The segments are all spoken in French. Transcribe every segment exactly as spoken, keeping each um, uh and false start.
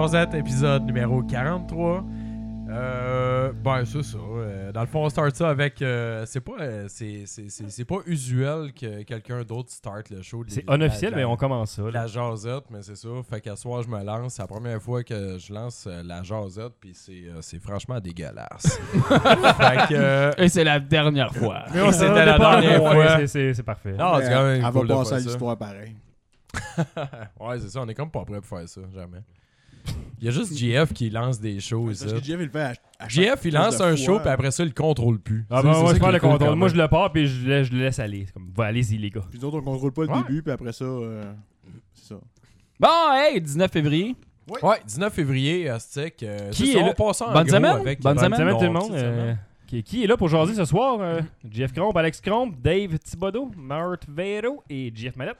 Jazette, épisode numéro quarante-trois. Euh, ben, c'est ça. Euh, dans le fond, on start ça avec... Euh, c'est pas euh, c'est, c'est, c'est, c'est pas usuel que quelqu'un d'autre start le show. De C'est la, unofficiel, la, mais on commence ça. Là. La Jazette, mais c'est ça. Fait qu'à soir, je me lance. C'est la première fois que je lance euh, la Jazette, puis c'est, euh, c'est franchement dégueulasse. Fait que... Euh, Et c'est la dernière fois. Mais on C'était s'en la pas dernière loin, fois. C'est, c'est, c'est parfait. Non, c'est quand même Elle cool de va passer faire à ça. l'histoire pareil. Ouais, c'est ça. On est comme pas prêt pour faire ça. Jamais. Il y a juste J F qui lance des shows. Parce que Jeff, il le fait à, à J F, il lance un show, puis après ça, il le contrôle plus. Ah C'est- ben, c'est moi, ça je qui prends est le cool contrôle. quand Moi, même. je le pars, puis je, je le laisse aller. C'est comme, va, allez-y, les gars. Puis nous autres, on contrôle pas le Ouais. début, puis après ça, euh, c'est ça. Bon, hey, dix-neuf février. Ouais, dix-neuf février, Aztec. Euh, Qui c'est est ça, là? on passe en Bonne gros semaine? avec... Bonne Bonne semaine. semaine, tout le Non, monde. petite Euh, semaine. qui, qui est là pour jaser ce soir? Euh, Jeff Cromp, Alex Cromp, Dave Thibodeau, Mart Vero et Jeff Mallette.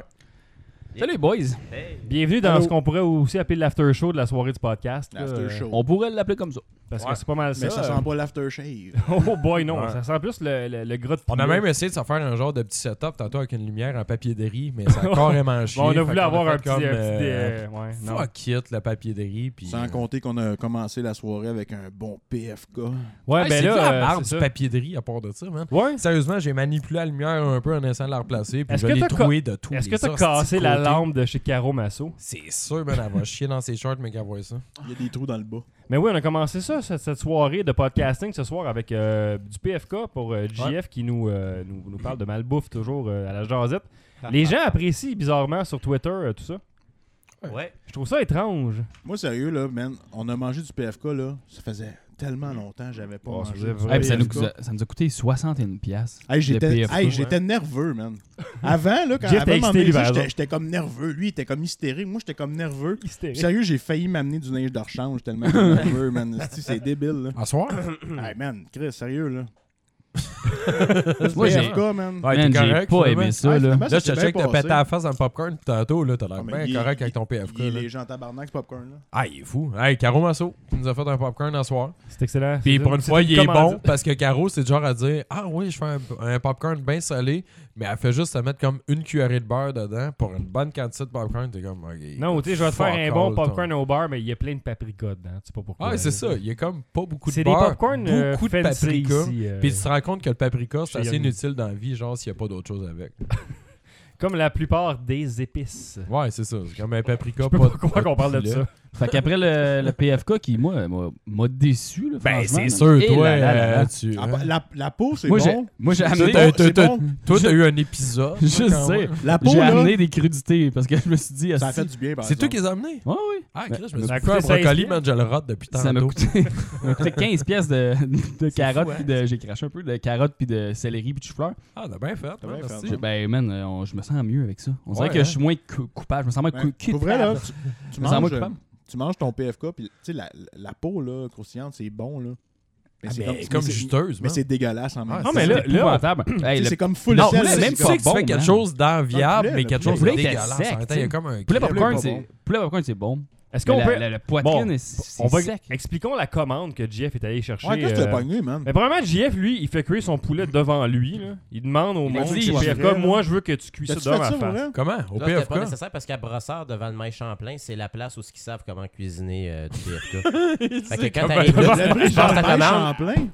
Salut, boys. Bienvenue dans Allô. ce qu'on pourrait aussi appeler l'after show de la soirée du podcast. là, L'after euh, show. On pourrait l'appeler comme ça. Parce Ouais. que c'est pas mal ça. Mais ça euh, sent pas l'aftershave. Oh boy, non. Ouais. Ça sent plus le, le, le gras de On a poulet. même essayé de se faire un genre de petit setup tantôt avec une lumière en papier de riz, mais ça a carrément chié. Bon, on a Fait voulu qu'on avoir fait un petit... comme, un petit euh, euh, ouais, non. Fuck it, le papier de riz. Puis, Sans compter qu'on a commencé la soirée avec un bon P F K. Ouais, Hey, ben c'est là, de la euh, marde c'est du ça. papier de riz à part de ça, man. Ouais. Sérieusement, j'ai manipulé la lumière un peu en essayant de la replacer, puis Est-ce je que l'ai t'as troué de tout. Est-ce que t'as cassé la lampe de chez Caro Masso? C'est sûr, man, elle va chier dans ses shorts, mais qu'elle voit ça. Il y a des trous dans le bas. Mais oui, on a commencé ça, cette, cette soirée de podcasting ce soir avec euh, du P F K pour euh, J F Ouais. qui nous, euh, nous, nous parle de malbouffe toujours euh, à la jasette. Les gens apprécient bizarrement sur Twitter euh, tout ça. Ouais. Je trouve ça étrange. Moi, sérieux, là, man, on a mangé du P F K, là. Ça faisait tellement longtemps que j'avais pas Oh, ça mangé. faisait du vraiment- Hey, puis ça, P nous, F K. ça nous a coûté soixante et une piastres. Hey, j'étais, le P F K, hey, ouais. j'étais nerveux, man. Avant, là, quand Jeff avant t'a de excité, m'emmener lui, ici, par j'étais, exemple. j'étais comme nerveux. Lui, il était comme hystérique. Moi, j'étais comme nerveux. Hystérique. Sérieux, j'ai failli m'amener du linge de rechange tellement j'étais nerveux, man. C'est, c'est débile, là. À soir? Hey, man, Chris, sérieux, là. Moi, j'ai- P F K, man. Ouais, Man, t'es j'ai correct, pas finalement. aimé ça, Ouais, là. finalement, Là, ça je te s'est check, bien t'as pété passé. la face dans le popcorn, puis tantôt, là, t'as l'air Ah, mais bien il- correct il- avec ton P F K. Il là. est gens tabarnak, ce popcorn, là. Ah, il est fou. Hey, Caro Masso, il nous a fait un popcorn à soir. C'est excellent. Puis C'est pour une c'est fois, il est bon commandite. parce que Caro, c'est du genre à dire ah oui, je fais un, un popcorn bien salé, mais elle fait juste à mettre comme une cuillerée de beurre dedans pour une bonne quantité de popcorn. T'es comme, ok. Non, tu sais, je vais te faire fuck un bon all, popcorn ton- au beurre, mais il y a plein de paprika dedans. Tu sais pas pourquoi. Ah, c'est ça. Il y a comme pas beaucoup de C'est des beurre, popcorn euh, beaucoup de fancy paprika. ici, euh, Puis tu te rends compte que le paprika, c'est chez assez Yummy. inutile dans la vie, genre s'il n'y a pas d'autre chose avec. Comme la plupart des épices. Ouais, c'est ça. C'est comme un paprika. Je peux pas pas croire qu'on parle de filet. ça. Fait qu'après le, le P F K qui, moi, m'a, m'a déçu, là, Ben, franchement, c'est là. sûr, Et toi, là, là, là, euh, là. tu. Ah, bah, la, la peau, c'est Moi, j'ai, bon. moi, j'ai C'est amené... bon, T'as- c'est t'as- bon. Toi, t'as eu un épisode. Je quand sais. même. La peau, J'ai là, amené des crudités parce que je me suis dit... ça a asti, fait du bien, par C'est toi exemple. qui les as amenés? Ouais, oui. Ah, Chris, je me Ça a suis fait un coûté seize brocoli, piastres. man, je le rate depuis Ça m'a tantôt. coûté, ça m'a coûté quinze pièces de, de carottes, fou, hein? puis de... J'ai craché un peu de carottes, puis de céleri, puis de chou-fleur. Ah, t'as bien fait. T'as man, bien merci. fait. Je- Ben, man, euh, on- je me sens mieux avec ça. On dirait Ouais, que hein? je suis moins cou- coupable. Je me sens moins Ouais. cou- Pour vrai, là, coupable. tu, tu Je me sens moins manges, euh, coupable. tu manges ton P F K, puis tu sais, la, la peau, là, croustillante, c'est bon, là. Mais Ah, c'est mais comme, comme mais c'est- juteuse, Mais man. c'est dégueulasse en même Ah, temps. Non, mais là, C'est épouvantable. Tu Hey, sais, le c'est comme full Non, sel, tu là, sais c'est que tu comme- sais que tu fais bon, quelque man. chose d'enviable, Le poulet, mais le quelque chose de poulet était dégueulasse. sec, En même temps, il y a tu sais. comme un... poulet le popcorn, pas c'est... bon. Poulet popcorn, c'est bon. Est-ce Mais qu'on la, peut... la, la poitrine, Bon, est- c'est on va sec. expliquons la commande que Jeff est allé chercher. Ouais, qu'est-ce que euh, t'as pogné, man? Mais premièrement, J F, lui, il fait cuire son poulet devant lui. Là. Il demande au Il a monde dit, chez ouais, P F K, vrai, moi, je veux que tu cuis ça T'as-tu devant fait ma ça, pour face. vrai? Comment? Au Là, c'était pas P F K? nécessaire parce qu'à Brossard, devant le maïs Champlain, c'est la place où ils savent comment cuisiner euh, du P F K. Fait que quand comment- t'arrives là, Le prix tu passes ta Champlain, commande. Champlain.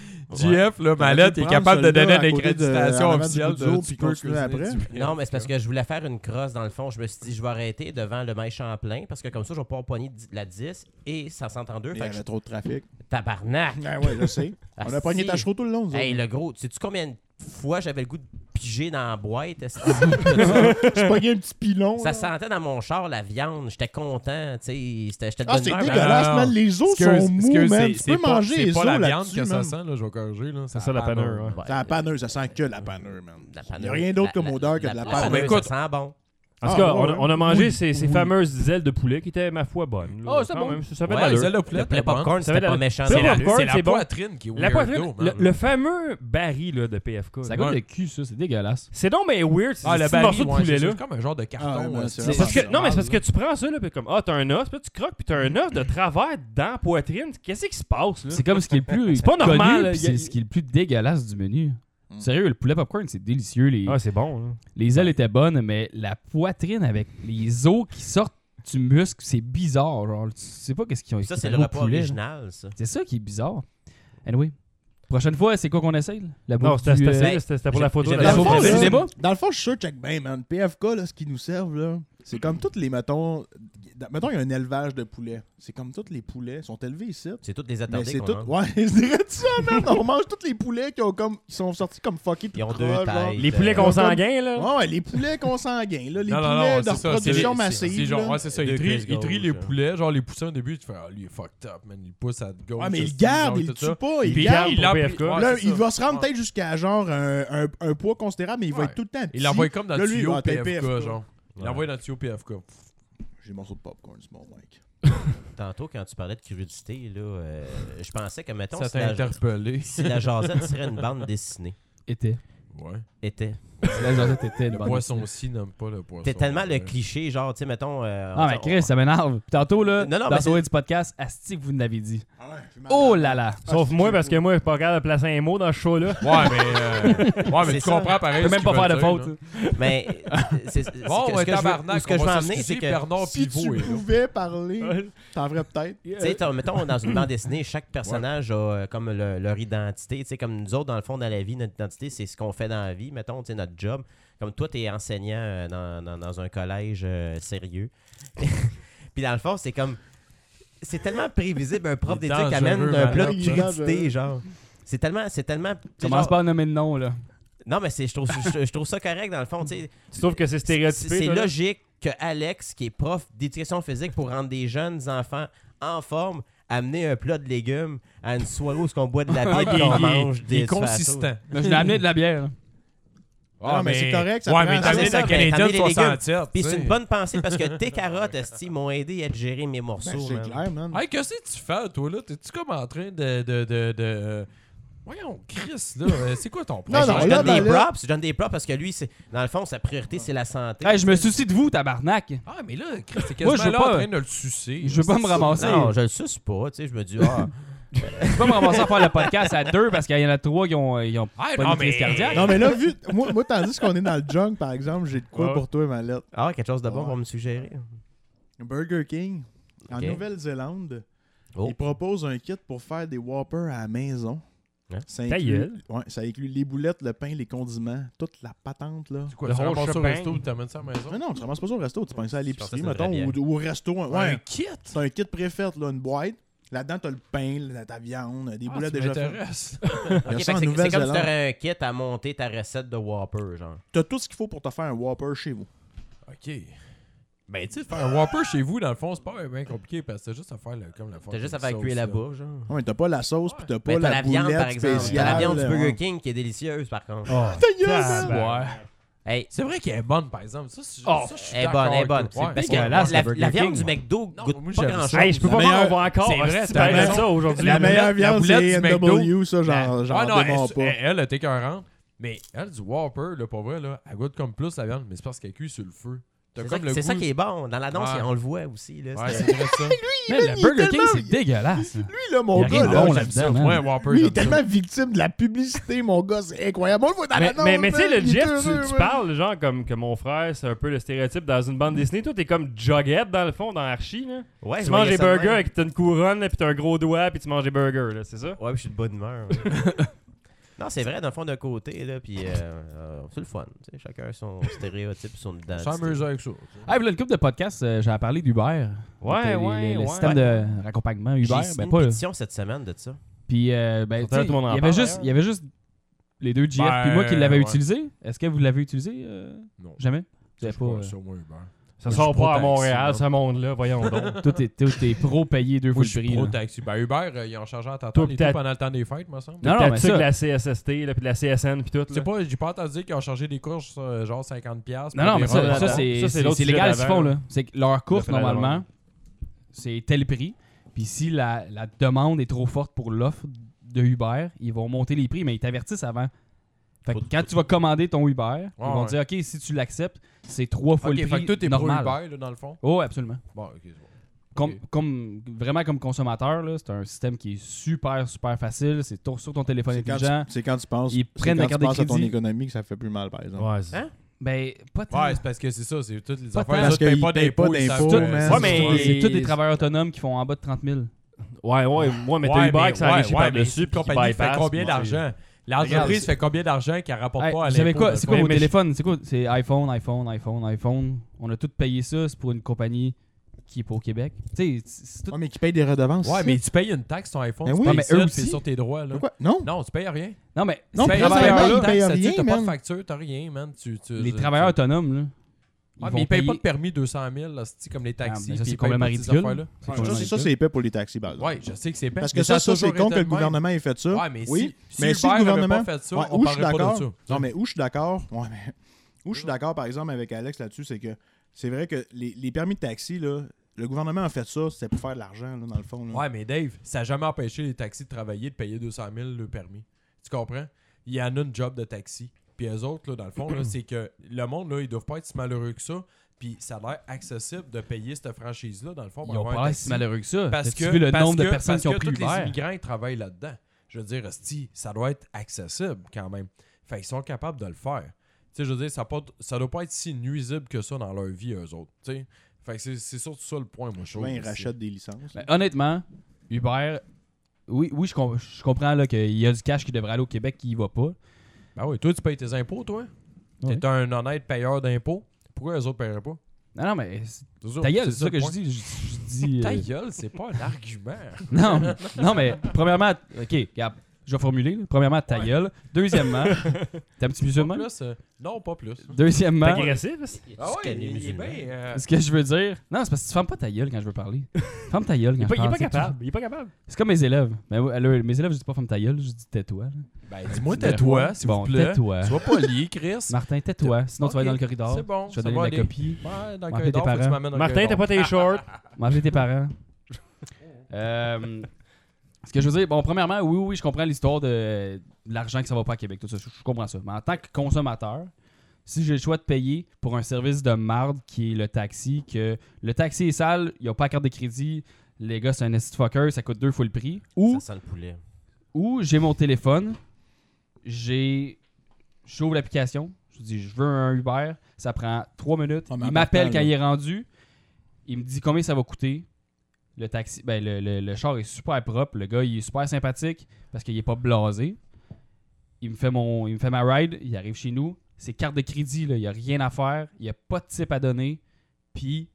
J F, là, Mallette, il est capable de donner une accréditation officielle de puis tu peux continuer cuisiner après. du P F K. Non, mais c'est parce que je voulais faire une crosse dans le fond. Je me suis dit, je vais arrêter devant le maïs Champlain parce que comme ça, je vais pouvoir pogner la dix et ça s'entend deux. Il y Fait que avait je... trop de trafic. Tabarnak! Ah ouais, je sais. On a pogné ta chevaux tout le long, nous Hey, autres. le gros, sais-tu combien de fois j'avais le goût de piger dans la boîte? esti? J'ai pogné un petit pilon. Ça là. sentait dans mon char la viande. J'étais content, tu sais. J'étais j'étais de Ah, bonne c'est humeur, dégueulasse, non, man. Les os Excuse- sont mous, excuse, man. c'est- Tu c'est peux pas- manger c'est les pas os la viande là-dessus, que ça man. sent, là, je vais corriger. Là. C'est ça, la panure, ouais. Ouais. C'est la panure, ça sent que la panure, man. La Il n'y a panure. rien d'autre La- comme la- odeur que de la la panure. panure, mais écoute- ça sent bon. En tout Ah, cas, ouais, on, ouais. on a mangé Oui, ces, ces oui. fameuses ailes de poulet qui étaient, ma foi, bonnes. là. Oh, c'est Quand bon. même, ça, ça fait de Ouais, l'allure. celle de Le poulet, poulet t'es bonne. popcorn, Ça c'était va pas de- méchant. C'est C'est la, popcorn, c'est la c'est bon. poitrine qui est La weirdo, poitrine, man. le, le fameux baril là, de P F K. Ça là. goûte Ouais. le cul, ça. C'est dégueulasse. C'est donc mais weird, c'est Ah, ce le petit baril, morceau de ouais, c'est poulet ça, là. c'est comme un genre de carton. Ah, ouais, ouais, c'est c'est- C'est parce que, c'est non, mais c'est parce que mal, tu prends ça, là, puis comme, ah, t'as un os, puis là, tu croques, puis t'as un os de travers dans la poitrine. Qu'est-ce qui se passe, là? C'est comme ce qui est le plus C'est pas connu, normal, là. puis Y a- c'est ce qui est le plus dégueulasse du menu. Mm. Sérieux, le poulet popcorn, c'est délicieux. Les, Ah, c'est bon, là. les ailes étaient bonnes, mais la poitrine avec les os qui sortent tu muscles, c'est bizarre. Genre, tu sais pas qu'est-ce qu'ils ont. Ça, qu'ils c'est font le au repas poulet, là. original, ça. C'est ça qui est bizarre. Anyway. Prochaine fois, c'est quoi qu'on essaye? là? La Non, bouffe c'était du, c'était- euh, c'était- c'était pour j'ai- la photo. j'ai- de la la Dans le photo fond, du là, débat? dans le fond, je suis sûr, check bien, man. P F K, là, ce qu'ils nous servent, là, c'est comme toutes les, mettons... Mettons, il y a un élevage de poulets. C'est comme tous les poulets sont élevés ici. C'est toutes des Mais attardés c'est qu'on tout... mange. Ouais, je dirais ça, man. On mange tous les poulets qui ont comme... qui sont sortis comme fuckés tout Ils ont deux croche, genre. têtes. Les poulets euh, consanguins, là. Ouais, ouais, les poulets consanguins, là. Les Non, non, poulets non, de c'est ça, c'est reproduction les- massive. C'est genre, là. ouais, c'est ça. Deux Il trie, Chris il trie Gauge, les hein. poulets. Genre, les poussins au début, tu fais, ah, lui, il est fucked up, man. Il pousse à gauche. Ouais, mais il esti, garde, genre, il tout le tue ça. pas, il Puis garde. il l'a pour pris- P F K. ouais, Là, c'est il ça. va se rendre Ouais. peut-être jusqu'à genre un, un, un poids considérable, mais il va Ouais. être tout le temps Il petit. l'envoie comme dans Là, le lui, tuyau ah, t'es P F K, P F K. genre. Il Ouais. l'envoie dans le tuyau P F K. J'ai un morceau de popcorn, c'est mon mec. Tantôt, quand tu parlais de curiosité, là, euh, je pensais que, mettons, Ça si t'a la, interpellé. si la jasette serait une bande dessinée. Était. Ouais. Était. La jasette était une Le bonne poisson-ci n'aime pas le poisson. T'es tellement le Ouais. cliché, genre, tu sais, mettons... euh, Ah, on- mais Chris, ça m'énerve. Puis tantôt, là, Non, non, dans mais la soirée c'est- du podcast, Asti, que vous l'avez dit. Ah ouais, j'ai mal Oh à- là là. Sauf Ah, moi, c'est parce cool. que moi, je suis pas capable de placer un mot dans ce show-là. Ouais, mais, euh, ouais, mais C'est tu ça. comprends pareil. Je peux ce même pas qu'ils faire de veulent faute. dire, là. Mais, euh, c'est, c'est- Bon, ce que- ouais, ce que je veux- tabarnak, où ce que on je veux va amener, c'est s'excuser, que... Bernard Si Pivot tu est là. pouvais parler, t'en ferais peut-être. Tu sais, t'as- mettons, dans une bande dessinée, chaque personnage a euh, comme le- leur identité. Tu sais, comme nous autres, dans le fond, dans la vie, notre identité, c'est ce qu'on fait dans la vie. Mettons, tu sais, notre job. Comme toi, t'es enseignant euh, dans, dans, dans un collège euh, sérieux. Puis dans le fond, c'est comme... C'est tellement prévisible, un prof Il est d'éthique amène dangereux, un plat malade. de Il est crudité, dangereux. genre. C'est tellement... C'est tellement... tu sais, Commence genre- pas à nommer de nom, là. Non, mais c'est, je, trouve, je, je trouve ça correct, dans le fond. Tu sais, Tu trouves que c'est c'est, stéréotypé? c'est toi, là? logique que Alex, qui est prof d'éducation physique pour rendre des jeunes enfants en forme, amener un plat de légumes à une soirée où on boit de la bière et Il qu'on est- mange il des est consistant. Mais je l'ai amené de la bière. Ah, Non, mais c'est correct, ça Ouais, prend- mais Ah, t'as c'est amené ça, la mais t'as amené Canadienne les légumes. soixante-sept. Puis tu c'est sais. une bonne pensée parce que tes carottes, esti, m'ont aidé à gérer mes Ben, morceaux. c'est man. clair, man. Hey, qu'est-ce que tu fais, toi, là? T'es-tu comme en train de... de, de, de... Voyons, Chris, là, euh, c'est quoi ton Ben, Non, je- non, je là, donne des ben, là- props, je donne des props parce que lui, c'est, dans le fond, sa priorité, c'est la santé. Hey, je me soucie de vous, tabarnak. Ah, mais là, Chris, t'es Moi, quasiment je veux là pas- en train de le sucer. Je veux pas me ramasser. Non, je le suce pas, tu sais, je me dis, ah, Je peux pas me ramasser à faire le podcast à deux parce qu'il y en a trois qui ont, ils ont Ah, pas non, de crise mais... cardiaque. Non, mais là, vu, moi, moi, tandis qu'on est dans le junk, par exemple, j'ai de quoi Ouais. pour toi, Mallette. ah, quelque chose de bon Ouais. pour me suggérer. Burger King, en Ok. Nouvelle-Zélande, Oh. il propose un kit pour faire des Whoppers à la maison. Hein? Ça Ta inclut, gueule. ouais, ça inclut les boulettes, le pain, les condiments, toute la patente, là. C'est quoi, Le tu whole ramasses ça au shebang. resto ou t'amènes ça à la maison? Mais non, tu ramasses pas ça au resto, tu penses ça à l'épicerie, Je pensais que c'était mettons, une ou, ou au resto. Un Ouais, kit? c'est un kit préfet, là, une boîte. Là-dedans, t'as le pain, la, ta viande, des Ah, boulettes tu déjà faites. m'intéresses. Il y a Ok, ça fait en que c'est, c'est comme si Nouvelle-Zélande. t'aurais un kit à monter ta recette de Whopper, genre. T'as tout ce qu'il faut pour te faire un Whopper chez vous. OK. Ben, tu sais, faire un Whopper chez vous, dans le fond, c'est pas bien compliqué parce que t'as juste à faire le, comme la T'as juste à faire cuire la bouffe, genre. Ouais, mais t'as pas la sauce, puis t'as pas Ben, t'as la, la viande, boulette par exemple. T'as spéciale. la viande du Burger ouais. King qui est délicieuse, par contre. Oh, Ta gueule, man. tabarnak. Hey, C'est vrai qu'elle est bonne, par exemple. Ça, c'est- Oh, ça, je suis elle est d'accord bonne, elle est bonne. avec toi. Ouais. Parce que dégueulasse, la, le Burger la viande King. du McDo Non, goûte moi, pas j'aime grand ça. chose. Hey, je peux pas La voir qu'on meilleure- voit encore. c'est vrai, hostie, t'as parler de raison. ça aujourd'hui. La La meilleure boulette- la viande, boulette c'est du N McDo. W, ça, genre, genre Ah non, dément elle, pas. elle, elle, elle est écœurante. Mais elle, du Whopper, là, pas vrai, là, elle goûte comme plus la viande, mais c'est parce qu'elle cuit sur le feu. T'as C'est, comme ça, le c'est goût... ça qui est bon. Dans l'annonce, Ouais. on le voit aussi. Là, Ouais, c'est- c'est vrai ça. Mais il le est Burger King, tellement- c'est dégueulasse. Lui, là, mon Y a rien gars, de là, bon j'aime là-dedans, ça. man. Ouais, Whopper, Lui, il est j'aime ça. tellement victime de la publicité, mon gars, c'est incroyable. On le voit dans Mais, l'annonce, mais, mais tu sais, man, le il est Jeff, heureux, tu, tu man. parles genre comme que mon frère, c'est un peu le stéréotype dans une bande dessinée. Toi, t'es comme Jughead dans le fond, dans Archie. Là. Ouais, Tu je manges voyais des ça de burgers même. avec t'as une couronne, là, puis t'as un gros doigt, puis tu manges des burgers, là, c'est ça? Ouais, puis je suis de bonne humeur. ouais. Non, c'est vrai, d'un fond, d'un côté, là, puis euh, euh, c'est le fun. Tu sais, chacun a son stéréotype, son On identité. s'amuse avec ça. Ah, voilà, le couple de podcast, euh, j'ai parlé d'Uber. Ouais, Donc, euh, ouais, les- le ouais. système Ouais. de raccompagnement Uber. J'ai signé Ben, une pas, pétition cette semaine de ça. Puis, euh, ben, Sur tu sais, Internet, tout le monde en il y avait parle, juste, d'ailleurs. il y avait juste les deux G F Ben, puis moi qui l'avaient ouais. utilisé. Est-ce que vous l'avez utilisé euh, Non. Jamais? Vous Je avez sais pas, pas, euh, ça, moi, Uber. Ça Moi, sort je suis pas à pro-taxi, Montréal, non. ce monde-là, voyons donc. Tout est, tout est pro payé deux Moi, fois je le suis prix. là. pro-taxi. Ben, Uber, euh, ils ont chargé en Toi, t'entendre et tout peut-être- pendant le temps des fêtes, me semble. Non, non, T'as mais ça ça- que la C S S T, là, puis la C S N, puis tout. Je sais Là. pas, j'ai pas entendu dire qu'ils ont chargé des courses euh, genre cinquante dollars. Non, non, mais ça, runs ça, là-dedans. c'est Ça, c'est c'est- l'autre c'est sujet légal ce qu'ils d'avant, font. là. là. C'est que leur course, fait la normalement, demande. c'est tel prix. Puis si la, la demande est trop forte pour l'offre de Uber, ils vont monter les prix, mais ils t'avertissent avant. Fait que Faut- quand tu vas commander ton Uber, ils vont ouais. dire, OK, si tu l'acceptes, c'est trois fois Ok, le fait prix que tout est normal. pro-Uber, là, dans le fond. Oh, absolument. Bon, ok, c'est bon. Comme, Ok. comme, vraiment comme consommateur, là, c'est un système qui est super, super facile. C'est tour- sur ton téléphone C'est quand, intelligent. tu, c'est quand tu penses, Ils c'est prennent quand la tu carte de penses à ton crédit. économie que ça fait plus mal, par exemple. Ouais, c'est- Hein? Ben, pas tant. Ouais, c'est parce que c'est ça, c'est toutes les Pas affaires. tant. Les autres Parce payent qu'ils pas payent pas d'impôts. ils d'impôts, savent, euh, man. c'est Ouais, mais- ça. C'est tous des travailleurs autonomes qui font en bas de trente mille. Ouais, ouais, moi, mais t'as Ouais, Uber mais- qui s'enrichit ouais, ouais, mais par-dessus. cette puis qui compagnie fait bypass, combien moi, d'argent? Regarde, L'entreprise fait combien d'argent qu'elle rapporte Hey, pas à vous savez l'impôt? quoi? de C'est quoi ça? vos mais je- téléphones? C'est quoi? C'est iPhone, iPhone, iPhone, iPhone. On a tout payé ça, c'est pour une compagnie qui est pas au Québec. Tu sais, c'est tout. Ouais, mais qui paye des redevances. Ouais, mais tu payes une taxe sur ton iPhone. Ben tu oui. payes mais ça, eux puis aussi. c'est sur tes droits. Là. Pourquoi? Non. Non, tu payes rien. Non, mais Non, tu payes présentement, rien, ils là, payent taxe, rien, t'as pas de man. facture, t'as rien, man. Tu, tu, les tu- travailleurs tu- autonomes, là. Ah, vont mais ils payent pas payer- de permis deux cent mille, là, c'est comme les taxis. mais ça, puis c'est ils payent complètement pas ces ridicule. affaires-là. C'est Ça, complètement c'est- ça, ridicule. c'est épais pour les taxis, par exemple. Ouais, je sais que c'est Parce mais que ça, ça a ça c'est toujours con été que le de même. gouvernement ait fait ça. Ouais, mais oui, si, mais si si le Uber avait gouvernement pas fait ça, Ouais, on où je suis parlerait pas de d'accord. ça. Non, mais où je suis d'accord. Ouais, mais où je suis d'accord, par exemple, avec Alex là-dessus, c'est que c'est vrai que les, les permis de taxi, là, le gouvernement a fait ça, c'était pour faire de l'argent, là, dans le fond. Là. Ouais, mais Dave, ça n'a jamais empêché les taxis de travailler, de payer deux cent mille le permis. Tu comprends? Il y en a une job de taxi. Puis eux autres, là, dans le fond, là, c'est que le monde, là, ils doivent pas être si malheureux que ça. Puis ça a l'air accessible de payer cette franchise-là, dans le fond. pour Ils ont avoir un pas l'air taxi. si malheureux que ça. Parce T'as-tu que, vu le parce nombre de que- personnes parce qui ont que pris tous les Uber? immigrants, ils travaillent là-dedans. Je veux dire, esti, ça doit être accessible quand même. Fait qu'ils sont capables de le faire. Tu sais, je veux dire, ça, pas, ça doit pas être si nuisible que ça dans leur vie, eux autres. Tu sais. Fait que c'est, c'est surtout ça le point, moi, je trouve. Souvent, ils aussi. rachètent des licences. Ben, honnêtement, Uber, oui, oui je, com- je comprends là, qu'il y a du cash qui devrait aller au Québec qui y va pas. Ben oui, toi, tu payes tes impôts, toi. Ouais. T'es un honnête payeur d'impôts. Pourquoi les autres paieraient pas? Non, non, mais c'est- C'est ça, ta gueule, c'est ça ça le que je point. dis. Je, je dis Ta euh, gueule, c'est pas un argument. non, non, mais premièrement, ok, regarde, je vais formuler. là. Premièrement, ta Ouais. gueule. Deuxièmement, t'es un petit peu Pas même? plus, euh, non, pas plus. T'es Deuxièmement, agressif? Ah ouais, il, il est bien. euh, ce que je veux dire, non, c'est parce que tu fermes pas ta gueule quand je veux parler. Ferme ta gueule quand Il est je pas, il est parle. pas c'est capable. Il est pas capable. tout. C'est comme mes élèves. Mais ouais, alors, mes élèves, je dis pas ferme ta gueule, je dis tais-toi. là. Ben, dis-moi, tais-toi, s'il Bon, vous plaît. tais-toi. Sois poli, Chris. Martin, tais-toi. Sinon, tu vas Ok, aller dans le corridor. C'est bon, Je vais ça donner va la aller. copie. Ouais, dans le M'appeler corridor, tes faut que tu parents. m'amènes dans le Martin, corridor. t'as pas tes shorts. M'appeler tes parents. Euh, ce que je veux dire, bon, premièrement, oui, oui, je comprends l'histoire de, de l'argent que ça va pas à Québec, tout ça, je, je comprends ça. Mais en tant que consommateur, si j'ai le choix de payer pour un service de marde qui est le taxi, que le taxi est sale, il n'y a pas de carte de crédit, les gars, c'est un esti de fucker, ça coûte deux fois le prix, ou, Ça sent le poulet. ou j'ai mon téléphone, j'ai j'ouvre l'application, je dis je veux un Uber, ça prend trois minutes, Ah, mais il en m'appelle partant, quand là. il est rendu, il me dit combien ça va coûter. Le taxi, ben le, le, le char est super propre, le gars il est super sympathique parce qu'il est pas blasé. Il me fait mon il me fait ma ride, il arrive chez nous, c'est carte de crédit là, il y a rien à faire, il y a pas de type à donner, puis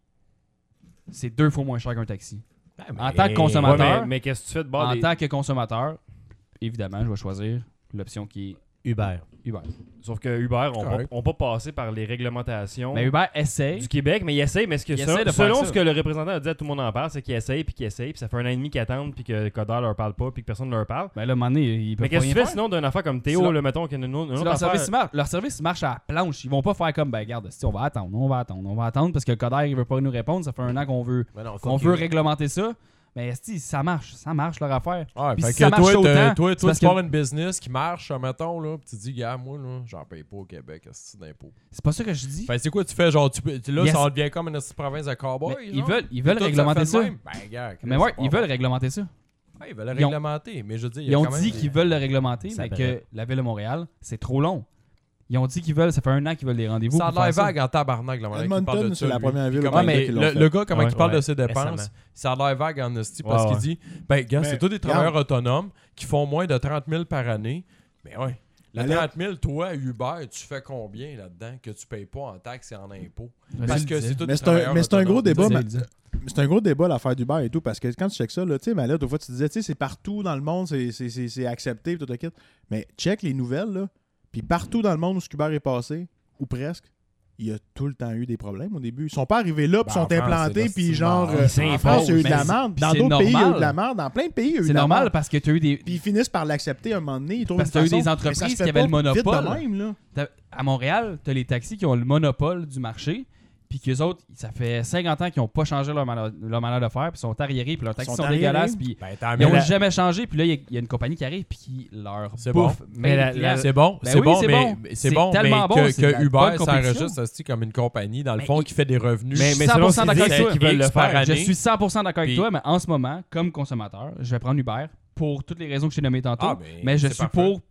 c'est deux fois moins cher qu'un taxi. En tant que Ouais, consommateur, mais, mais qu'est-ce que tu fais de bord en des... tant que consommateur, évidemment, je vais choisir l'option qui est Uber. Uber. Sauf que Uber ont pas, Correct. ont pas passé par les réglementations Mais Uber essaye. du Québec, mais ils essayent. Mais ce que Ils ça- essayent de faire selon ça. ce que le représentant a dit, à tout le monde en parle, c'est qu'ils essayent, puis qu'ils essayent, puis ça fait un an et demi qu'ils attendent, puis que Coder leur parle pas, puis que personne ne leur parle. Ben là, à un moment donné, ils peuvent Mais pas qu'est-ce que rien tu fais faire. sinon d'une affaire comme C'est Théo, leur- le mettons, qu'il y a une autre, une Si autre leur, affaire. service, marche, leur service marche à la planche. Ils vont pas faire comme, ben regarde, si on va attendre, on va attendre, on va attendre parce que le Coder il veut pas nous répondre. Ça fait un an qu'on veut, Mais non, qu'on fuck veut you. réglementer ça. Mais si ça marche, ça marche leur affaire. Ouais, Puis fait si que ça marche toi, autant, t'as- toi, c'est toi, parce tu que- pars une business qui marche, mettons, là, pis tu dis, gars, moi, là, j'en paye pas au Québec, c'est d'impôt. C'est pas ça que je dis. Fait que c'est quoi, tu fais, genre, tu peux, tu- là, Yes. ça devient comme une petite province de cowboy. Mais ils veulent, ils veulent Tout réglementer fait ça. de même. Ben, gars, Mais ouais, c'est pas ils bon. veulent réglementer ça. Ouais, ils veulent le Ils ont- réglementer, mais je veux dire, il y a Ils ont quand même dit des- qu'ils veulent le réglementer, Ça mais paraît. que la ville de Montréal, c'est trop long. Ils ont dit qu'ils veulent, ça fait un an qu'ils veulent des rendez-vous. Ça a pour l'air faire vague en tabarnak, la manière qu'il Edmonton, parle de c'est ça, la lui. première ville Puis au comment Québec il- qui le, l'ont fait. le gars, comment Ouais, il parle ouais, de ses récemment. dépenses, ça a l'air vague en esti Ouais, parce ouais. qu'il dit, ben, gars, Mais, c'est tous des regarde. travailleurs autonomes qui font moins de trente mille par année. Mais ouais. Le Mais là- trente mille, toi, Uber, tu fais combien là-dedans que tu payes pas en taxes et en impôts? Mais Parce c'est que le c'est dire. tout Mais des c'est un, travailleurs mais c'est un gros autonomes. débat. C'est mais- le dire. C'est un gros débat l'affaire d'Uber et tout parce que quand tu checkes ça, là, tu sais, mais là, fois tu disais, tu sais, c'est partout dans le monde, c'est, c'est, c'est, c'est accepté, tout le kit. Mais check les nouvelles, là, puis partout dans le monde où Uber est passé, ou presque, il y a tout le temps eu des problèmes au début. Ils sont pas arrivés là, puis Ben, en sont France, implantés, c'est puis de genre, l'hostie de euh, merde. en Ils France, il y a eu de Mais la c'est- merde. puis Dans c'est d'autres pays, il y a eu normal. de la merde. Dans plein de pays, il y a eu C'est de la normal merde. parce que tu as eu des. Puis ils finissent par l'accepter à un moment donné. Ils trouvent Parce une que t'as eu façon, des mais entreprises ça se qui fait avaient pas le monopole. vite de même, là. T'as- À Montréal, tu as les taxis qui ont le monopole du marché, puis qu'eux autres, ça fait cinquante ans qu'ils n'ont pas changé leur manière, leur manière de faire, puis ils sont arriérés, puis leurs taxis Ils sont, sont dégueulasses, arriérés. puis Ben, tant ils mieux. n'ont la- jamais changé, puis là, il y a- il y, a une compagnie qui arrive, puis qui leur C'est bouffe. Mais la- la- C'est bon, Ben c'est oui, bon, c'est mais bon. mais c'est C'est bon, mais tellement bon, que, c'est de la que bonne Uber compétition. s'enregistre aussi comme une compagnie, dans le Mais fond, il- qui fait des revenus. Mais- Je suis mais selon cent pour cent ce d'accord qu'ils avec toi. disent qu'ils veulent le X par faire. année. Je suis cent pour cent d'accord avec Puis- toi, mais en ce moment, comme consommateur, je vais prendre Uber pour toutes les raisons que je t'ai nommées tantôt, Ah, ben, mais je c'est suis parfait. pour, pour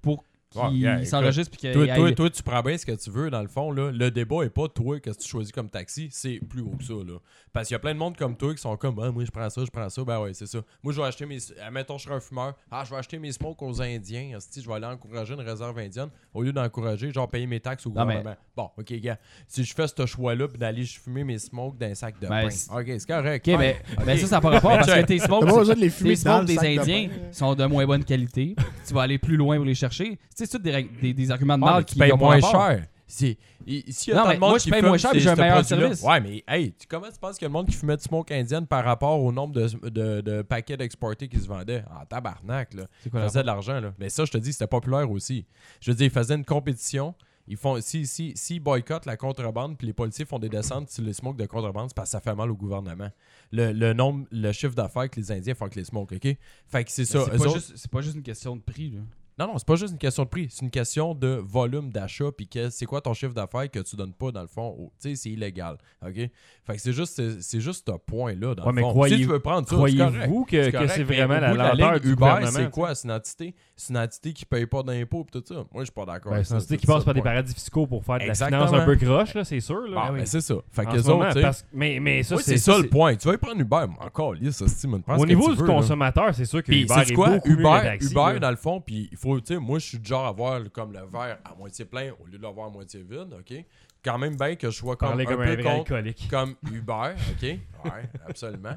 qui Ouais, yeah, s'enregistre puis que Toi, il toi, aille- toi, tu prends bien ce que tu veux, dans le fond. Là. Le débat est pas toi, qu'est-ce que tu choisis comme taxi, c'est plus haut que ça. Là. Parce qu'il y a plein de monde comme toi qui sont comme ah, moi, je prends ça, je prends ça. Ben ouais, c'est ça. Moi, je vais acheter mes. Admettons, je serais un fumeur. Ah, je vais acheter mes smokes aux Indiens. Asti, je vais aller encourager une réserve indienne. Au lieu d'encourager, genre payer mes taxes au Non, mais- gouvernement. Bon, ok, gars. Si je fais ce choix-là, puis d'aller fumer mes smokes dans un sac de Ben, pain. c'est- Ok, c'est correct. Ok, fine. mais, Ok. mais ça, ça n'a pas rapport Mais parce que check. tes smokes, T'as pas besoin de les tes fumer dans smokes le des sac de Indiens pain. sont de moins bonne qualité. Tu vas aller plus loin pour les chercher. Tu sais, c'est tous des, règles- des, des arguments de Ah, mais mal tu qui payes ont pas moins rapport. cher. C'est, i- S'il y a Non, tant mais de monde moi, qui je paye fume moins cher, puis ces- j'ai un ce meilleur produit-là- service. Ouais, mais hey, tu- comment tu penses qu'il y a le monde qui fumait du smoke indienne par rapport au nombre de, de, de paquets d'exportés qui se vendaient? En tabarnak, là. C'est quoi Ils la faisaient de l'argent, là. Mais ça, je te dis, c'était populaire aussi. Je veux dire, ils faisaient une compétition. Ils font, si, si, si boycottent la contrebande, puis les policiers font des descentes sur les smokes de contrebande, c'est parce que ça fait mal au gouvernement. Le, le nombre, le chiffre d'affaires que les Indiens font avec les smokes, OK? Fait que c'est ça. C'est Eux pas, autres- juste- c'est pas juste une question de prix. Là. Non, non, c'est pas juste une question de prix. C'est une question de volume d'achat. Puis que c'est quoi ton chiffre d'affaires que tu donnes pas, dans le fond. au- Tu sais, c'est illégal. OK? Fait que c'est juste, c'est, c'est juste ce point-là, dans Ouais, le mais fond. croyez- si tu veux prendre ça, c'est correct. Croyez-vous que, C'est que correct, c'est mais vraiment au la bout de la lenteur ligne, du Uber, gouvernement? c'est quoi? C'est une entité, c'est une entité qui paye pas d'impôts et tout ça. Moi, je suis pas d'accord Ben, avec c'est ça. une entité qui ça, passe par des le point. paradis fiscaux pour faire de la Exactement. finance un peu croche, là, c'est sûr. Là. Bon, Ah oui. ben, c'est ça. Fait En que ce les moment, autres, tu sais. parce- mais, mais ça, Oui, c'est c'est ça le point. Tu vas y prendre Uber. Encore, là, ça, c'est une Au niveau du consommateur, c'est sûr que Puis, Uber c'est est quoi? beaucoup mieux que le Uber, taxi. Uber là. dans le fond, puis il faut, tu sais, moi, je suis du genre à avoir comme le verre à moitié plein au lieu de l'avoir à moitié vide, OK? Quand même bien que je sois comme Parler un comme un peu vrai contre, alcoolique. comme Uber, OK? Ouais, absolument.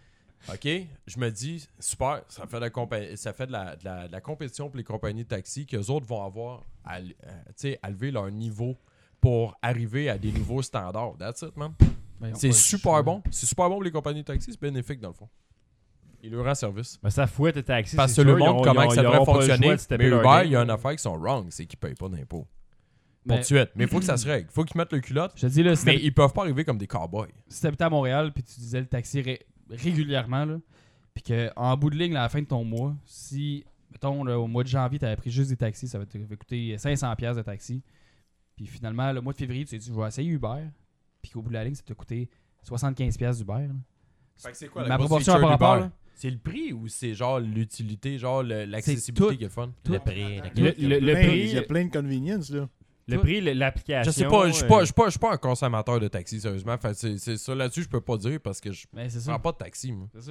OK? Je me dis, super, ça fait de la, compa- ça fait de la, de la, de la compétition pour les compagnies de taxi qu'eux autres vont avoir à, euh, tu sais, à lever leur niveau pour arriver à des nouveaux standards. That's it, man. Ben, C'est ouais, super je- bon. C'est super bon pour les compagnies de taxi. C'est bénéfique, dans le fond. Il leur rend service. Ben, ça fouette le taxi. Parce c'est que le sûr, ils monde, ont- comment ils que ont- ça ils devrait auront pas le choix fonctionner. de se taper Mais leur Uber, game. il y a une affaire qui sont wrong, c'est qu'ils payent pas d'impôts. Pour Mais- de suite. Mais il faut que ça se règle. Il faut qu'ils mettent le culotte. Je te dis, là, si Mais t'hab- ils peuvent pas arriver comme des cowboys. si t'habitais à Montréal puis tu disais le taxi ré- régulièrement, là, puis qu'en bout de ligne, à la fin de ton mois, si, mettons, là, au mois de janvier, t'avais pris juste des taxis, ça va te va coûter cinq cents dollars de taxi. Puis finalement, le mois de février, tu t'es dit, je vais essayer Uber. Puis qu'au bout de la ligne, ça t'a coûté soixante-quinze dollars d'Uber. là. Fait que c'est quoi Ma proportion par rapport, là? C'est le prix ou c'est genre l'utilité, genre le- l'accessibilité tout. qui est fun? Le prix. la Le, qualité. le- le Plein- prix, Il y a plein de convenience, là. le prix, le- l'application. Je sais pas, je suis pas, euh, je suis pas, je suis pas un consommateur de taxi, sérieusement. Fait que c'est c'est ça là-dessus, je peux pas dire parce que je Mais c'est prends ça. pas de taxi, moi. C'est ça.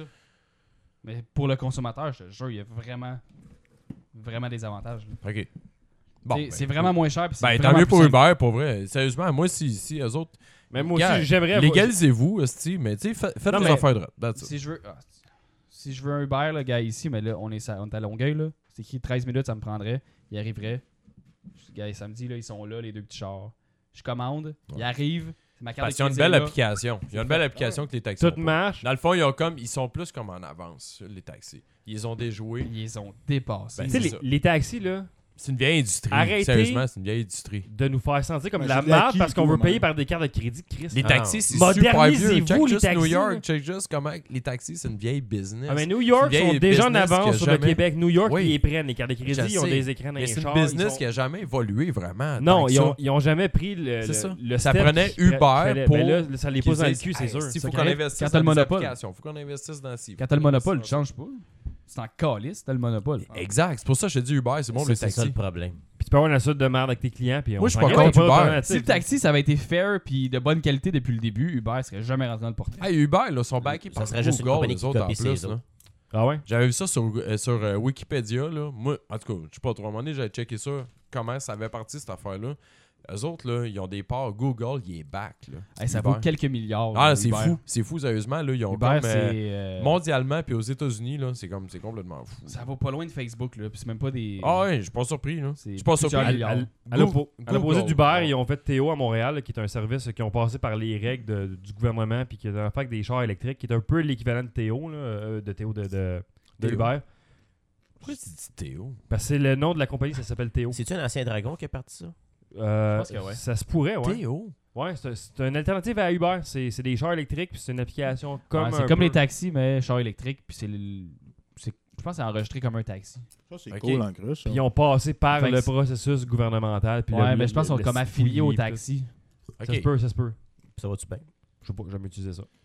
Mais pour le consommateur, je te jure, il y a vraiment, vraiment des avantages. là. OK. Bon, C'est- ben, c'est vraiment moins cher. puis c'est Ben, tant vraiment mieux plus pour simple. Uber, pour vrai. Sérieusement, moi, si, si eux autres. Mais moi Gars, aussi, j'aimerais. Légalisez-vous, esti, mais tu sais, fa- faites Non, vos mais- affaires de that's it. Si je veux, ah, si je veux un Uber, le gars ici, mais là, on est, sa- on est à Longueuil, là. C'est écrit treize minutes, ça me prendrait. Il arriverait. Je dis, gars, samedi, là, ils sont là, les deux petits chars. Je commande, ils arrivent. C'est ma carte Parce de qu'il y a une crédit belle est là. application. Il y a une belle application que les taxis Tout ont pas. marche. Dans le fond, ils, ont comme, ils sont plus comme en avance, les taxis. Ils ont déjoué. Ils les ont dépassés. Ben, Tu sais, c'est les, ça. les taxis, là, C'est une vieille industrie. Arrêtez. Sérieusement, c'est une vieille industrie. de nous faire sentir comme Ben, de la j'ai de la merde qui, parce qu'on tout, veut moi, payer même. par des cartes de crédit, Chris. Les Ah, taxis, non. c'est super vieux. Modernisez-vous, Check les juste taxis, New là. York. Check juste comment les taxis, c'est une vieille business. Ah, mais New C'est York une vieille sont déjà en business avance que sur jamais- le Québec. New York, Oui. ils les prennent, les cartes de crédit, Je ils ont sais. des écrans dans Mais les c'est une chars. business ils qui a jamais évolué vraiment. Non, tant que ils ça. ont, ils ont jamais pris le, C'est le, ça. le Ça step prenait qu'il fa- Uber fallait- pour ben là, ça les qu'ils pose dans le disent, cul, c'est hey, sûr. Il Ça faut crée- qu'on investisse quand t'as dans le des monopole. applications. Il faut qu'on investisse dans ci. Quand t'as le monopole, tu changes pas. C'est en calice, t'as le monopole. Exact. C'est pour ça que je te dis Uber, c'est bon Ça, le c'est ça taxi. le problème. Puis tu peux avoir une suite de merde avec tes clients. Puis on Moi, je suis s'en pas gagne contre Uber. d'alternative. Si le taxi, ça avait été fair puis de bonne qualité depuis le début, Uber serait jamais rentré dans le portrait. Hey, Uber, là, sont backés Ça par serait juste une Google, compagnie les qui autres en copie ses plus. autres. là. Ah ouais? J'avais vu ça sur, euh, sur euh, Wikipédia. Là. Moi, en tout cas, je sais pas trop. À un moment donné, j'avais checké ça, comment ça avait parti cette affaire-là. Eux autres, là, ils ont des parts. Google, il est back. Là. Hey, ça Uber. vaut quelques milliards. Ah, là, c'est Uber. fou. C'est fou, sérieusement. Là, ils ont Uber, comme, c'est. euh, euh, mondialement, puis aux États-Unis, là, c'est comme c'est complètement fou. Ça va pas loin de Facebook, là. Puis c'est même pas des. Ah ouais, je suis pas surpris. là. C'est Je suis pas plusieurs surpris. milliards. À, à l'oppo- à l'opposé Google. d'Uber, ils ont fait Théo à Montréal, là, qui est un service qui ont passé par les règles de- du gouvernement, puis qui est en fait des chars électriques, qui est un peu l'équivalent de Théo, là, euh, de Théo de, de, de Théo. Uber. Pourquoi tu dis Théo? Parce que c'est le nom de la compagnie, ça s'appelle Théo. C'est-tu un ancien dragon qui a parti ça? Euh, Je pense que ouais. Ça se pourrait, ouais. Théo? Ouais, c'est c'est une alternative à Uber. C'est c'est des chars électriques, puis c'est une application comme. Ouais, un c'est comme peu- les taxis, mais char électrique. Puis c'est. le- c'est- Je pense que c'est enregistré comme un taxi. Ça, c'est Ok. cool en cruche. ça. Puis ils ont passé par Fait que le c'est- processus gouvernemental. Puis Ouais, le- mais le- je pense qu'ils sont le comme affiliés au fouillis, taxi. puis Ok. tout. Ça se peut, ça se peut. Ça va-tu bien? Je sais pas, j'ai jamais utilisé ça.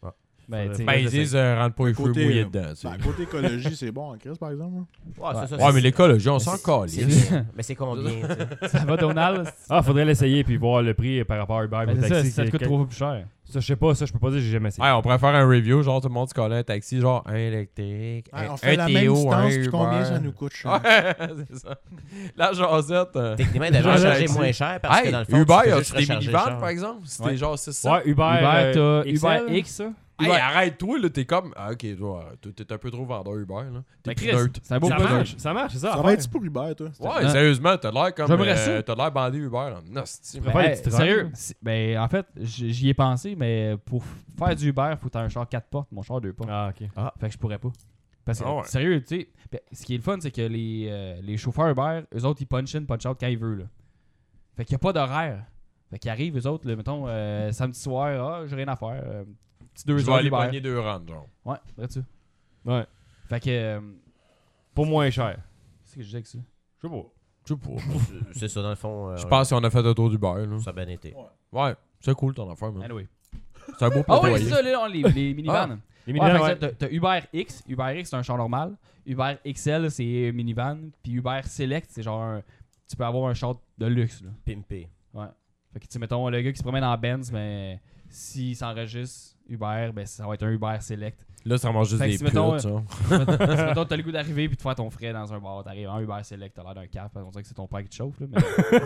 Ben, tu sais, Ben, ils disent euh, rentre pas les feux Côté, mouillés euh, dedans. tu Ben, sais. côté écologie, c'est bon en crise, par exemple. hein. Ouais, c'est ça, Ouais, c'est- mais l'écologie, on mais s'en c'est- calisse. c'est- Mais c'est combien? tu sais? ça va, Donald? Ah, faudrait l'essayer puis voir le prix par rapport à Uber. Ben, au c'est ça, taxi, si ça te coûte quel- trop plus cher. Ça, je sais pas, ça, je peux pas dire, j'ai jamais essayé. Ouais, on pourrait faire un review, genre tout le monde se collait un taxi, genre un électrique, Ouais, un, on fait un la Théo, même distance, un puis combien Uber. ça nous coûte cher. Ouais, c'est ça. La jasette. euh. Techniquement, il devrait Genre, charger taxi. moins cher parce que Hey, dans le fond, Uber, tu y fais a juste des recharger minivans, cher. par exemple? C'était Ouais. genre six cents. Ouais, Uber, Uber, euh, t'as X L. Uber X, ça. Hey, Uber- arrête-toi, là, t'es comme... Ah, ok, ouais, toi, t'es un peu trop vendeur Uber, là. T'es Ben, plus Chris, neutre. c'est un beau Ça produit. marche, ça marche, c'est ça. Ça à va faire. être pour Uber, toi. Ouais, Non. sérieusement, t'as l'air comme... J'aimerais euh, ça. t'as l'air bandé Uber en hostie, Tu man. préfères Ben, les petits sérieux, runs. si- ben, en fait, j- j'y ai pensé, mais pour faire du Uber, faut que t'aies un char quatre portes. Mon char deux portes. Ah, ok. Fait que je pourrais pas. Parce que, Ah ouais. sérieux, tu sais, ben, ce qui est le fun, c'est que les, euh, les chauffeurs Uber, eux autres, ils punch in, punch out quand ils veulent. Là. Fait qu'il n'y a pas d'horaire. Fait qu'ils arrivent, eux autres, là, mettons, euh, samedi soir, ah, j'ai rien à faire. euh, petit deux Je vais heures aller Uber. pogner deux runs, genre. Ouais, vrai ça. Ouais. Fait que, euh, Pour moins cher. qu'est-ce que je dis avec ça? Je sais pas. Je sais pas. C'est ça, dans le fond. euh, Je pense qu'on a fait le tour d'Uber, là. Ça a bien été. Ouais, c'est cool ton affaire, man. Anyway. C'est un beau Ah oui, plaidoyer. c'est ça, là, les, les minivans. Les Ouais, minivans, fait que ouais. ça, t'as- t'as Uber X. Uber X, c'est un char normal. Uber X L, c'est un minivan. Puis Uber Select, c'est genre un- tu peux avoir un char de luxe. Là. Pimpé. Ouais. Fait que tu sais, mettons, le gars qui se promène en Benz, mais s'il s'enregistre Uber, ben ça va être un Uber Select. Là, ça mange juste Fait que des si, mettons, putes, ça. Si mettons, t'as le goût d'arriver puis de faire ton frais dans un bar, t'arrives en Uber Select, t'as l'air d'un cap, on dirait que c'est ton père qui te chauffe. Là, mais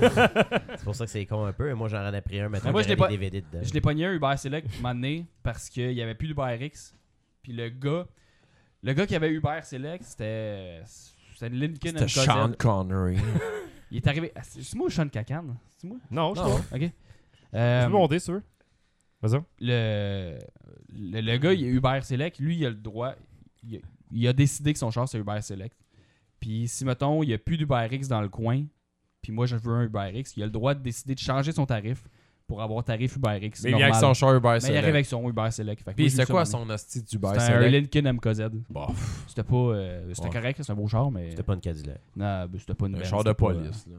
C'est pour ça que c'est con un peu. Moi, j'en ai pris un, mettons, Mais moi, il y je l'ai avait pas- des D V D dedans. je l'ai pogné un Uber Select un moment donné parce qu'il y avait plus d'Uber X. Puis le gars, le gars qui avait Uber Select, c'était c'était une Lincoln C'était M K Z. Sean Connery. Il est arrivé. Ah, C'est c'est moi ou Sean Kakan? C'est moi? Non, je sais Non. pas. Ok. Je Euh, peux monter, sûr. Vas-y. le, le, le gars, il a Uber Select. Lui, il a le droit. Il a, il a décidé que son char, c'est Uber Select. Puis si, mettons, il n'y a plus d'Uber X dans le coin, puis moi, je veux un Uber X, il a le droit de décider de changer son tarif pour avoir tarif Uber X. Mais il vient normal. avec son char Uber Mais il arrive Select. avec son Uber Select. Fait que Puis moi, c'était j'ai eu quoi ça, son hostie d'Uber C'était un Select? Lincoln M K Z. Bah, C'était pas. euh, c'était Ouais. correct, c'est un beau char, mais. C'était pas une Cadillac. Non, ben, c'était pas une un Benz, char de c'était pas, police, là.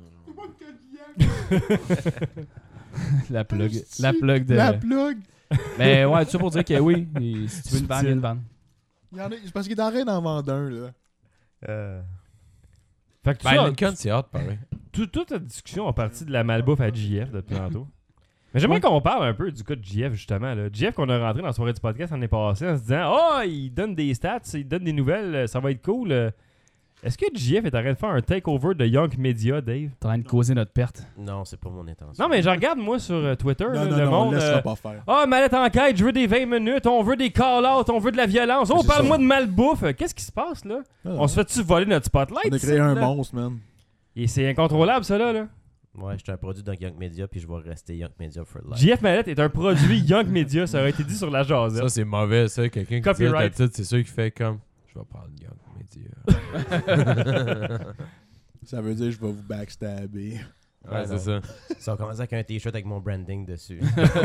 euh, la plug. La plug de. La plug. Mais ouais, tout ça pour dire que oui, et si tu veux une vanne, il y a une vanne. Il y en a, c'est parce qu'il est en train d'en vendre un, là. Euh... Fait que tout Ben, ça, Lincoln, c'est hot, pareil. tout- toute la discussion a parti de la malbouffe à J F depuis tantôt. Mais j'aimerais qu'on parle un peu du cas de J F, justement. Là. J F qu'on a rentré dans la soirée du podcast l'année passée en se disant « Oh, il donne des stats, il donne des nouvelles, ça va être cool. » Est-ce que J F est en train de faire un takeover de Young Media, Dave? T'es en train de causer notre perte. Non, c'est pas mon intention. Non, mais je regarde, moi, sur euh, Twitter, Non, là, non, le non, on monde... le laissera euh, pas faire. Ah, mallette enquête, je veux des vingt minutes, on veut des call-outs, on veut de la violence. Oh, C'est parle-moi ça. de malbouffe. Qu'est-ce qui se passe, là? Non, On non. se fait-tu voler notre spotlight? On a ici, créé un là? monstre, man. Et c'est incontrôlable, ça, là. là. Ouais, je suis un produit de Young Media, puis je vais rester Young Media for life. J F Mallette est un produit Young Media, ça aurait été dit sur la jasette. Ça, c'est mauvais, ça. Quelqu'un qui dit Copyright. d'habitude, c'est sûr qui fait comme... Je vais prendre Young Media. Ça veut dire que je vais vous backstabber. Ouais, c'est ça. Ça va commencer avec un t-shirt avec mon branding dessus.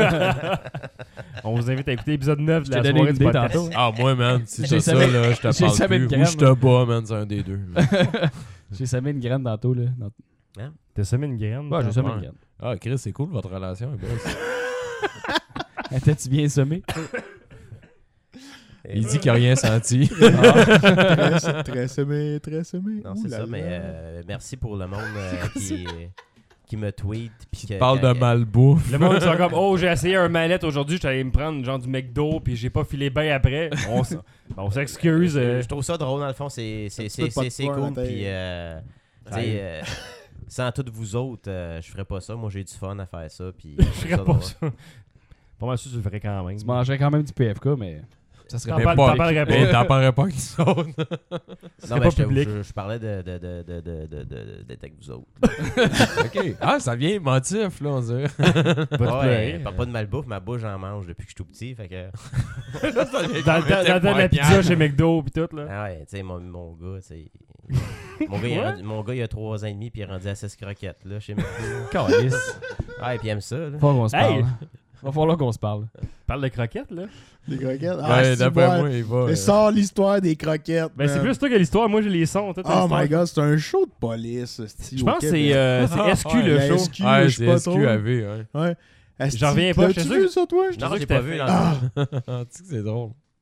On vous invite à écouter l'épisode neuf de Je t'ai la donné soirée une du idée podcast. tantôt. Ah, moi, man, si J'ai t'as ça, semé- là, je te j'ai parle semé plus. une Ou graine, je te bats, man, c'est un des deux. là. J'ai semé une graine tantôt, là. dans- T'as semé une graine? Ouais, j'ai semé ouais. une graine. Ah, Chris, c'est cool, votre relation. est belle. T'as-tu bien semé? Il dit qu'il n'a rien senti. très, très semé, très semé. Non, Ouh c'est là ça, là. mais euh, merci pour le monde euh, qui, qui me tweet. Puis que- Parle de que- malbouffe. Le monde sont comme, oh, j'ai essayé un mallette aujourd'hui, j'étais allé me prendre genre du McDo, puis j'ai pas filé bien après. On, s- on s'excuse. euh. Je trouve ça drôle, dans le fond, c'est c'est- Un c'est- petit peu de c'est- c'est popcorn cool. à Puis, terre. euh, tu sais, Ouais. euh, sans toutes vous autres, euh, je ferais pas ça. Moi, j'ai du fun à faire ça. Puis, Je ferais pas ça. Pas mal sûr que tu le ferais quand même. Tu mangeais quand même du P F K, mais ça serait T'en pas parles- pas. t'en parlerais Mais pas. t'en parlerais pas qu'ils sont. Non, pas mais je, te- public. je, je parlais de, de, de, de, de, de, de- d'être avec vous autres. OK. Ah, ça vient motif, là, on dirait. Va te Ouais, pleurer. parle pas de malbouffe, ma bouche, j'en mange depuis que je suis tout petit. Fait que, Dans le temps- dans le temps de la pizza chez McDo, puis tout, là. ah ouais, tu sais, mon, mon gars, tu sais. Mon gars, il est Ouais? rendu- mon gars, il a trois ans et demi, puis il est rendu à six croquettes, là, chez McDo. Calice. Ah, et puis il aime ça, là. Faut qu'on se Hey! parle. Va falloir qu'on se parle. Parle de croquettes, là. Les croquettes. Ah, Ouais, c'est d'après bon. moi, il va. Mais euh, sort l'histoire des croquettes. Ben, c'est man. plus toi que l'histoire. Moi, j'ai les sons. Toi, t'as Oh l'histoire. my god, c'est un show de police. esti, Je au pense que Québec. c'est euh, c'est S Q, Ouais, le la show. S Q, Ouais, je sais c'est pas S trop. Q A V, ouais. Ouais. Esti, J'en reviens pas, l'as-tu je te vu jure. ça, toi? Non, sûr j'ai que pas c'était vu. fait. Dans Ah! Tu sais que c'est drôle.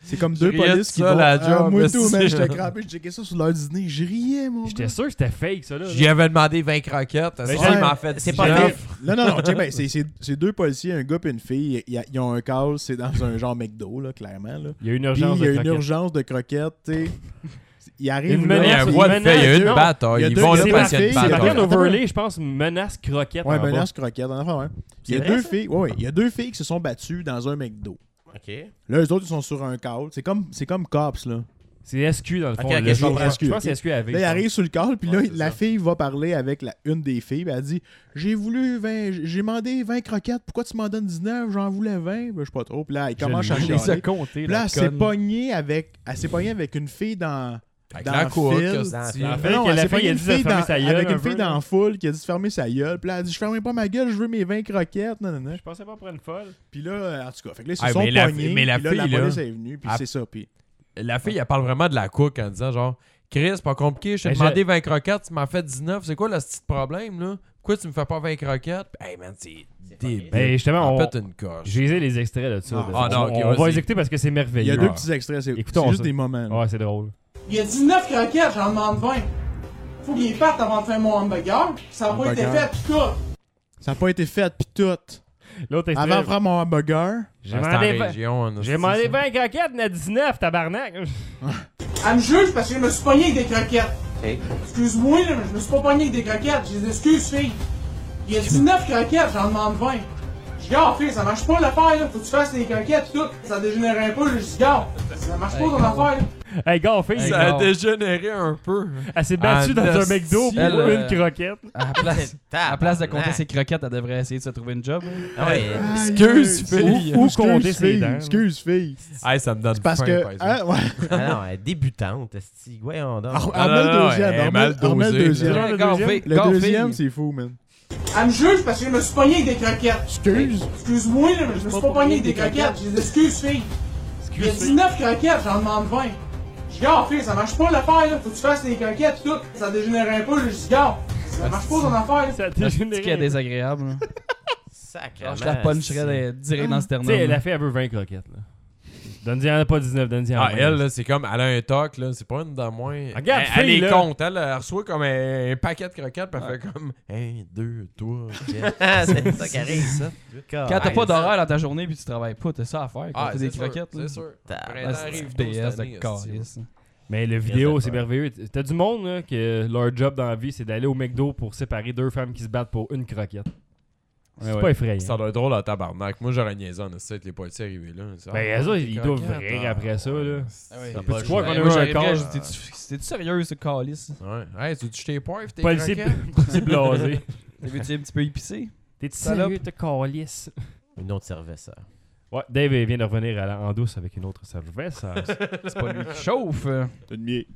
C'est comme deux Je riais polices de qui ça, vont... la Ah, job, moi tout, man, c'est- j'étais crampé, je checkais ça sur l'heure du dîner, je riais, mon J'étais gars. sûr que c'était fake, ça, là. J'y avais demandé vingt croquettes. Mais Ça, j'ai- il m'en fait c'est dix pas neuf. fait. Non, non, non, check, ben, c'est- c'est c'est deux policiers, un gars et une fille. Ils, ils ont un call, c'est dans un genre McDo, là, clairement. Là. Il y a une Puis urgence il y a de une croquettes. urgence de croquettes, tu sais. Il arrive Une là, Il y a un menace, puis- voie de menace, fait, il y a une non. bataille. Il y a Ils deux- vont là C'est parce qu'il y a marqué, une c'est bataille. marqué en Attends, overlay, je pense, menace croquette. Ouais, en bas. menace croquette, en enfant, ouais. Il y a C'est deux vrai, ça? filles, ouais, ouais, il y a deux filles qui se sont battues dans un McDo. OK. Là, les autres, ils sont sur un call. C'est comme, c'est comme Cops, là. C'est S Q dans le fond. Ok, ok, le je jour. comprends. Je pense que c'est S Q A V. Là, il arrive sur le call, puis là, Ouais, c'est la ça. fille va parler avec la, une des filles, puis elle dit « J'ai voulu vingt, j'ai demandé vingt croquettes, pourquoi tu m'en donnes dix-neuf? J'en voulais vingt. Ben, je sais pas trop. » Puis là, il commence à Je les ai chialer. comptés. Puis là, la elle s'est conne. pognée avec, elle s'est pognée avec une fille dans... Avec dans la le cour, fil. que Dans- c'est- dans- Mais Fait non, que elle la s'est fille, pognée elle une dit de fille fermer dans- sa gueule avec un une fille peu, dans là. la foule qui a dit de fermer sa gueule. Puis là, elle dit « Je fermerai pas ma gueule, je veux mes vingt croquettes. » Non, non, non. Je pensais pas pour une folle. Puis là, en tout cas, fait que là, ils se Ah, sont mais la- pognés. mais la puis là, la fille, là, police est venue, puis elle- c'est ça. Puis La fille, elle parle vraiment de la cook en disant genre Chris, c'est pas compliqué, je t'ai Mais demandé j'ai- vingt croquettes, tu m'en fais dix-neuf. C'est quoi le petit problème là? Pourquoi tu me fais pas vingt croquettes? Hey man, c'est débile. Ben, justement, On on... pète une coche. j'ai les les extraits de ça. Ah, de- ah, non, on, ok, on va vas-y. les écouter parce que c'est il y a merveilleux. deux Ah. petits extraits. C'est Écoutons c'est juste ça. des moments. là. Ouais, c'est drôle. Il y a dix-neuf croquettes, j'en demande vingt. Faut qu'il parte avant de faire mon hamburger. Ça n'a pas été Hamburger. fait, pis tout. Ça n'a pas été fait, puis tout. L'autre extrait. Avant de faire mon hamburger, J'ai Ah, c'est en demandé vingt- région, on a j'ai dit demandé ça. vingt croquettes, il y en a dix-neuf, tabarnak. Elle me juge parce que je me suis pogné avec des croquettes. Excuse-moi, là, mais je me suis pas pogné avec des croquettes. J'ai des excuses, fille. Il y a dix-neuf croquettes, j'en demande vingt. Je dis, gars, fille, ça marche pas l'affaire, là. Faut que tu fasses des croquettes, tout. Ça dégénère un peu, là. Je dis, gars, ça marche pas Hey, ton gars. affaire, là. Hey, gars, fille, Ça a gars. dégénéré un peu. elle s'est battue Ah, dans un nasty. McDo pour Elle, une euh, croquette. À la place, à la place de compter ses croquettes, elle devrait essayer de se trouver une job. là. Ah ouais. Excuse, Aïe, aïe. fille. Ou- ou Excuse, compter ses fille. dents. Excuse, fille. Hey, ça me donne C'est parce faim, que. par exemple. Hein, ouais. Ah non, elle est débutante. esti. Voyons donc. Ah, Ah, remets non, le non, deuxième. elle est remets- mal remets le dosée, deuxième. là. Le le deuxième? Le deuxième, c'est fou, man. Elle me juge parce que je me suis pogné avec des croquettes. Excuse. Excuse-moi, là, mais je me suis pas pogné avec des croquettes. J'ai des excuses, fille. Il y a dix-neuf croquettes, j'en demande vingt. Je dis, gars, fille, ça marche pas l'affaire, là. Faut que tu fasses des croquettes, tout. Ça dégénère un peu, là. Je dis, gars, ça marche pas ton affaire, là. Ça a C'est qui est dégénéré. désagréable. là. Sacrément. Je la puncherais de- direct dans le Tu sternum. sais, là. la fille, elle veut vingt croquettes. Là. Donne-y en a pas dix-neuf, donne-y en Ah, vingt. elle, là, c'est comme, elle a un toc, là, c'est pas une de moins. Regarde, elle, elle fille, est là. compte, elle, elle reçoit comme un, un paquet de croquettes, puis elle fait comme un, deux, trois, quatre. Ah, c'est ça qui arrive, ça. Quand t'as pas d'horaire dans ta journée puis tu travailles pas, t'as ça à faire. Ah, Compter c'est des sûr, croquettes. là. c'est sûr. T'as- Ah, Printemps c'est arrive du tôt P S cette de année, calice. Mais le Yes, vidéo, c'est d'accord. merveilleux. T'as du monde là, que leur job dans la vie, c'est d'aller au McDo pour séparer deux femmes qui se battent pour une croquette. C'est Ouais, pas ouais. effrayant. Ça doit être drôle à tabarnak. Moi, j'aurais niaisé en essaie avec les policiers arrivés là. C'est, Ben, ah, eux autres, des ils doivent croquettes, rire ah, après ça, là. ouais. Ah ouais. Ça Peux-tu pas croire joué. qu'on a Moi, eu un j'arriverais, call? je dis, tu- C'était-tu sérieux ce calice? Ouais. Hey, tu tu jeter poivre, tes Policier croquettes? policier blasé. T'as-tu un petit peu épicé? T'es-tu Salope. sérieux, te calice? Une autre cervelle. Ouais, Dave vient de revenir à la- en douce avec une autre cervelle. C'est pas lui qui chauffe. euh. T'as une mienne.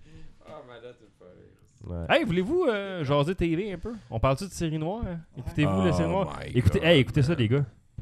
Ouais. Hey, voulez-vous euh, jaser T V un peu? On parle-tu de série noire? hein? Écoutez-vous la Oh série noire? my Écoutez, God. hey, écoutez ça, les gars.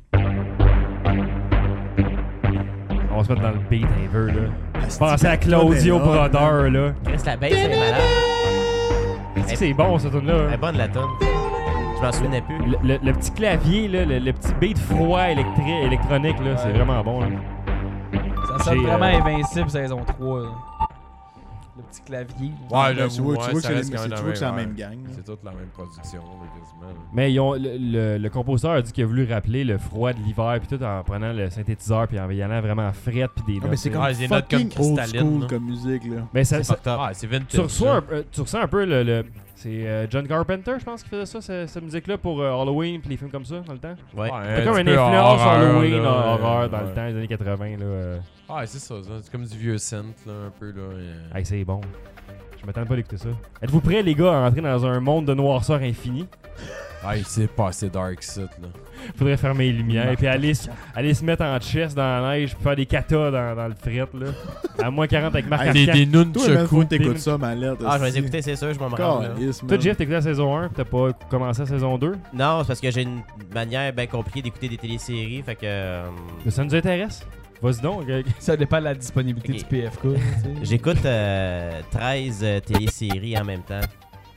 On va se mettre dans le beat un peu, là. Pensez à Claudio Brodeur, là. Chris, la baisse, elle est malade. Est-ce que c'est bon, cette Elle tune-là? est bonne, la tonne. Je m'en souvenais plus. Le, le- le petit clavier, là, le, le petit beat froid électri- électronique, là, c'est Ouais. vraiment bon. Là. Ça sonne J'ai, vraiment euh, Invincible saison trois. là. Le petit clavier. Ouais, Ben, tu j'avoue, vois, tu ouais, vois que ça c'est reste les- quand c'est- même tu vois que c'est la ouais. même gang. là. C'est toute la même production, là, quasiment. là. Mais ils ont, le, le- le compositeur a dit qu'il a voulu rappeler le froid de l'hiver, puis tout en prenant le synthétiseur, puis en y allant vraiment fret, puis des Ah, notes. mais c'est là. comme Ouais, des notes comme fucking old cristallines, school là. comme musique, là. Mais ça, C'est ça- fucked up. Ah, c'est vintage. tu, reçois ça. un, euh, tu ressens un peu le... le- c'est euh, John Carpenter, je pense, qui faisait ça, ce- cette musique-là, pour euh, Halloween, puis les films comme ça, dans le temps. Ouais. C'est comme un une petit peu influence horreur, Halloween, là, horreur, dans ouais. le temps, les années quatre-vingts. Là, euh. Ah, c'est ça, ça. C'est comme du vieux synth, là, un peu, là. euh. Hey, c'est bon. Je m'attends pas d'écouter ça. Êtes-vous prêts, les gars, à entrer dans un monde de noirceur infini? Hey, c'est pas assez dark, ça, là. Faudrait fermer les lumières et puis aller, s- aller se mettre en chest dans la neige puis faire des katas dans, dans le fret, là. À moins quarante avec Marc Hey, Arcand. Des, des Toi, man, nunchakus. faut que t'écoutes ça, Malette. Ah, je vais les écouter, c'est sûr, je vais me rendre. là. Calisse, Toi, man. Jeff, t'as écouté la saison un puis t'as pas commencé la saison deux? Non, c'est parce que j'ai une manière bien compliquée d'écouter des téléséries, fait que euh, Mais ça nous intéresse. Vas-y donc. euh, Ça dépend de la disponibilité Ok. du P F K. tu sais. j'écoute euh, treize euh, téléséries en même temps.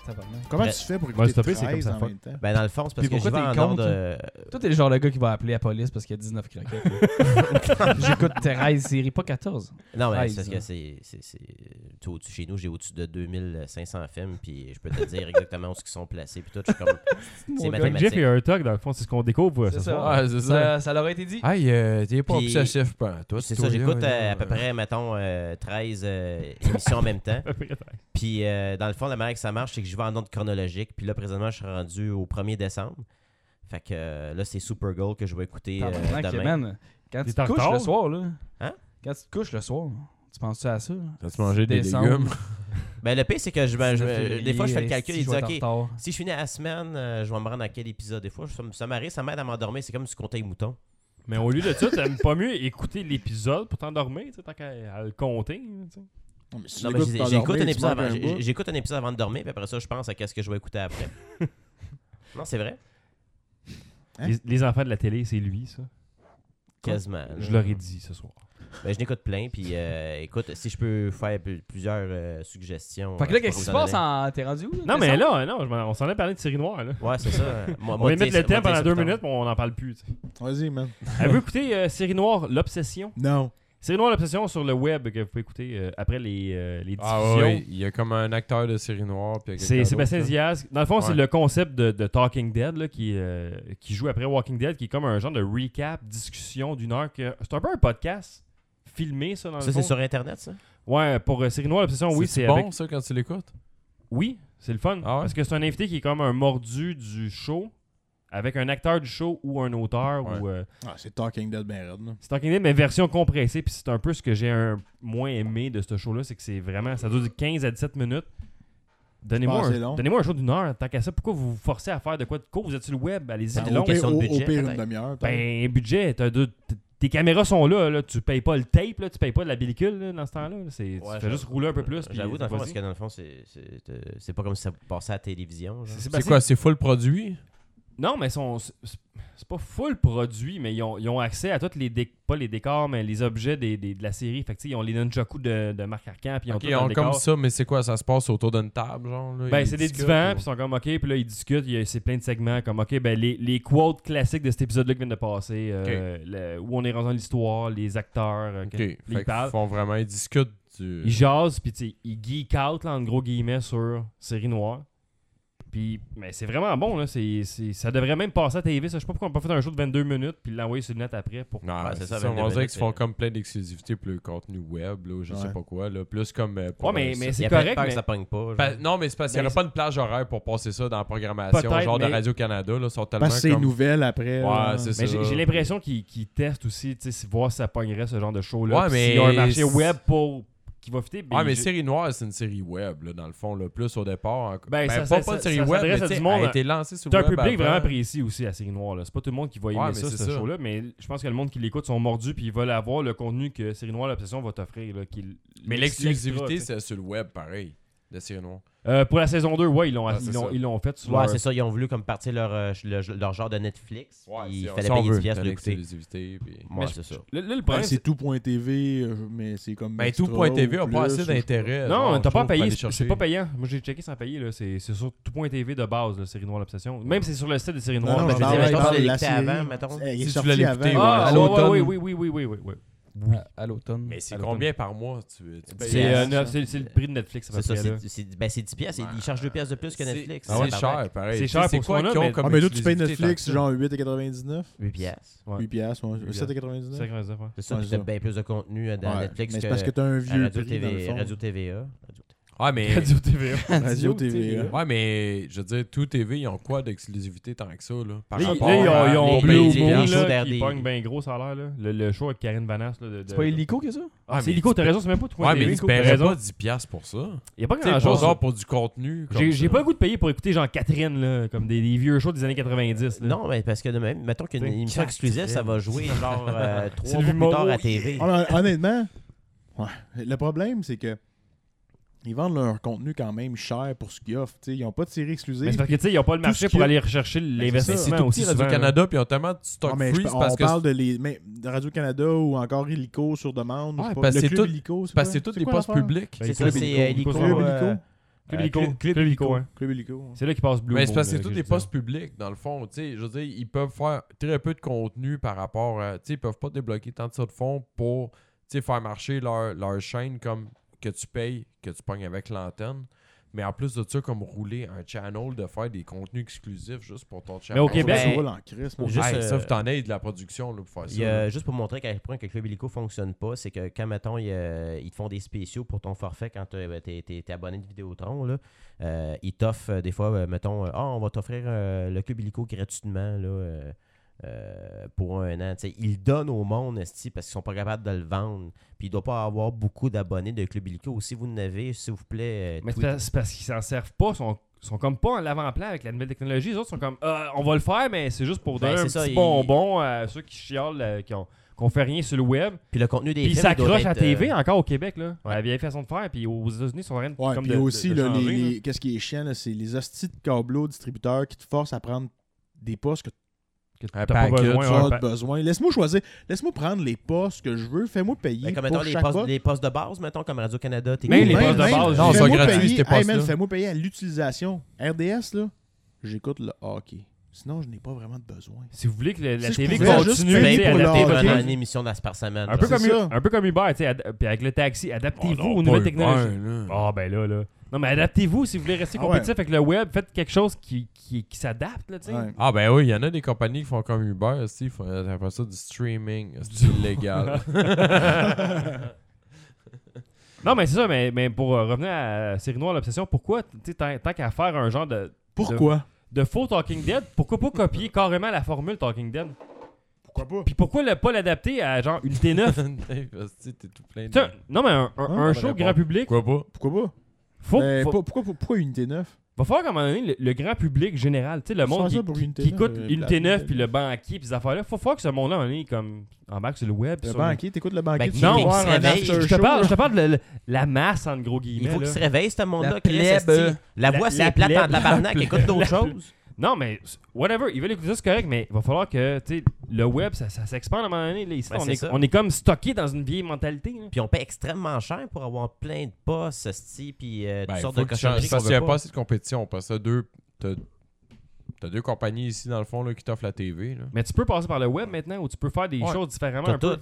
tabarnak. Comment Ouais. tu fais pour Ouais, écouter stopper, c'est comme treize ça, en fuck. même temps? Ben, dans le fond, c'est parce Puis que je pourquoi vais t'es en contre, ordre. euh, Toi, t'es le genre de gars qui va appeler la police parce qu'il y a dix-neuf croquettes. là. J'écoute treize séries, pas quatorze. Non, mais treize, c'est parce hein. que c'est. c'est- c'est- tu sais, au-dessus- Chez nous, j'ai au-dessus de deux mille cinq cents films, puis je peux te dire exactement où ils sont placés, puis tout. Je suis comme. C'est Mon Fait que mathématique. Jeff, il y a un talk, dans le fond, c'est ce qu'on découvre euh, C'est ce ça. soir. Ouais, c'est ça. Ça, ça leur a été dit. Hey, euh, t'es pas Puis- obsessif, pas toi. C'est toi, ça, j'écoute là, euh, à peu euh, près, mettons, euh, treize euh, émissions en même temps. À peu près. Puis, euh, dans le fond, la manière que ça marche, c'est que je vais en ordre chronologique. Puis là, présentement, je suis rendu au premier décembre. Fait que euh, là, c'est Supergirl que je vais écouter euh, Tabarnak, demain. man. Quand T'es tu te en couches retard? le soir, là. Hein? Quand tu te couches le soir, tu penses-tu à ça? T'as-tu mangé des Décembre. légumes? Ben, le pire, c'est que je, ben, je- février, des fois, je fais le calcul si et je dis, vais être OK, en retard. si je finis la semaine, euh, je vais me rendre à quel épisode. Des fois, ça, me- ça m'arrive, ça m'aide à m'endormir. C'est comme si tu comptais les moutons. Mais au lieu de ça, t'aimes pas mieux écouter l'épisode pour t'endormir, tu sais, tant qu'à à le compter. tu sais. Non, mais si Non, tu mais l'écoutes j'ai- pour j'écoute t'endormir, un tu épisode manques avant, un j'ai- bout. j'écoute un épisode avant de dormir, puis après ça, je pense à qu'est-ce que je vais écouter après. Non, c'est vrai. Hein? Les, les enfants de la télé, c'est lui, ça. Quasiment. Je leur ai dit ce soir. Ben, je n'écoute plein, puis euh, écoute, si je peux faire pl- plusieurs euh, suggestions. Fait que euh, là, je qu'est-ce qui se peux vous en passe donner. en. T'es rendu où? Non, mais décembre? là, non, je m'en- on s'en est parlé de série noire. Là. Ouais, c'est ça. Moi, On moi, va dire- mettre le moi, thème dire pendant deux septembre. minutes, mais on n'en parle plus. tu sais. Vas-y, man. Avez-vous écouté euh, série noire L'Obsession? Non. Série noire L'Obsession sur le web que vous pouvez écouter euh, après les, euh, les Ah diffusions. ouais, il y a comme un acteur de série noire. puis il y a C'est quelqu'un Sébastien d'autre, là. Diaz. Dans le fond, c'est Ouais. le concept de, de Talking Dead là, qui, euh, qui joue après Walking Dead, qui est comme un genre de recap, discussion d'une heure. que C'est un peu un podcast filmé, ça, dans Ça, le fond. c'est sur Internet, ça? Ouais, pour euh, série noire L'Obsession, oui, c'est bon, avec... ça, quand tu l'écoutes? Oui, c'est le fun. Ah ouais? Parce que c'est un invité qui est comme un mordu du show, avec un acteur du show ou un auteur. Ouais. ou euh, Ah, c'est Talking Dead ben raide, là. C'est Talking Dead, mais version compressée. Puis c'est un peu ce que j'ai un moins aimé de ce show-là, c'est que c'est vraiment... Ça dure quinze à dix-sept minutes. Donnez-moi pas assez un, long. donnez-moi un show d'une heure. Tant qu'à ça, pourquoi vous vous forcez à faire de quoi de court? Vous êtes sur le web, allez-y, Ben, c'est au, long. pire, question de au- au budget, pire, une peut-être. demi-heure. peut-être. Ben, budget, t'as deux- t- tes caméras sont là, là, tu payes pas le tape, là, tu payes pas de la pellicule là, dans ce temps-là. là. C'est, Ouais, tu fais j'avoue. juste rouler un peu plus. puis J'avoue, dans le fond, vas-y. parce que dans le fond, c'est, c'est, euh, c'est pas comme si ça passait à la télévision. genre. C'est- C'est quoi, c'est full produit? Non, mais sont, c'est c'est pas full produit, mais ils ont, ils ont accès à tous les dé- pas les décors, mais les objets des, des- de la série. Fait que, tu sais, ils ont les nunchaku de, de Marc Arcan, puis ils ont Ok, tout ils dans ont le comme décor. ça, mais c'est quoi? Ça se passe autour d'une table, genre? Là, Ben, ils c'est des discutent, divans, ou- puis ils sont comme, OK, puis là, ils discutent, il y a- c'est plein de segments, comme, OK, ben, les, les quotes classiques de cet épisode-là qui viennent de passer, euh, le- où on est rendu dans l'histoire, les acteurs, euh, Ok, que- fait ils qu'ils parlent. font vraiment, ils discutent du... Ils jasent, puis tu sais, ils geek out, là, en gros guillemets, sur série noire. Puis, mais c'est vraiment bon, là. C'est, c'est- ça devrait même passer à T V. Ça. Je sais pas pourquoi on n'a pas fait un show de vingt-deux minutes, puis l'envoyer sur le net après. Pour... Non, Ouais, c'est c'est ça, ça, on vingt-deux va dire minutes, qu'ils font euh. comme plein d'exclusivités pour le contenu web, là, ou je sais Ouais. pas quoi, là. Plus comme... euh, pour Ouais, mais- un- mais Il c'est y a peut-être correct, peur mais- que ça pogne pas. genre. Pa- non, mais c'est parce qu'il n'y Ben, aurait pas une plage horaire pour passer ça dans la programmation, Peut-être, genre mais- de Radio-Canada, là, ils sont tellement Parce que c'est comme... nouvelles après. Ouais, là. c'est ça. Mais j'ai, j'ai l'impression qu'ils, qu'ils testent aussi, tu sais, si- voir si ça pognerait ce genre de show-là. Ouais, Puis mais s'il y a un marché c'est- web pour... qui va fitter. Ouais, mais je- série noire, c'est une série web, là, dans le fond, là, plus au départ. en- Ben, Ben, ça- pas, ça- pas ça- une série ça web, s'adresse mais à tu sais, du monde- elle a été lancée sur C'est le un web public avant. vraiment précis aussi, la série noire. Là. C'est pas tout le monde qui va aimer Ouais, mais ça, c'est ce ça. show-là, mais je pense que le monde qui l'écoute sont mordus puis ils veulent avoir le contenu que Série Noire l'Obsession va t'offrir. Là, qui- Mais l'extra, l'exclusivité, tu sais. c'est sur le web, pareil, de série noire. Euh, pour la saison deux, ouais, ils l'ont, Ouais, ils c'est l'ont, ça. ils l'ont fait sur Ouais, leur... c'est ça. Ils ont voulu comme partir leur, euh, le- leur genre de Netflix. puis il si fallait on payer veut, dix piastres t'as pour l'écouter. l'exclusivité, puis... Ouais, c'est ça. Le, là, le Ben, problème, c'est c'est... tout.tv, euh, mais c'est comme. Ben, extra tout.tv ou a pas plus, assez ou je sais d'intérêt. Non, genre, t'as je pas trouve, pour payé, aller c'est, chercher. c'est pas payant. Moi, j'ai checké sans payer, là. C'est, c'est sur tout.tv de base, là, Série Noire l'Obsession. Même c'est sur le site de Série Non, Noire. non, mais je je veux parle- dire, je mettons, parle tu de l'as la écouté série. avant, mettons. Eh, Il est Si tu sorti voulais avant. l'écouter, Ah, à ouais, ouais, l'automne. oui, oui, oui, oui, oui, oui, oui. À, à l'automne. Mais c'est À l'automne. combien par mois tu, tu payes? C'est, euh, C'est- neuf- c'est, c'est le prix de Netflix, à peu C'est ça, près, là. c'est, c'est, ben, c'est dix piastres. Ils chargent deux piastres de plus que C'est- Netflix. C'est Ah ouais? cher, pareil. C'est Tu cher sais, pour quoi ce qu'on a, qu'ils ont mais- comme Ah, mais là, tu payes exclusivité Netflix, tant que ça? genre huit quatre-vingt-dix-neuf. huit piastres. Ouais. huit piastres, ouais. huit sept C'est quatre-vingt-dix-neuf. quatre-vingt-dix-neuf, ouais. C'est ça, Ouais, puis t'as ça. bien plus de contenu euh, dans Ouais, Netflix mais que c'est parce que t'as un à vieux Radio prix, dans le TV, fond. Radio T V A. Ouais, mais... Radio-T V A. Radio T V A. Ouais, mais je veux dire, tout T V, ils ont quoi d'exclusivité tant que ça, là? Par Là, ils- rapport là, ils ont, à- ils ont les- Blue les- les Moon, shows là, qui d'R D. pogne bien gros, ça a l'air, là. Le, le show avec Karine Vanasse, là. De, de- C'est pas illico que ça? Ah, c'est mais Illico, tu t'as raison, c'est même pas tout Ouais, mais T V, ils t'as paieraient raison. pas dix piastres pour ça. Il y a pas Tu sais, grand pas chose. genre pour du contenu. comme J'ai, j'ai ça. pas le goût de payer pour écouter genre Catherine, là, comme des, des vieux shows des années quatre-vingt-dix. Là. Non, mais parce que de même, mettons qu'une T'sais, émission exclusive, ça va jouer genre euh, C'est trois le mois plus humour. tard à T V. Hon- Honnêtement, ouais. Le problème, c'est que ils vendent leur contenu quand même cher pour ce qu'ils offrent. T'sais, ils n'ont pas de série Mais exclusive. c'est parce que tu sais, ils ont pas le Tout marché ce qu'il pour y a- aller rechercher Mais c'est l'investissement tout aussi petit souvent. là. Radio-Canada, puis ils ont tellement de stock Ah, mais je- freeze on parce que parle de, les, mais, de Radio-Canada ou encore Illico sur demande. Ouais, je sais pas. parce le que c'est club tout- Illico, c'est parce que quoi? c'est tous C'est des quoi postes l'affaire? publics. Ben, C'est Illico, ça, c'est Illico, euh, Illico, Illico. Club euh, Illico. Club Euh, Illico. Club- Club Illico, hein. Club Illico. ouais. C'est là qu'ils passent Blue Mais c'est Moon, parce que là, c'est tous que des je disais. postes publics, dans le fond. Tu sais, je veux dire, ils peuvent faire très peu de contenu par rapport à. Tu sais, ils peuvent pas débloquer tant de ça de fonds pour tu sais, faire marcher leur, leur chaîne comme que tu payes, que tu pognes avec l'antenne. Mais en plus de ça, comme rouler un channel, de faire des contenus exclusifs juste pour ton channel. Mais au Faut Québec, que ben, tu roules en crise, moi. juste, Hey, euh, ça, vous t'en aide de la production là, pour faire ça. Il y a, là. juste pour montrer à quel point que Club Illico fonctionne pas, c'est que quand, mettons, il y a- ils te font des spéciaux pour ton forfait quand tu es abonné de Vidéotron, là, euh, ils t'offrent euh, des fois, euh, mettons, euh, ah, on va t'offrir euh, le Club Illico gratuitement là, euh, euh, pour un an. T'sais, ils le donnent au monde esti, parce qu'ils sont pas capables de le vendre. Puis il doit pas avoir beaucoup d'abonnés de Club Illico. Si vous en avez, s'il vous plaît, euh, Mais c'est tweet- parce- c'est parce qu'ils s'en servent pas. Ils sont, sont comme pas en l'avant-plan avec la nouvelle technologie. Les autres sont comme, euh, on va le faire, mais c'est juste pour Ben, donner un c'est ça, petit ils- bonbon à ceux qui chialent, euh, qui ont qu'on fait rien sur le web. Puis le contenu des Puis ils films, il doit s'accrochent à être, T V euh, encore au Québec, là. Ouais. La vieille façon de faire. Puis aux États-Unis, ils sont en train de, Ouais, comme puis de, aussi, de- de là, les, changer, là. les- qu'est-ce qui est chiant, là, c'est les hosties de câbleaux distributeurs qui te forcent à prendre des postes que Que Un t'as pas package, besoin. tu ouais, un as pa- besoin. Laisse-moi choisir. Laisse-moi prendre les postes que je veux. Fais-moi payer ben, comme pour mettons les chaque postes, poste. les postes de base, mettons, comme Radio-Canada, T V. Mais les Même- postes de même, base, non, fais-moi sont gratuits, payer- ces hey, man, postes-là. fais-moi payer à l'utilisation. R D S, là, j'écoute le hockey. Sinon, je n'ai pas vraiment de besoin. Si vous voulez que la, la Si je T V pouvais juste continue, payer tu sais, pour adapter le votre hockey. dans vie. une émission de- par semaine. Un peu, là. comme, C'est ça. un peu comme Uber, tu sais, ad- puis avec le taxi, adaptez-vous Oh non, aux pas nouvelles Uber, technologies. là. Ah ben là, là. Non, mais adaptez-vous si vous voulez rester Ah compétitif ouais. avec le web. Faites quelque chose qui, qui, qui s'adapte, là, tu sais. Ouais. Ah ben oui, il y en a des compagnies qui font comme Uber, aussi, ils font après ça du streaming, c'est illégal. Non, mais c'est ça, mais, mais pour euh, revenir à Série Noire, l'obsession, pourquoi, tu sais, tant, tant qu'à faire un genre de, Pourquoi? de faux Talking Dead, pourquoi pas copier carrément la formule Talking Dead? Pourquoi pas? Puis pourquoi le, pas l'adapter à genre une T neuf? Parce que t'es tout plein de... Tu sais, non, mais un, un, Ah, un bonne show réponse. grand public, Pourquoi pas? Pourquoi pas? faut, Mais faut- pas- pourquoi, pourquoi, pourquoi Unité neuf? va falloir qu'à un moment donné, le, le grand public général, tu sais, le monde Faire qui, ça pour qui, une T qui neuf, écoute euh, une plate, T une neuf T puis le banquier puis ces affaires-là, faut falloir que ce monde-là, à un moment donné, comme, embarque sur le web. Le sur banquier, t'écoutes le banquier, Ben, tu qui- vas qui voir se un réveille. after Je te show, parle, là. je te parle de la, la masse, en gros Il guillemets. faut qu'il là. se réveille, ce monde-là. La Chris, plèbe, esti. euh, La la- voix, la c'est plate plèbe, en tabarnak. la Écoute d'autres plèbe. choses. Non, mais whatever, ils veulent écouter ça, c'est correct, mais il va falloir que, tu sais, le web, ça, ça s'expande à un moment donné. Là, ici, Ben, on, c'est est, ça. on est comme stocké dans une vieille mentalité. là. Puis on paie extrêmement cher pour avoir plein de postes, esti, puis euh, Ben, toutes sortes faut de que tu changes. cochonneries Parce qu'on qu'il n'y a veut pas pas. assez de compétition. Parce que t'as deux, t'as, t'as deux compagnies ici, dans le fond, là, qui t'offrent la T V. Là. Mais tu peux passer par le web maintenant où tu peux faire des Ouais. choses différemment T'as un peu. tout.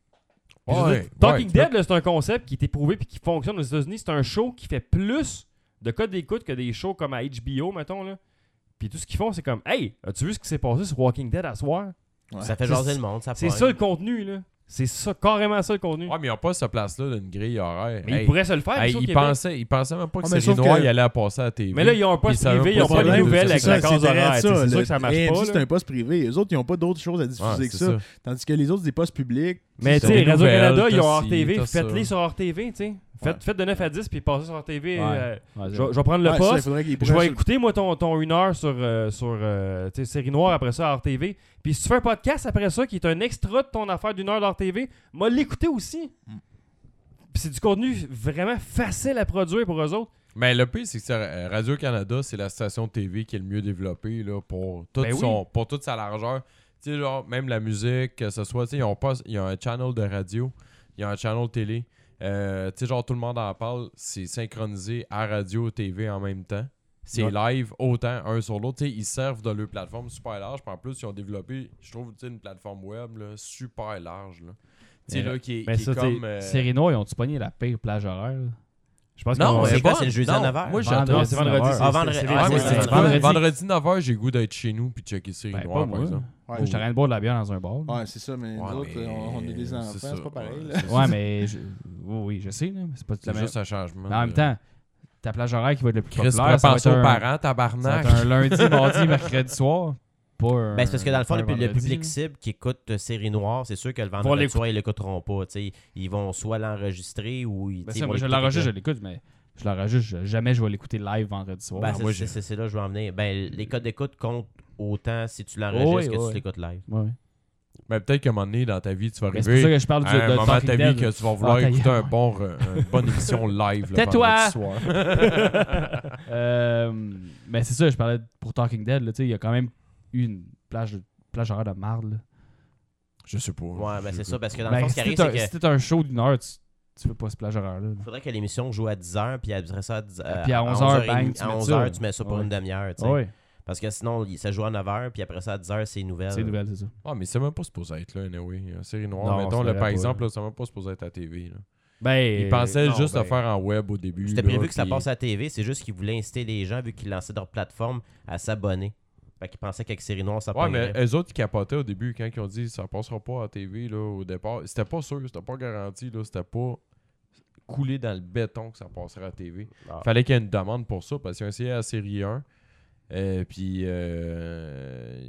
Puis je veux Ouais, dire, Talking ouais, Dead, là, c'est un concept qui est éprouvé puis qui fonctionne aux États-Unis. C'est un show qui fait plus de codes d'écoute que des shows comme à H B O, mettons. Là. Puis tout ce qu'ils font, c'est comme, hey, as-tu vu ce qui s'est passé sur Walking Dead à soir? Ouais. Ça fait C'est- jaser le monde, ça C'est pogne. ça le contenu, là. C'est ça, carrément ça le contenu. Ouais, mais ils n'ont pas cette place-là d'une grille horaire. mais Hey, ils pourraient se le faire. hey, ici au ils, Québec. pensaient, ils pensaient même pas que Ah, mais Série sauf Noire, que- il allait passer à la T V. Mais là, ils ont un Puis poste ça veut privé, ils pas ont pas dire les que nouvelles c'est avec ça, la case c'est horaire. ça, C'est sûr le- que ça marche A M C, pas. c'est là. un poste privé. Les autres, ils n'ont pas d'autres choses à diffuser Ouais, que c'est ça. Tandis que les autres, des postes publics. Mais C'est tu sais, des Radio-Canada, nouvelles, ils ont t'as hors ci, T V. t'as ça. Faites-les sur hors T V, tu sais. Faites, Ouais. faites de neuf à dix puis passez sur hors T V. Ouais. euh, Ouais, je, vais- je vais prendre le Ouais, ça, il poste. faudrait qu'ils Je vais pourraient- écouter, moi, ton, ton une heure sur, euh, sur euh, tu sais, Série Noire, après ça, hors T V. Puis si tu fais un podcast après ça, qui est un extra de ton affaire d'une heure d'hors T V, moi, l'écouter aussi. Mm. Puis c'est du contenu vraiment facile à produire pour eux autres. Mais le pire, c'est que euh, Radio-Canada, c'est la station de T V qui est le mieux développée là, pour, tout Ben oui. son, pour toute sa largeur. Tu sais, genre, même la musique, que ce soit, tu sais, ils ont pas, ils ont un channel de radio, ils ont un channel télé. Euh, tu sais, genre, tout le monde en parle, c'est synchronisé à radio, T V en même temps. C'est Ouais. live autant un sur l'autre. Tu sais, ils servent de leur plateforme super large. Puis en plus, ils ont développé, je trouve, tu sais, une plateforme web là, super large. Là. Tu sais, Mais- là, qui est, mais qui est ça, t'sais, comme. euh, Série Noire, ils ont-tu pogné la pire plage horaire? là? Je pense Non, qu'on- c'est c'est quoi, pas- c'est le jeudi non, à neuf heures? Moi, Vendredi, j'adore. c'est vendredi. neuf heures. c'est- Ah, vendredi. c'est- Ah, c'est- ouais, c'est- c'est- c'est- vendredi. Vendredi neuf heures, j'ai le goût d'être chez nous puis de checker Série Ben, Noire, pas par moi. exemple. Ouais, Je t'arrête de boire de la bière dans un bar. là. Ouais, c'est ça, mais nous Ouais, autres, mais on, on a des c'est enfants, ça, c'est pas pareil. ouais, là. c'est Ouais, mais je- oui, oui, je sais. là, mais C'est pas tout la C'est même. juste un changement. Mais en même de- temps, ta plage horaire qui va être le plus Chris, populaire, pourrait ça va penser être aux un, parents, ça va tabarnak. être un lundi, mardi, mercredi soir. Pas un, Ben, c'est parce que dans le fond, pas le, un le vendredi, public là. cible qui écoute euh, Série Noire, c'est sûr que le Vont vendredi l'écouter. soir, ils l'écouteront pas. t'sais. Ils vont soit l'enregistrer ou ils. Ben, t'sais, ça, ils vont moi, je l'écouter l'enregistre, je quelqu'un. l'écoute, mais je l'enregistre. je- Jamais je vais l'écouter live vendredi soir. Ben, Ah, c'est- moi, c'est j'ai- c'est- c'est là que je vais en venir. Ben, les codes d'écoute comptent autant si tu Oh, l'enregistres oui, que oui. si tu l'écoutes live. Ouais. Mais peut-être qu'à un moment donné, dans ta vie, tu vas Mais c'est pour ça arriver que je parle du, à un de moment de Talking ta vie Dead. que tu vas vouloir Ah, ta écouter un gueule. bon, re- une bonne émission live le Tais-toi! vendredi soir. Euh, mais c'est ça, je parlais pour Talking Dead. là, tu sais, Il y a quand même eu une plage, de, plage horaire de marde. là. Je sais pas. Ouais, ben Je c'est sais ça. pas. Parce que dans Ben, le fond, ce qui si arrive, t'es un- c'est si que. t'es un show d'une heure, tu Tu fais pas ce plage horaire là. Faudrait que l'émission joue à dix heures, puis après ça, à, dix, euh, Puis à onze heures, bang, tu à mets onze ça. heures, tu mets ça pour Ouais. une demi-heure. tu sais. Ouais, Parce que sinon, il- ça joue à neuf heures, puis après ça, à dix heures, c'est nouvelle. c'est nouvelle, c'est ça. Ah, mais c'est même pas supposé être là, anyway. Une série noire, Non, mettons, ça là, devrait par pas, exemple, là. là, c'est même pas supposé être à T V. Là. Ben, Ils pensaient non, juste ben, le faire en web au début. C'était là, prévu que ça puis- passe à la T V, c'est juste qu'ils voulaient inciter les gens, vu qu'ils lançaient leur plateforme, à s'abonner. Fait qu'ils pensaient qu'avec série noire, ça Ouais, pognerait. mais eux autres, ils capotaient au début quand ils ont dit ça passera pas à la T V là, au départ. C'était pas sûr, c'était pas garanti, là, c'était pas coulé dans le béton que ça passerait à la T V. Ah. Fallait qu'il y ait une demande pour ça parce qu'ils ont essayé à la série un. Euh, puis euh,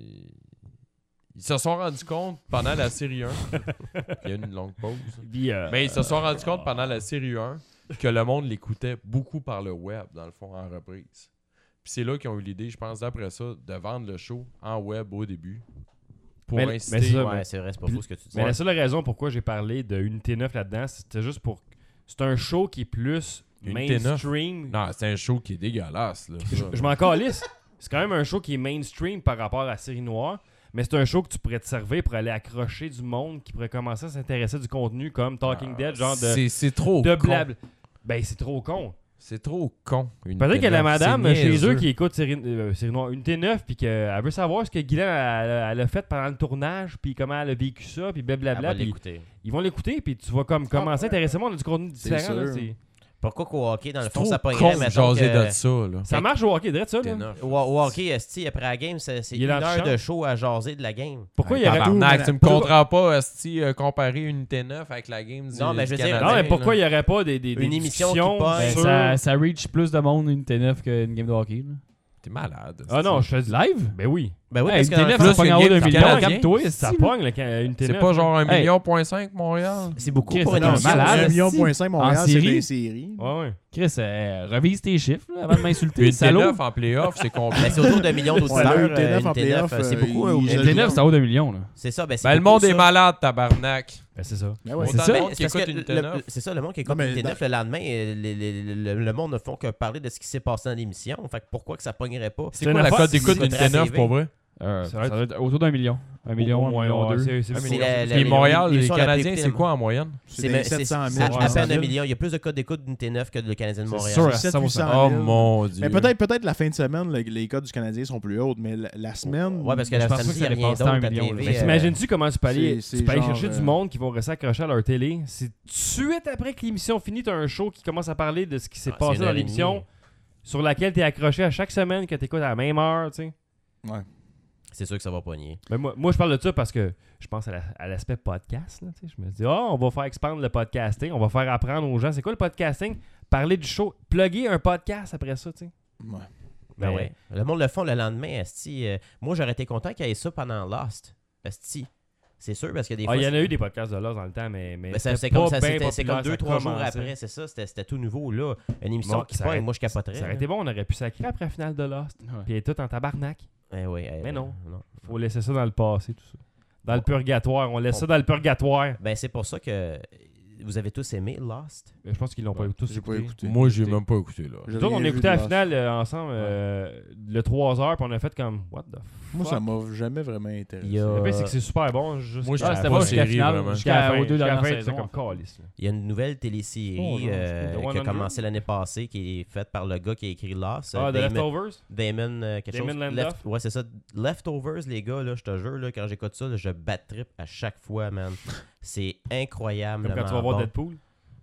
ils se sont rendus compte pendant la série un. Il y a eu une longue pause. Puis, euh, Mais ils se sont rendus compte pendant la série un que le monde l'écoutait beaucoup par le web, dans le fond, en reprise. Puis c'est là qu'ils ont eu l'idée, je pense, d'après ça, de vendre le show en web au début. Pour Mais- mais inciter. c'est ça, Ouais, c'est vrai, c'est pas faux ce que tu dis. Mais la seule raison pourquoi j'ai parlé de Unité neuf là-dedans, c'était juste pour. C'est un show qui est plus Unité neuf? mainstream. Non, c'est un show qui est dégueulasse. Là, Je, ça. je m'en calisse. C'est quand même un show qui est mainstream par rapport à la série noire. Mais c'est un show que tu pourrais te servir pour aller accrocher du monde qui pourrait commencer à s'intéresser du contenu comme Talking Dead, genre de, C'est, c'est trop de con. blabla. Ben, c'est trop con. C'est trop con. Peut-être que la madame C'est chez niaiseux. eux qui écoute série, euh, série noire Unité neuf puis qu'elle veut savoir ce que Guylaine elle, elle- elle a fait pendant le tournage puis comment elle a vécu ça puis Elle va blablabla. Puis l'écouter. ils vont l'écouter puis tu vas comme commencer à t'intéresser. On a du contenu C'est différent. là, sûr. c'est- Pourquoi qu'au hockey, dans le C'est fond, trop ça con pognerait, de mettons jaser que... de ça. Là. Ça marche au hockey, direct ça. T'es Là. neuf. Au au hockey, esti, après la game, c'est c'est Il est une dans le heure champ. de show à jaser de la game. Pourquoi Hey, il y aurait tabarnak, tout- tu me comprends pas, Esti, euh, comparer une T neuf avec la game du Non, mais je veux du dire- Canadien, Non, mais là. pourquoi il n'y aurait pas des, des, des Une émission qui discussions pogne. Ben, sur... ça, ça reach plus de monde une T neuf qu'une game de hockey. là. T'es malade. Ah non, je fais du Live? Ben oui. Ben oui, Hey, parce une que dans T le neuf, fond, ça plus pogne qu'une en haut d'un game million. canadien, Calme-toi, Ça esti, pogne, le ca- une T neuf. C'est pas genre un Hey. million point cinq Montréal. c'est beaucoup Chris, pour une c'est un émission. malade. un esti. million point cinq Montréal, En c'est série? des séries. Ouais, ouais. Chris, euh, revise tes chiffres là, avant de m'insulter. Une T salaud. neuf en playoff, c'est combien? Ben, c'est autour d'un million d'auditeurs. Ouais, une T neuf euh, en une T neuf, playoff, c'est euh, beaucoup. il- hein, il- au- Une T neuf, c'est en haut d'un million. Là. C'est ça, ben c'est Ben, le beaucoup, monde ça. est malade, tabarnak. Ben c'est ça. Ben ouais. Autant c'est de ça. monde qui C'est parce écoute que une le- T neuf. c'est ça, le monde qui écoute Non, mais une T neuf dans- le lendemain, euh, les- les- le, le monde ne font que parler de ce qui s'est passé dans l'émission. Fait que pourquoi que ça pognerait pas? C'est C'est quoi une la affaire- cote d'écoute c'est d'une une T neuf T V. pour vrai? Euh, Ça ça va doit être autour d'un million. Un million, Au un moins, million ouais, deux. c'est- c'est C'est beaucoup. la- la- Puis Montréal, les l'émission la plus Canadiens, écoutée, c'est quoi en moyenne? C'est des mais- c'est- sept cent mille, à- je à pense. peine un million. Il y a plus de codes d'écoute d'une T neuf que de le Canadien de C'est Montréal. sûr. sept cent huit pour cent. cent Oh mille. mon dieu. Mais peut-être peut-être la fin de semaine, le- les codes du Canadien sont plus hautes, mais la, la semaine. Ouais, parce que Je la pense pas samedi, que il ça n'y a rien dépasse d'autre un à million, T V. là. Mais euh, t'imagines-tu comment tu peux aller, c'est- tu peux aller genre, chercher euh, du monde qui vont rester accrochés à leur télé? C'est tout de suite après que l'émission finit, t'as un show qui commence à parler de ce qui s'est Ah, c'est passé une dans heure et l'émission demie. sur laquelle t'es accroché à chaque semaine que t'écoutes à la même heure, tu sais. Ouais. C'est sûr que ça va pogner. Mais moi, moi, je parle de ça parce que je pense à la- à l'aspect podcast. Là, tu sais. Je me dis, ah, on va faire expandre le podcasting, on va faire apprendre aux gens. C'est quoi le podcasting? Parler du show, plugger un podcast après ça, tu sais. Ouais. Ben Mais- ouais. Le monde le font le lendemain, esti. euh, moi, j'aurais été content qu'il y ait ça pendant Lost. Esti. C'est sûr, parce que des Ah, fois. il y en a c'est- eu des podcasts de là dans le temps, mais, mais Ben, ça- c'était c'est pas comme, ça, bien c'était- c'est comme populaire, deux, ça trois jours commençait. après, c'est ça. C'était c'était tout nouveau, là. Une émission Bon, qui ça pogne, aurait- moi, je capoterais. Ça aurait été bon, on aurait pu sacrer après la finale de Lost. Ouais. Puis elle est toute en tabarnak. Eh oui, eh Mais oui, non. non. Faut laisser ça dans le passé, tout ça. Dans le purgatoire. On laisse ça dans le purgatoire. Ben, c'est pour ça que vous avez tous aimé Lost. Mais je pense qu'ils l'ont pas Ouais, tous j'ai pas écouté. écouté. Moi, j'ai même pas écouté, là. J'ai Nous autres, rien on vu écoutait de la Lost. finale euh, ensemble euh, le trois heures, puis on a fait comme What the fuck? Moi, ça m'a jamais vraiment intéressé. Il y a- Le pire, c'est que c'est super bon. Juste Moi, je Ah, suis c'était pas bon jusqu'à la série, finale, vraiment. jusqu'à jusqu'à la fin, aux deux jusqu'à la dernières fin, saisons. c'est comme calice. là. Il y a une nouvelle télésérie Oh, non, euh, c'est The qui a cent. commencé l'année passée, qui est faite par le gars qui a écrit Lost. Ah, euh, The Damon, Leftovers? Damon, euh, quelque Damon chose. Lindelof? Left- ouais, c'est ça. Leftovers, les gars, là, je te jure, là, quand j'écoute ça, là, je bad trip à chaque fois, man. C'est incroyable. Comme quand tu vas voir bon. Deadpool.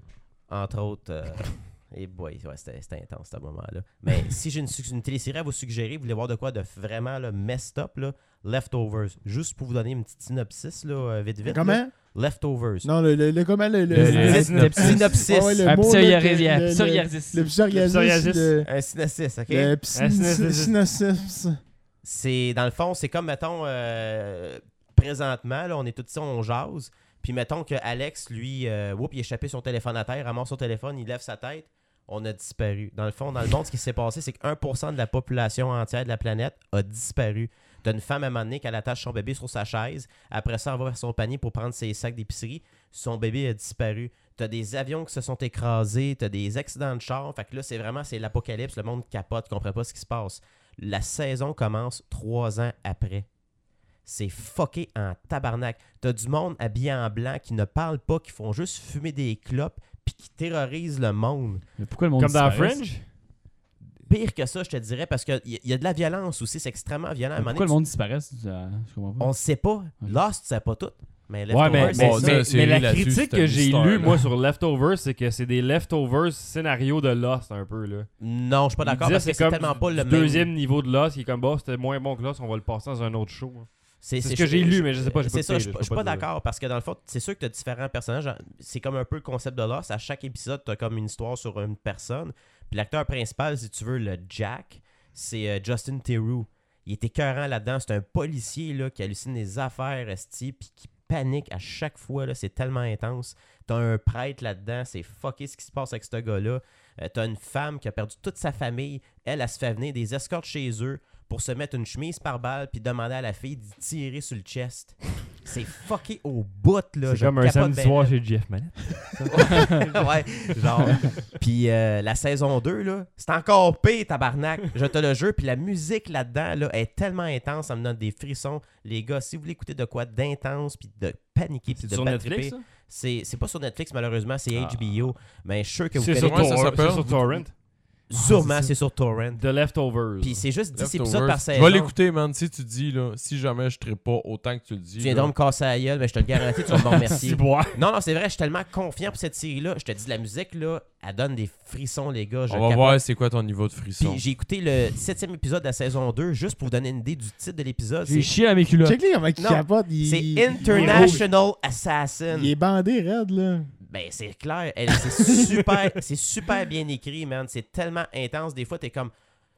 Entre autres. euh, Et boy, ouais, c'était c'était intense à ce moment-là. Mais si j'ai une, su- une télésérie à vous suggérer, vous voulez voir de quoi de vraiment là, messed up, là, Leftovers. Juste pour vous donner une petite synopsis, là, euh, vite, vite. là. Comment? Leftovers. Non, le, le, le- comment le, le, Le- le- le- synopsis. Synopsis. Ouais, ouais, le Un mot, psoriasis- là, que- le- le- psoriasis. Le psoriasis. psoriasis. le- Un synopsis, OK? Le Un synopsis. synopsis. C'est, dans le fond, c'est comme, mettons, euh, présentement, là, on est tous ici, on jase. Puis mettons que Alex, lui, euh, whoop, il a échappé son téléphone à terre, ramasse son téléphone, il lève sa tête. On a disparu. Dans le fond, dans le monde, ce qui s'est passé, c'est que un pour cent de la population entière de la planète a disparu. T'as une femme à un moment donné qui attache son bébé sur sa chaise. Après ça, elle va vers son panier pour prendre ses sacs d'épicerie. Son bébé a disparu. T'as des avions qui se sont écrasés. T'as des accidents de char. Fait que là, c'est vraiment c'est l'apocalypse. Le monde capote, comprend pas ce qui se passe. La saison commence trois ans après. C'est fucké en tabarnak. T'as du monde habillé en blanc qui ne parle pas, qui font juste fumer des clopes puis qui terrorise le monde. Mais pourquoi le monde Comme dans disparaisse? Fringe? Pire que ça, je te dirais, parce qu'il y, y a de la violence aussi, c'est extrêmement violent. À un Mais moment pourquoi le donné, monde disparaisse? Euh, Je comprends tu- pas. on ne sait pas. Lost, tu sais pas tout. Mais Ouais, mais, Leftovers, mais, Bon, c'est- ça, mais- c'est mais la là-dessus, critique c'est que une j'ai histoire, lue, là. moi, sur Leftovers, c'est que c'est des Leftovers scénarios de Lost, un peu, là. Non, je suis pas Ils d'accord disaient parce que c'est comme tellement du- pas le du même. deuxième niveau de Lost, qui est comme, bah, c'était moins bon que Lost, on va le passer dans un autre show. hein. C'est C'est ce que j'ai lu, mais je sais pas, j'ai pas C'est ça, écouté, je là, je je suis peux pas pas dire. d'accord parce que dans le fond, c'est sûr que tu as différents personnages. C'est comme un peu le concept de Lost. À chaque épisode, tu as comme une histoire sur une personne. Puis l'acteur principal, si tu veux, le Jack, c'est euh, Justin Theroux. Il était écœurant là-dedans. C'est un policier là, qui hallucine des affaires, esti, puis qui panique à chaque fois. Là, c'est tellement intense. T'as un prêtre là-dedans. C'est fucké ce qui se passe avec ce gars-là. Euh, t'as une femme qui a perdu toute sa famille. Elle, elle se fait venir des escortes chez eux pour se mettre une chemise par balle puis demander à la fille d'y tirer sur le chest. C'est fucké au bout, là. C'est Je comme un capote samedi ben soir raide. chez Jeff Manette. Ouais, genre. Puis euh, la saison deux, là, c'est encore pire, tabarnak. Je te le jure. Puis la musique là-dedans, là, est tellement intense, ça me donne des frissons. Les gars, si vous voulez écouter de quoi d'intense, puis de paniquer, puis C'est de sur bad Netflix, tripper, ça? c'est c'est pas sur Netflix, malheureusement, c'est Ah. H B O. Mais je suis sûr que vous C'est connaissez. sur, comment ça Tor- s'appelle? c'est sur Torrent. Sûrement, c'est sur Torrent. The Leftovers. Puis c'est juste dix Leftovers. épisodes par Je saison. vais l'écouter, man. Si tu dis, là, si jamais je ne pas autant que tu le dis. Tu viendras là. me casser la gueule, mais je te le garantis, tu vas me remercier. Si boire. Non, non, c'est vrai, je suis tellement confiant pour cette série-là. Je te dis, la musique, là, elle donne des frissons, les gars. Je On va capote. voir c'est quoi ton niveau de frisson. Puis j'ai écouté le septième épisode de la saison deux, juste pour vous donner une idée du titre de l'épisode. J'ai C'est chié à mes culottes. Check-les comment il Non, capote. Il, c'est il- International Assassin. Il est bandé raide, là. Ben, c'est clair. Elle- C'est super, c'est super bien écrit, man. C'est tellement intense. Des fois, t'es comme...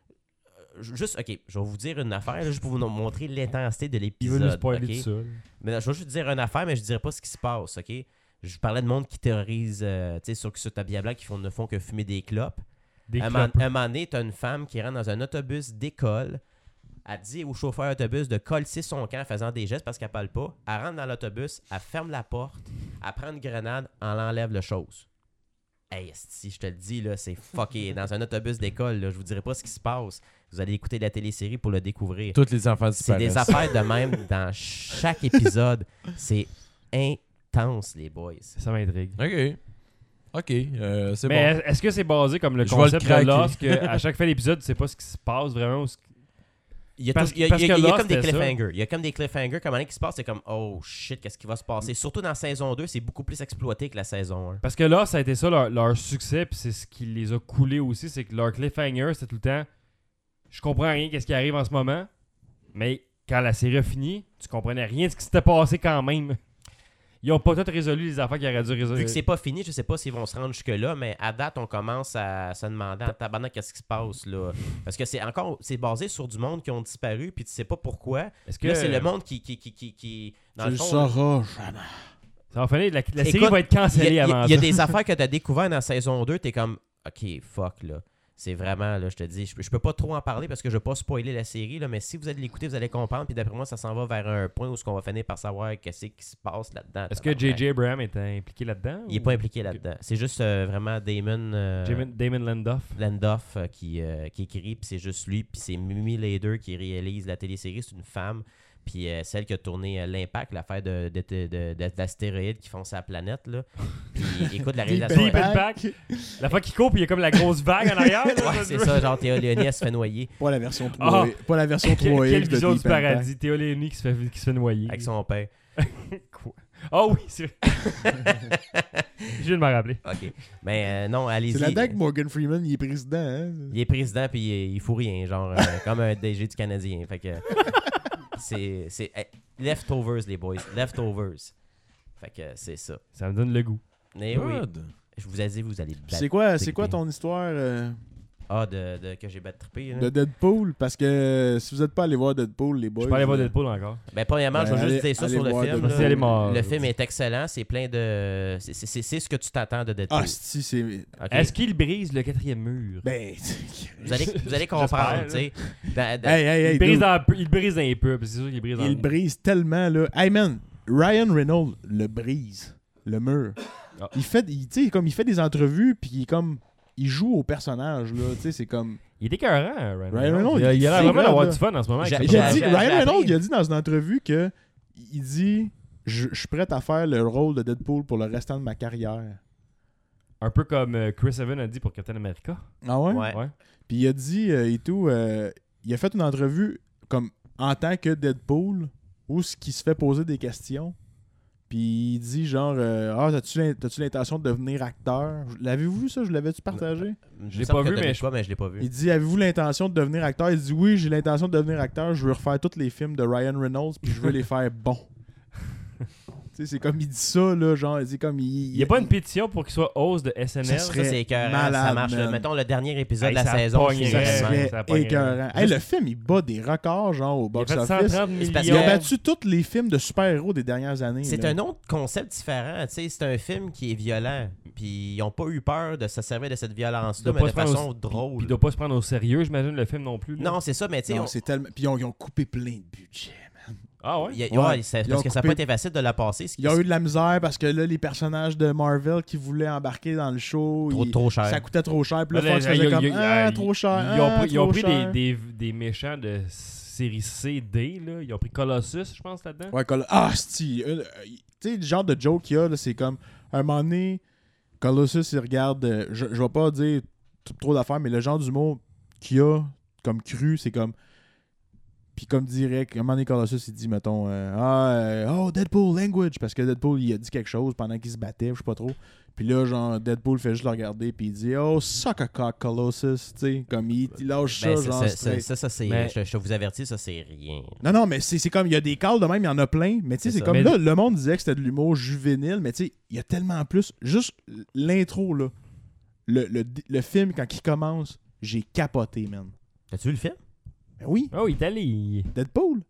euh, Juste, ok, je vais vous dire une affaire, là, juste pour vous montrer l'intensité de Il veut l'épisode. nous spoiler ok? tout ça. là. Mais non, je vais juste dire une affaire, mais je dirais pas ce qui se passe, ok? Je parlais de monde qui terrorise, euh, tu sais, sur, sur Tabia Blanc, qui font, ne font que fumer des clopes. Des un, moment- clopes. un moment donné, t'as une femme qui rentre dans un autobus d'école. Elle dit au chauffeur d'autobus de coller son camp en faisant des gestes parce qu'elle parle pas. Elle rentre dans l'autobus, elle ferme la porte, elle prend une grenade, elle enlève le chose. Hey, si je te le dis, là, c'est fucké. Dans un autobus d'école, là, je vous dirai pas ce qui se passe. Vous allez écouter la télésérie pour le découvrir. Tous les enfants C'est des disparaissent. affaires de même dans chaque épisode. C'est intense, les boys. Ça m'intrigue. Ok. Ok, euh, c'est Mais bon. est- est-ce que c'est basé comme le Je vais le concept de craquer. Lost, qu'à chaque fin d'épisode, tu sais pas ce qui se passe vraiment? Ou ce... Il y a, Parce tout- il y a- que- parce il y a- que il y a Lost, comme des c'était ça. cliffhangers. Il y a comme des cliffhangers. Comme un qui se passe, c'est comme oh shit, qu'est-ce qui va se passer? Surtout dans saison deux, c'est beaucoup plus exploité que la saison un. Parce que là, ça a été ça leur, leur succès, puis c'est ce qui les a coulés aussi, c'est que leur cliffhanger, c'était tout le temps je comprends rien qu'est-ce qui arrive en ce moment, mais quand la série a fini, tu comprenais rien de ce qui s'était passé quand même. Ils ont pas tout résolu les affaires qu'ils auraient dû résoudre. Vu que c'est pas fini, je sais pas s'ils vont se rendre jusque-là, mais à date, on commence à se demander en tabarnak qu'est-ce qui se passe là. Parce que c'est encore c'est basé sur du monde qui ont disparu, puis tu sais pas pourquoi. Est-ce Puis que là, c'est le monde qui. qui, qui, qui, qui dans Tu le le fond, sauras jamais. ça va finir, la, la série Écoute, va être cancellée Il y a, il y a- avant il y a ça. des affaires que tu as découvertes dans saison deux, t'es comme, ok, fuck, là. C'est vraiment, là, je te dis, je, peux- je peux pas trop en parler parce que je veux pas spoiler la série, là, mais si vous allez l'écouter, vous allez comprendre, puis d'après moi, ça s'en va vers un point où on va finir par savoir qu'est-ce qui se passe là-dedans. Est-ce que J J. Abraham était impliqué là-dedans? Il est ou- pas impliqué là-dedans. C'est juste euh, vraiment Damon, euh, Damon, Damon Landoff. Landoff euh, qui, euh, qui écrit, puis c'est juste lui, puis c'est Mimi Leder qui réalise la télésérie, c'est une femme. Puis euh, celle qui a tourné euh, l'Impact, l'affaire de, de, de, de- de- d'astéroïdes qui font sa planète. Là. Puis écoute, la réalisation. Deep Impact. La fois qu'il court, puis il y a comme la grosse vague en arrière. là. Ouais, c'est ça, genre Théo Léonie, elle se fait noyer Pas la version Ah. trois. Pas la version Quelle, trois quelle X de vision Deep du Impact. paradis. Théo Léonie qui se fait, qui se fait noyer. avec son père. Quoi? Ah oui, c'est vrai. Je viens de m'en rappeler. OK. Mais euh, non, allez-y. C'est là-dedans que Morgan Freeman, il est président. Hein? Il est président, puis il, il fout rien, genre, euh, comme un D G du Canadien. Fait que c'est. c'est hey, leftovers, les boys. Leftovers. Fait que c'est ça. Ça me donne le goût. Mais oui, Good. je vous ai dit, vous allez. Puis C'est quoi, c'est triper. quoi ton histoire euh, Ah, de, de, que j'ai battu trippé. de Deadpool? Parce que euh, si vous n'êtes pas allé voir Deadpool, les boys... Je peux aller voir euh, Deadpool encore. Ben, premièrement, je vais Ben, juste allez- dire ça allez sur le voir film. Deadpool. là. Merci, elle est morte. Le film est excellent. C'est plein de. C'est, c'est, c'est, c'est ce que tu t'attends de Deadpool. Ah, si, c'est... Ok? Est-ce qu'il brise le quatrième mur? Ben... Vous allez, vous allez comprendre, J'espère, tu sais. Dans- dans- Hey, hey, hey, il, brise dude, dans, il brise dans les pubs, c'est sûr qu'il brise dans il brise tellement, là. Hey, man, Ryan Reynolds le brise, le mur. Ah. Il fait, il, tu sais, comme il fait des entrevues, puis il est comme... Il joue au personnage, là. Tu sais, c'est comme... Il est écœurant, Ryan Ryan Reynolds. Reynolds, Il a il il a l'air est vraiment grave, d'avoir là. du fun en ce moment. avec J'ai- ce Il a j'ai- dit, j'ai- Ryan j'ai Reynolds, appris- il a dit dans une entrevue que il dit je, je suis prêt à faire le rôle de Deadpool pour le restant de ma carrière. Un peu comme euh, Chris Evans a dit pour Captain America. Ah ouais? Ouais. Ouais. Puis il a dit euh, et tout, euh, il a fait une entrevue comme en tant que Deadpool où ce qui se fait poser des questions. Puis il dit genre euh, ah t'as-tu, l'in- t'as-tu l'intention de devenir acteur? L'avez-vous vu ça? Je l'avais-tu partagé? Je l'ai l'ai pas pas vu, vu, mais mais je- je mais je l'ai pas vu. Il dit avez-vous l'intention de devenir acteur? Il dit oui, j'ai l'intention de devenir acteur, je veux refaire tous les films de Ryan Reynolds puis je veux les faire bons. Tu sais, c'est comme il dit ça là, genre il dit comme il Il n'y a pas une pétition pour qu'il soit host de S N L. Ça Ça, serait c'est écœurant, malade, ça marche. là. man. Mettons le dernier épisode Hey, de la ça saison. pognerait. je ça suis Ouais, vraiment- serait ça a pas écœurant. gagné. Hey, le film, il bat des records, genre, au Il a fait box-office. cent trente C'est parce Il a millions. battu tous les films de super-héros des dernières années. C'est là. un autre concept différent. tu sais, C'est un film qui est violent. Puis ils n'ont pas eu peur de se servir de cette Il violence-là, doit mais pas de se prendre façon au- drôle. Puis il doit pas se prendre au sérieux, j'imagine, le film non plus. là. Non, c'est ça, mais tu sais, Non, on- c'est tellement... Puis ils ont, ils ont coupé plein de budget. Ah ouais? il y a- Ouais. ouais, c'est- Ils parce ont que ça n'a coupé- pas été facile de la passer. ce qui- Ils ont eu de la misère parce que là, les personnages de Marvel qui voulaient embarquer dans le show, trop, ils- trop cher. ça coûtait trop cher. Puis là, Ben, Fox là, faisait il- comme il- ah, il- trop cher. Ils ont ah, pris, ils ont trop pris des, cher. des, des méchants de série C, D, là. Ils ont pris Colossus, je pense, là-dedans. Ouais, Col- ah, c'ti, euh, tu sais, le genre de joke qu'il y a, là, c'est comme, à un moment donné, Colossus, il regarde, euh, je, je vais pas dire t- trop d'affaires, mais le genre d'humour qu'il y a, comme cru, c'est comme, puis comme direct, à un moment donné, Colossus, il dit, mettons, euh, ah, euh, oh, Deadpool, language, parce que Deadpool, il a dit quelque chose pendant qu'il se battait, je sais pas trop. Puis là, genre, Deadpool fait juste le regarder, puis il dit, oh, suck a cock, Colossus, tu sais, comme il, il lâche Ben, ça, c'est- genre, c'est- straight. ça, ça, c'est. Mais- Je, je vous avertis, ça, c'est rien. Non, non, mais c'est c'est comme, il y a des calls de même, il y en a plein, mais tu sais, C'est c'est ça. comme Mais- là, le monde disait que c'était de l'humour juvénile, mais tu sais, il y a tellement plus. Juste l'intro, là, le, le, le film, quand il commence, j'ai capoté, man. As-tu vu le film? Ben oui, Oh, il est allé. il- Deadpool.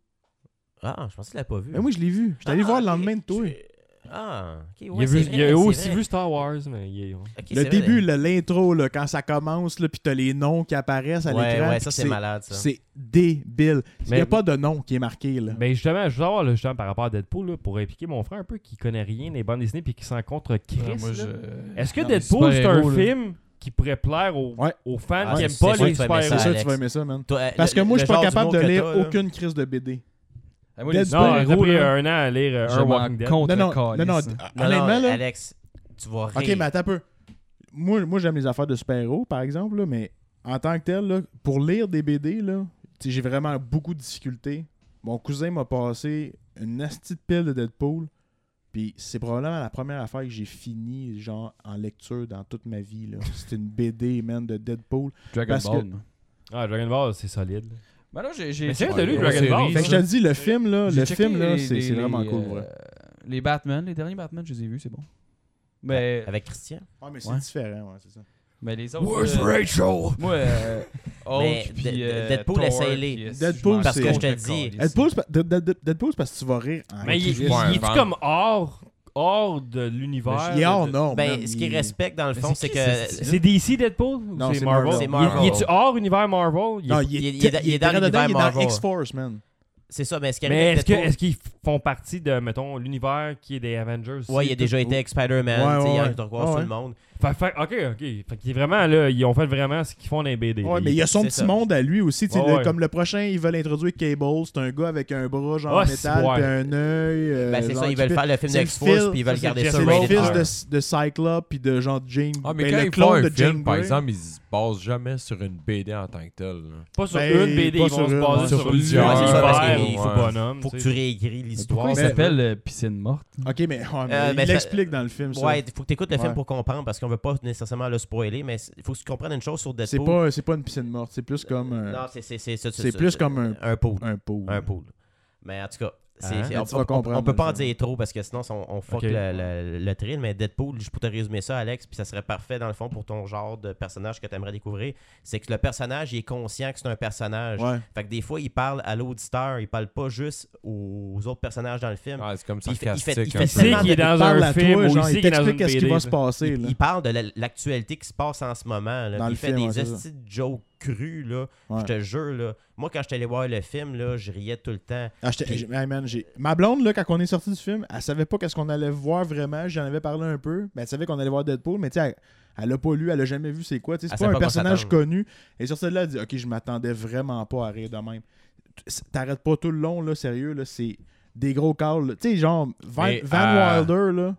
Ah, je pensais qu'il l'avait pas vu. Ben oui, je l'ai vu. J'étais allé Ah, voir le ok. lendemain de toi. Je- Ah, ok, Il, ouais, a, vu- c'est il a vrai, aussi c'est vrai. vu Star Wars, mais il est... Ok, Le c'est vrai. début, là, l'intro, là, quand ça commence, là, puis t'as les noms qui apparaissent à Ouais, l'écran. ouais, puis ça, que c'est malade, ça. C'est débile. Il n'y Mais- a pas de nom qui est marqué, là. Ben justement, je veux savoir, là, justement, par rapport à Deadpool, là, pour impliquer mon frère un peu qui connaît rien des bandes dessinées puis qui s'en contre Chris. Ouais, moi, là. je- Est-ce que Non, mais Deadpool, c'est un super-héros, là. film qui pourrait plaire aux, Ouais. aux fans Ah, qui c'est- aiment c'est pas sûr les que tu vas aimer super-héros? C'est sûr que Alex. tu vas aimer ça, man. Toi, euh, Parce le- que moi, le je suis pas genre capable de d'humour que lire t'as, là. aucune crise de B D. Ah, moi, les Deadpool, Non, t'as super-héros, pris là, un an à lire euh, je un m'en Walking Dead. contre Non, non, calisse. non, non, Non, non, honnêtement, là. Alex, tu vas rire. Ok, mais attends un peu. Moi, moi j'aime les affaires de super-héros, par exemple, là, mais en tant que tel, là, pour lire des B D, là, tu sais, j'ai vraiment beaucoup de difficultés. Mon cousin m'a passé une asti de pile de Deadpool, puis c'est probablement la première affaire que j'ai fini genre en lecture dans toute ma vie. Là. C'était une B D, man, de Deadpool. Dragon parce Ball. que- non. Ah, Dragon Ball, c'est solide. Ben là, j'ai. j'ai- Mais c'est vrai, j'ai- t'as lu Ouais, Dragon série, Ball? Fait que je te ça? le dis, le film, là, j'ai le checké film, là, les- c'est les- c'est vraiment les, cool, euh, vrai. Les Batman, les derniers Batman, je les ai vus, c'est bon. Mais, Avec Christian. Ouais, mais c'est Ouais. différent, ouais, c'est ça. mais les autres. euh, Rachel? Moi, euh, Mais Hulk, puis, De- euh, Deadpool, Thor, essaye-les. puis, euh, Deadpool, m'en parce que contre je te le dis, calisse. Deadpool, c'est pa- de- de- de- Deadpool, c'est parce que tu vas rire en Mais il, crise. il, Ouais, il est-tu Van- comme hors, hors de l'univers? Il est hors de- norme. Ben, man, ce il- qu'ils respectent, dans le Mais fond, c'est c'est qui, que. C'est D C Deadpool? Ou Non, c'est c'est Marvel? Marvel. C'est Il- Marvel. Il est-tu hors univers Marvel? Il est- Non, il est, il est- il il est est, dans- il est dans dedans, l'univers il est dans Marvel. X-Force, man. C'est ça, mais ce qui arrive Mais avec est-ce que- Deadpool- est-ce qu'ils font partie de, mettons, l'univers qui est des Avengers? Ouais, il a déjà été avec Spider-Man, Ouais, tu sais, il ouais, a ouais. envie de revoir Ouais, tout ouais. le monde. Fait, fait- ok, ok. Fait qu'il est vraiment là, ils ont fait vraiment ce qu'ils font dans les B D. Ouais, mais il y a son c'est petit ça. monde à lui aussi. tu sais, Ouais, le- ouais. Comme le prochain, ils veulent introduire Cable. C'est un gars avec un bras genre Ah, en c'est métal ouais. puis un œil. euh, Ben, c'est genre ça, ils qui veulent fait- faire le film c'est de le X-Force, fils- puis ils veulent c'est garder le ça C'est rated le R. fils de, de Cyclope puis de genre Jane. Ah, mais ben, quand le ils clone font un de film, Jane par Grey. exemple, ils se basent jamais sur une B D en tant que telle. là. Pas sur Ben, une B D, pas ils sur vont se une, baser ouais. sur Sur l'univers plusieurs, c'est ça, parce ouais, qu'il du faut- bonhomme. Faut que tu tu sais. réécris l'histoire. Pourquoi il mais- s'appelle euh, Piscine Morte? Ok, mais, ouais, mais Euh, il ben, ça- l'explique dans le film. Ça. Ouais, il faut que tu écoutes le film Ouais. pour comprendre, parce qu'on veut pas nécessairement le spoiler, mais il faut que tu comprennes une chose sur Deadpool. C'est pas, c'est pas une piscine morte. C'est plus comme un, Non, c'est c'est- c'est ça, c'est plus comme un, un pool. un pool. Un pool. Mais en tout cas, c'est- Hein? c'est- Mais on, tu vas on- comprendre on peut dans pas le en film. dire trop parce que sinon on, on fuck Ok. le, le, le thrill. Mais Deadpool, juste pour te résumer ça, Alex, puis ça serait parfait dans le fond pour ton genre de personnage que tu aimerais découvrir, c'est que le personnage il est conscient que c'est un personnage. Ouais. Fait que des fois, il parle à l'auditeur, il parle pas juste aux autres personnages dans le film. Ah, c'est comme Il fait- il fait- sarcastique. il un fait Il peu. sait tellement qu'il est de- dans Il parle un à film toi, ou il genre, sait il qu'il est dans t'explique une qu'est-ce B qui D. va se passer. Il, là. il parle de la- l'actualité qui se passe en ce moment. Là. Dans il le fait film, des ouais, c'est ça. estis de jokes crus. Là. Ouais. Je te jure. Là. Moi, quand je suis allé voir le film, là, je riais tout le temps. Ah, j'étais- Puis- j'ai- hey, man, j'ai- Ma blonde, là, quand on est sorti du film, elle savait pas qu'est-ce qu'on allait voir vraiment. J'en avais parlé un peu. Mais elle savait qu'on allait voir Deadpool. Mais tu sais, elle, elle a pas lu, elle a jamais vu c'est quoi. Tu sais, Elle c'est savait pas un pas quoi personnage s'attendre. connu. Et sur celle-là, elle dit ok, je m'attendais vraiment pas à rire de même. T'arrêtes pas tout le long, là, sérieux. Là, c'est des gros calls. là. Tu sais, genre, Van, Mais, Van euh, Wilder, là.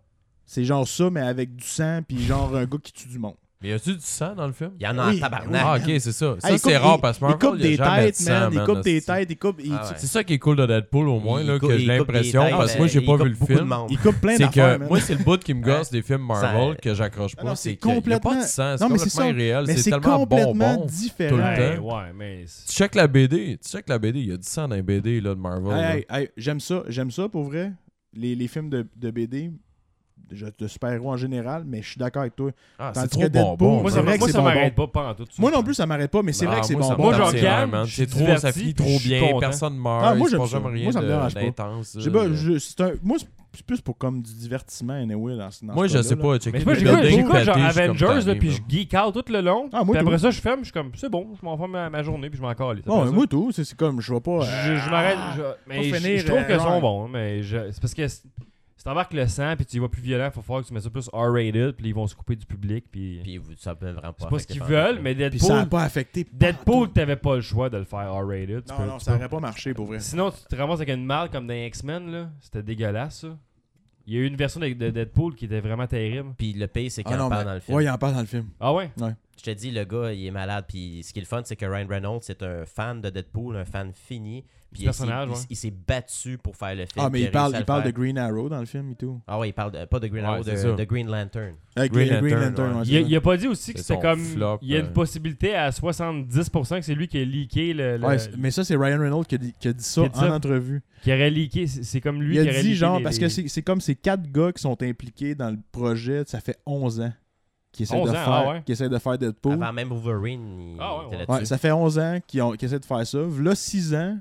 C'est genre ça, mais avec du sang, puis genre un gars qui tue du monde. Mais y a-tu du sang dans le film? Il y en a Oui, en tabarnak. Ah, ok, c'est ça. Ça, Hey, il c'est coupe- rare il- parce que il Marvel, coupe il y a des jamais de têtes, sang, man. Il man, coupe des hostie. têtes, il coupe. il- Ah ouais. C'est ça qui est cool de Deadpool au moins, Il là, cou- que il j'ai coupe l'impression, des têtes, parce que moi, j'ai il pas coupe vu le beaucoup de film. monde. Il coupe plein C'est d'affaires, que man. moi, c'est le bout qui me gosse des films Marvel Ça- que j'accroche Ah pas. non, C'est c'est qu'il n'y a pas complètement- de sang, c'est Non, mais c'est complètement ça. irréel. Mais C'est c'est tellement complètement bonbon. différent. tout le Ouais, temps. ouais, mais. Tu check la B D, tu check la B D, il y a du sang dans les B D là, de Marvel. là. Hey, hey, hey, j'aime ça, j'aime ça pour vrai. Les, les films de, de B D, de, de super-héros en général, mais je suis d'accord avec toi. Ah, Tandis c'est trop que Deadpool, bonbon. Moi, c'est ça, vrai que moi, c'est ça bonbon. m'arrête pas, pas en tout. Moi non plus, ça m'arrête pas, mais c'est Ah, vrai que c'est moi, ça bonbon. me Moi, tape je ses nerfs, regarde, man. je C'est suis trop, ça diverti, finit puis trop je suis bien, content. personne meurt, Ah, moi, il se j'aime passe ça. jamais rien Moi, ça me de- dérange pas. d'intense. Je sais pas, là. je- c'est un, moi, c'est- c'est plus pour comme du divertissement, anyway, dans, ce- dans Moi, ce je cas-là, sais là. pas, Mais checker c'est pas, le j'écoute, building j'écoute genre pété, je suis comme Avengers, là, tanné, puis man. je geek out tout le long. Ah, moi, Puis tout. après ça, je ferme, je suis comme, c'est bon, je m'en fais ma, ma journée, puis je m'en calisse. Bon, Après mais ça, moi, tout, c'est c'est comme, je vois pas. je, je m'arrête. je- Mais je, finir, je trouve euh, qu'ils sont genre- bons, mais je- c'est parce que si si t'embarques le sang, puis tu y vas plus violent, il faut falloir que tu mets ça plus R-rated, puis ils vont se couper du public, puis. Puis vous- ça peut vraiment pas. C'est pas ce affecter qu'ils pendant veulent, le mais Puis ça n'a Deadpool. pas affecté. Deadpool, t'avais pas le choix de le faire R-rated. tu Non, peux- non, tu ça peux- aurait pas marché pour vrai. Sinon, tu te ramasses avec une malle comme dans X-Men, là. C'était dégueulasse, ça. Il y a eu une version de, de Deadpool qui était vraiment terrible. Puis le pire, c'est qu'il Ah en non, parle mais- dans le film. Ouais, il en parle dans le film. Ah ouais? Je te dis, le gars, il est malade. Puis ce qui est le fun, c'est que Ryan Reynolds, c'est un fan de Deadpool, un fan fini. Puis Du il, personnage, il- ouais. il s'est battu pour faire le film. Ah, mais puis il a parle, réussi à il le parle de faire. Green Arrow dans le film et tout. Ah ouais, il parle de- pas de Green Ouais, Arrow, c'est de, ça. de Green Lantern. Euh, Green Green, Green Lantern, Lantern, ouais. ouais, Il a, c'est il a pas dit aussi que C'est c'était son comme. flop, il y a une euh. possibilité à soixante-dix pour cent que c'est lui qui a leaké le. le- ça. Ouais, c'est- mais ça, c'est Ryan Reynolds qui a dit, qui a dit ça Qui a dit en ça. entrevue. qui aurait leaké. C'est c'est comme lui Il qui a aurait dit, leaké genre, les- parce que c'est c'est comme ces quatre gars qui sont impliqués dans le projet, ça fait onze ans qui essaient, de, onze ans, faire, ah ouais. qui essaient de faire Deadpool. Avant même Wolverine, il Ah ouais, était ouais. là-dessus. Ouais, ça fait onze ans qu'ils ont- qu'ils essaient de faire ça. Là, six ans,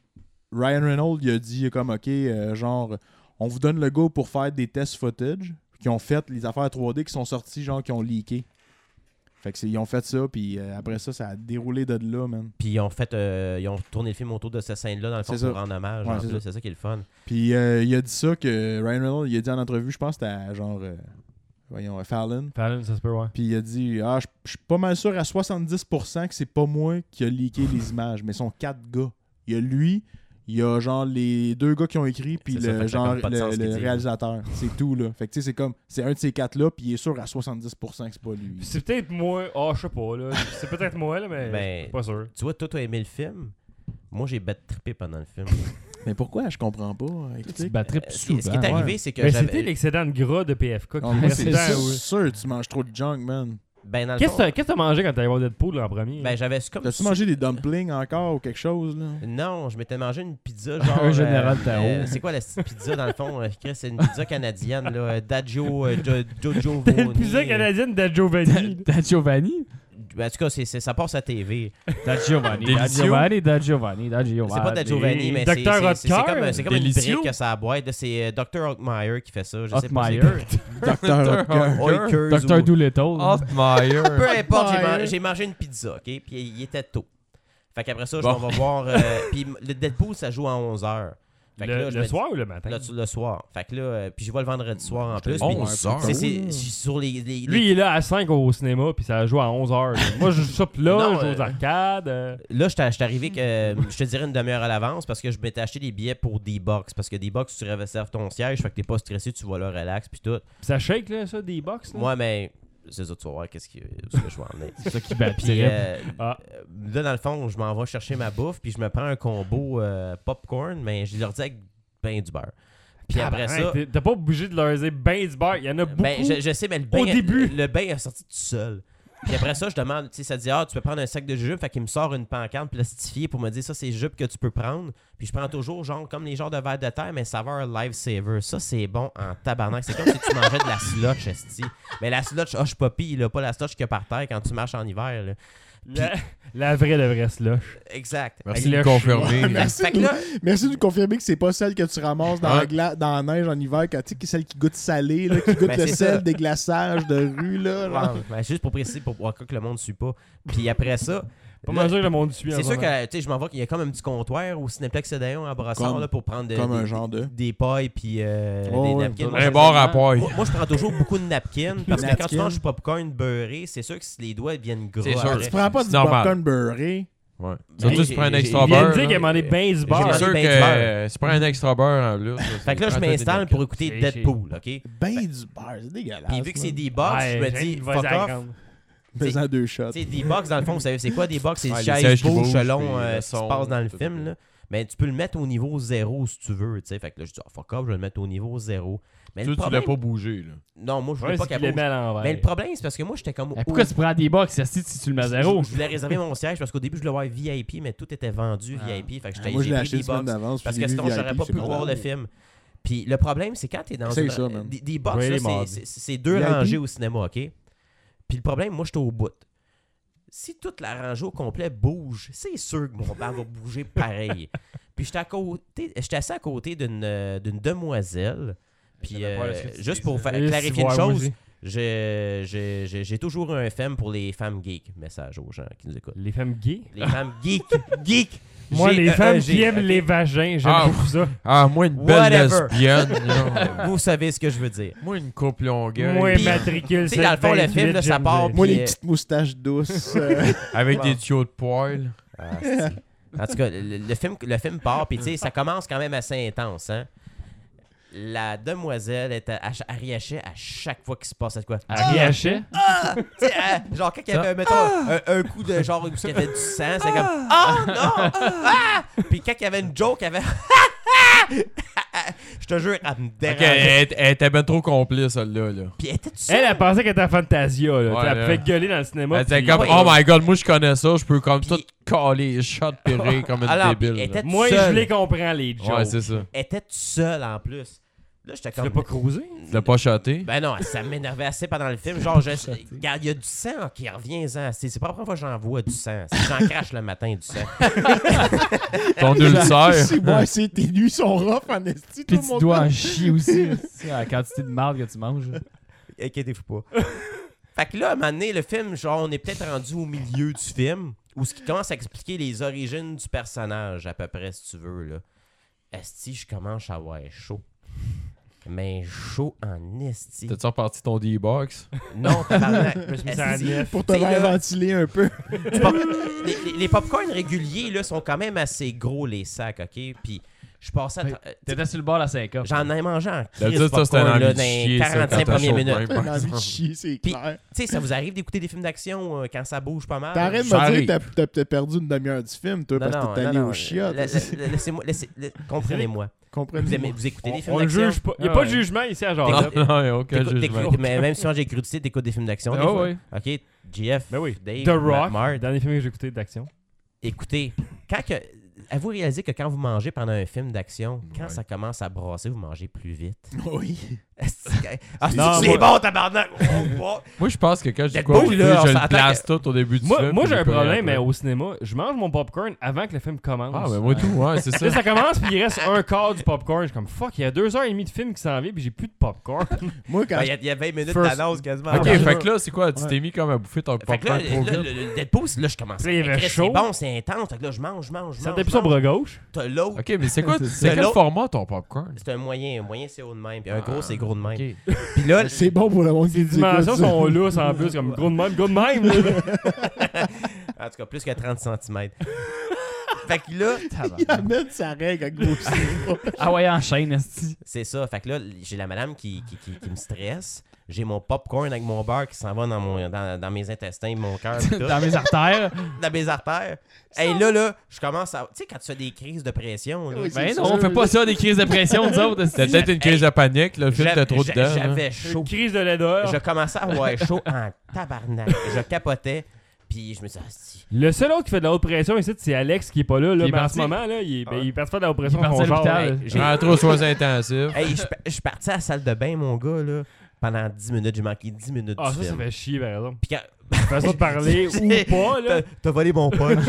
Ryan Reynolds, il a dit comme, OK, euh, genre, on vous donne le go pour faire des tests footage, qui ont fait les affaires trois D qui sont sorties, genre, qui ont leaké. Fait que c'est- ils ont fait ça, puis euh, après ça, ça a déroulé de là, man. Puis ils ont fait, euh, ils ont tourné le film autour de cette scène-là, dans le fond, C'est pour ça. rendre hommage. Ouais, en c'est plus. ça. C'est ça qui est le fun. Puis euh, il a dit ça que Ryan Reynolds, il a dit en entrevue, je pense que c'était à, genre, euh, voyons, à Fallon. Fallon, ça se peut, ouais. Puis il a dit, ah, je je suis pas mal sûr à soixante-dix pour cent que c'est pas moi qui a leaké les images, mais sont quatre gars. Il y a lui, il y a genre les deux gars qui ont écrit, puis C'est ça, fait le, que ça a genre, comme pas de le, sens ce le qu'il dit. réalisateur. C'est tout, là. Fait que tu sais, c'est comme, c'est un de ces quatre-là, puis il est sûr à soixante-dix pour cent que c'est pas lui. C'est peut-être moi. Ah, je sais pas, là. C'est peut-être moi, là, mais. Ben, je suis pas sûr. Tu vois, toi, tu as aimé le film. Moi, j'ai bête trippé pendant le film. Mais pourquoi? Je comprends pas. Tu Explique. battrais Euh, ce, qui, ce qui est ouais. arrivé, c'est que Mais c'était j'avais. l'excédent de gras de P F K qui Ah, moi, restait c'est dedans, sûr, ouais. sûr, tu manges trop de junk, man. Ben, dans le Qu'est-ce fond, que t'as- qu'est-ce que t'as mangé quand t'allais voir Deadpool en premier? ben, j'avais comme. T'as-tu mangé des dumplings encore ou quelque chose, là? Non, je m'étais mangé une pizza genre. Un général euh, Tao. euh, c'est quoi la petite pizza dans le fond? euh, Chris, c'est une pizza canadienne, là. euh, Daggio, euh, Jo- Jojo T'as une Voni. pizza canadienne de Giovanni. Da Giovanni? Ben, en tout cas, c'est, c'est- ça passe à T V. Da Giovanni, Da Délicieux. Giovanni, Da Giovanni, Da Giovanni. C'est pas Da Giovanni, mais c'est, Docteur c'est, c'est, c'est Oetker? comme, c'est comme une Délicieux. brique que ça boîte. là. C'est euh, docteur Oetmeyer qui fait ça. Je sais pas Ottmeyer. c'est Docteur Docteur Oetkers Docteur ou- Doolittle. Ottmeyer. Peu importe, j'ai, Oetmeyer. man- j'ai mangé une pizza, OK? Puis il était tôt. Fait qu'après ça, je Bon. m'en vais voir. euh, puis le Deadpool, ça joue à onze heures. Fait que Le, là, je le me soir ou le matin? dis- le, le soir. Fait que là, euh, puis je vois le vendredi soir en plus. puis onze heures. c'est, c'est, c'est sur les. les- les- Lui, il est là à cinq au cinéma, puis ça joue à onze heures. Moi, je chope là, Non, je joue euh, aux arcades. euh. Là, je t'ai arrivé que euh, je te dirais une demi-heure à l'avance parce que je m'étais acheté des billets pour D-Box. Parce que D-Box, tu réserves ton siège, fait que t'es pas stressé, tu vas là, relax, puis tout. Puis ça shake, là, ça, des box. Là? Moi, mais c'est ça, tu vas voir qu'est-ce que, où est-ce que je vais en venir. C'est ça qui Puis bâtirait. euh, Ah. euh, là, dans le fond, je m'en vais chercher ma bouffe, puis je me prends un combo euh, popcorn, mais je leur dis avec ben du beurre. Puis après Tabarnak, ça, t'es- T'as pas obligé de leur dire ben du beurre. Il y en a beaucoup. ben, je, je sais, mais le bain, Au début. le bain est sorti tout seul. Puis après ça, je demande, tu sais, ça dit, ah, tu peux prendre un sac de jujubes, fait qu'il me sort une pancarte plastifiée pour me dire, ça, c'est jujubes que tu peux prendre. Puis je prends toujours, genre, comme les genres de verres de terre, mais saveur Lifesaver. Ça, c'est bon en tabarnak. C'est comme si tu mangeais de la slush, esti. Mais la slush Hush Poppy, là, pas la slush qu'il y a par terre quand tu marches en hiver, là. La, la vraie de vraie slush. Exact. Merci Fait de le me confirmer. Merci, Fait que là- merci de nous confirmer que c'est pas celle que tu ramasses dans, Ouais. la, gla- dans la neige en hiver, quand, tu sais, celle qui goûte salé, là, qui goûte Ben, le c'est sel ça. des glaçages de rue. Là, que- genre. Ouais, ben, juste pour préciser, pour voir que le monde ne suit pas. Puis après ça, Pas là, mal sûr que le monde suit. en c'est ce sûr moment. que, tu sais, je m'en vais qu'il y a comme un petit comptoir au Cineplex Odéon à Brossard, Comme- là, pour prendre de- comme un des, genre de- des pailles puis euh, Oh, des ouais, napkins. un Moi, Un je- bar à paille. Moi, moi, je prends toujours beaucoup de napkins parce que quand tu Napkins. manges du popcorn beurré, c'est sûr que si les doigts viennent gras. C'est sûr. après. Tu prends pas C'est du normal. popcorn beurré. Ouais. Ben, Surtout si j'ai- tu prends un j'ai- extra Il vient de beurre. dire qu'il a là. demandé ben du J'ai beurre. C'est demandé sûr ben que du beurre. euh, si tu prends un extra beurre en plus. là, Fait que là, je prends-toi m'installe des pour écouter C'est Deadpool, OK? Ben du beurre, c'est dégueulasse. Puis vu que c'est man. des box, je me Ouais, dis, vas-y, fuck à off. grande. Faisant deux shots. Tu sais, des box, dans le fond, vous savez, c'est quoi des box? C'est Ouais, des les chaises sièges qui bougent bougent, selon puis euh, le ce qui se son, passe dans le tout, film. tout. Là. Mais tu peux le mettre au niveau zéro si tu veux. Tu sais. Fait que là, je dis, oh, fuck off, je vais le mettre au niveau zéro. Mais Toi, le tu problème... l'as pas bougé. Là. Non, moi, je voulais Ouais, pas c'est qu'elle qu'il les bouge. met à l'envers. Mais le problème, c'est parce que moi, j'étais comme. Eh, pourquoi oh, tu prends des box si tu le mets à zéro? Je, je voulais réserver mon siège parce qu'au début, je voulais voir V I P, mais tout était vendu Ah. V I P. Fait que Ah, j'étais moi, je j'ai l'ai pris acheté des une semaine box. d'avance. Parce puis que j'ai sinon, vu j'aurais V I P, pas c'est pu pas voir grave. le film. Puis le problème, c'est quand t'es dans Essaye une... ça, man. des, des box, Oui, là, mardi. c'est- c'est c'est deux V I P. rangées au cinéma, OK? Puis le problème, moi, j'étais au bout. Si toute la rangée au complet bouge, c'est sûr que mon banc va bouger pareil. Puis j'étais à côté, j'étais assis à côté d'une euh, d'une demoiselle. Puis savais pas euh, ce que tu juste pour disais. fa- Et clarifier si une voir, moi chose, aussi. j'ai- j'ai j'ai- j'ai toujours un femme pour les femmes geeks. Message aux gens qui nous écoutent. Les femmes gays? Les femmes geeks. Geeks. Moi, les femmes qui G E E G, aiment ok? les vagins, j'aime Ah, beaucoup ça. Ah, moi, une belle Whatever. lesbienne. là. Vous savez ce que je veux dire. Moi, une coupe longueuil. Moi, Puis- matricule Tu sais, dans le fond, le sept film, là, vingt-huit, ça j'aime part, bien. Moi, Puis, les euh, petites moustaches douces. euh, Avec Bon. des tuyaux de poil. Ah, c'est- en tout cas, le, le film, le film part, puis tu sais, ça commence quand même assez intense, hein. La demoiselle était à, à riachait à chaque fois qu'il se passait de quoi. À Riachet? Tu sais, euh, genre, quand il y avait, mettons, un, un coup de genre où il y avait du sang, c'est comme « Ah, non! Ah! » Puis quand il y avait une joke, il y avait je te jure, elle me Ok, dérangeait. elle, elle était bien trop complice, celle-là. Là. Puis elle était toute seule. Elle, elle pensait qu'elle était à Fantasia. Là. Ouais, elle là. pouvait gueuler dans le cinéma. Elle était puis- comme, Ouais. oh my god, moi je connais ça, je peux comme Puis- tout caler les shots pis rire comme une Alors, puis débile. elle là. était Moi, seule. je les comprends, les jokes. Ouais, c'est ça. Elle était toute seule en plus. Là, j'étais Tu comme. l'as pas cruisé? Tu l'as pas shoté? Ben non, ça m'énervait assez pendant le film. Genre, je... regarde, il y a du sang qui revient-en. C'est c'est pas la première fois que j'en vois du sang. C'est- J'en crache le matin du sang. Ton ulcère. C'est moi, c'est tes nuits sont rough en esti. Puis toi, mon tu dois gars. en chier aussi. là, tu sais, la quantité de marde que tu manges. Inquiétez-vous pas. Fait que là, à un moment donné, le film, genre, on est peut-être rendu au milieu du film où ce qui commence à expliquer les origines du personnage, à peu près, si tu veux, là. Esti, je commence à avoir chaud. Mais chaud en esti. T'as-tu reparti ton D-Box? Non, tabarnak. Je me suis mis ça à Esti. neuf. Pour te T'sais, faire là- ventiler un peu. Du pop- les, les, les popcorn réguliers là, sont quand même assez gros, les sacs, OK? Puis je passais à... Ouais. euh, T'étais sur le bord de la cinq A. J'en ai mangé en crise D'habitude, ça, c'était un popcorn, là, envie de dans chier, les ça, quand quarante-cinq t'as premières chaud de minutes. même. T'as envie de chier, c'est Puis- clair. Tu sais, ça vous arrive d'écouter des films d'action euh, quand ça bouge pas mal? T'arrêtes de ça me dire arrive. que t'as- t'as peut-être perdu une demi-heure du film, toi, Non, parce non, que t'es non, allé non, au chiottes. la- la- la- Laissez-moi... laissez- Comprenez-moi. Vous Comprenez. aimez, vous écoutez des films On le d'action? juge pas. Il n'y a Ah pas de ouais. jugement ici à Non, genre. T'écoutes- non, y a aucun T'écoutes- jugement. t'écoutes- mais même si j'ai crudité, t'écoutes des films d'action. des Ah fois. ouais. OK, G F, Ben oui. Dave, The Rock, Mark. dernier film que j'ai écouté d'action. Écoutez, quand que... Avez-vous réalisé que quand vous mangez pendant un film d'action, quand Ouais. ça commence à brasser, vous mangez plus vite? Oui. Ah, Non, c'est moi- bon, tabarnak! Oh, oh. Moi, je pense que quand je dis Deadpool, quoi, oui, là, on je le s'entend place que- tout au début du Moi, film. moi puis j'ai un plus rien problème, mais après. au cinéma, je mange mon popcorn avant que le film commence. Ah, ben moi tout, ouais, c'est ça. Là, ça commence, puis il reste un quart du popcorn. Je suis comme, fuck, il y a deux heures et demie de film qui s'en vient, puis j'ai plus de popcorn. Moi, quand Ben, Il y, a- il y a vingt minutes First- d'annonce quasiment. Ok, Ouais. fait que là, c'est quoi? Tu Ouais. t'es mis comme à bouffer ton Fait que là, popcorn trop le, vite? le, le Deadpool, là, je commence Là, il à avait écrire, chaud. c'est bon, c'est intense. Fait que là, je mange, je mange, je Ça mange. t'es plus je au mange. bras gauche. T'as l'autre. Ok, mais c'est quoi? C'est C'est quel l'autre. format ton popcorn? C'est un moyen. Un moyen, c'est haut de même. Puis un Ah, gros, c'est gros de même. Ok. Puis là, c'est bon pour le monde qui Les dit dimensions écoute ça. sont lousses en plus, comme gros de même, gros de même. là. en tout cas, plus que trente centimètres. Fait que là, Il amène sa règle avec gros cinéma. Ah ouais, enchaîne, esti. c'est ça. Fait que là, j'ai la madame qui, qui, qui, qui me stresse. J'ai mon popcorn avec mon beurre qui s'en va dans, mon, dans, dans mes intestins, mon cœur, pis tout, Dans mes artères. dans mes artères. Et là, là, je commence à... Tu sais, quand tu fais des crises de pression, là, Oui, Ben c'est non, sûr. on fait pas ça, des crises de pression, nous autres. C'était peut-être une crise de panique, là, le film j'avais- était trop j'a- dedans. là. J'avais Une chaud. crise de laideur. Je commençais à avoir chaud en tabarnak. Je capotais. Puis je me disais, ah, si. Le seul autre qui fait de la haute pression ici, c'est Alex qui est pas là. là Il est mais en parti. ce moment, là, il est, ben, Ouais. il est parti faire de la haute pression Il est dans son parti à genre. l'hôpital. Hey, j'ai- Rentré aux soins intensifs. Hey, je je suis parti à la salle de bain, mon gars, là. Pendant dix minutes, j'ai manqué dix minutes Ah, du ça, ça film. fait chier, par exemple. Puis quand... Façon de parler ou pas, là. T'as- T'as volé mon punch.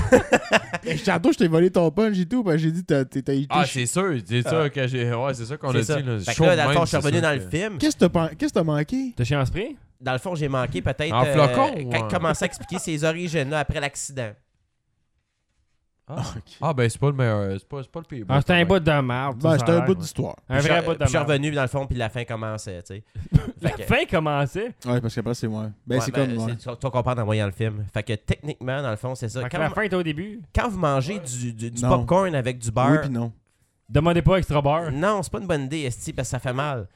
Et Tantôt, je t'ai volé ton punch et tout, parce que j'ai dit t'as t'as t'as été. Ah, c'est sûr, c'est ça que j'ai. Ouais, c'est ça qu'on a C'est ça. dit. Là. Fait que Chaud là, de dans le même, fond, je suis c'est revenu sûr dans le que- film. Qu'est-ce que t'as pan- qu'est-ce que t'as manqué? T'as chié en spray? Dans le fond, j'ai manqué peut-être... En flocon, Quand ouais. il commençait à expliquer ses origines là, après l'accident. Ah, ah ben c'est pas le meilleur. C'est pas, c'est pas le pire. Ah, c'était un bout. bout de merde. Ben, ça, c'était ça a un l'air, bout ouais. d'histoire. Un Puis vrai je- bout de puis je suis merde. revenu dans le fond, puis la fin commençait, tu sais. La Fait que- fin commençait. Ouais, parce qu'après, c'est moi. Ben, Ouais, c'est ben, comme. ouais. c'est- Tu vas comprendre en voyant le film. Fait que techniquement, dans le fond, c'est ça. Fait que Quand, la vous- fin était au début. quand vous mangez du, du, du Non. popcorn avec du Oui, beurre, puis non. Demandez pas extra beurre. non, c'est pas une bonne idée, esti, parce que ça fait mal.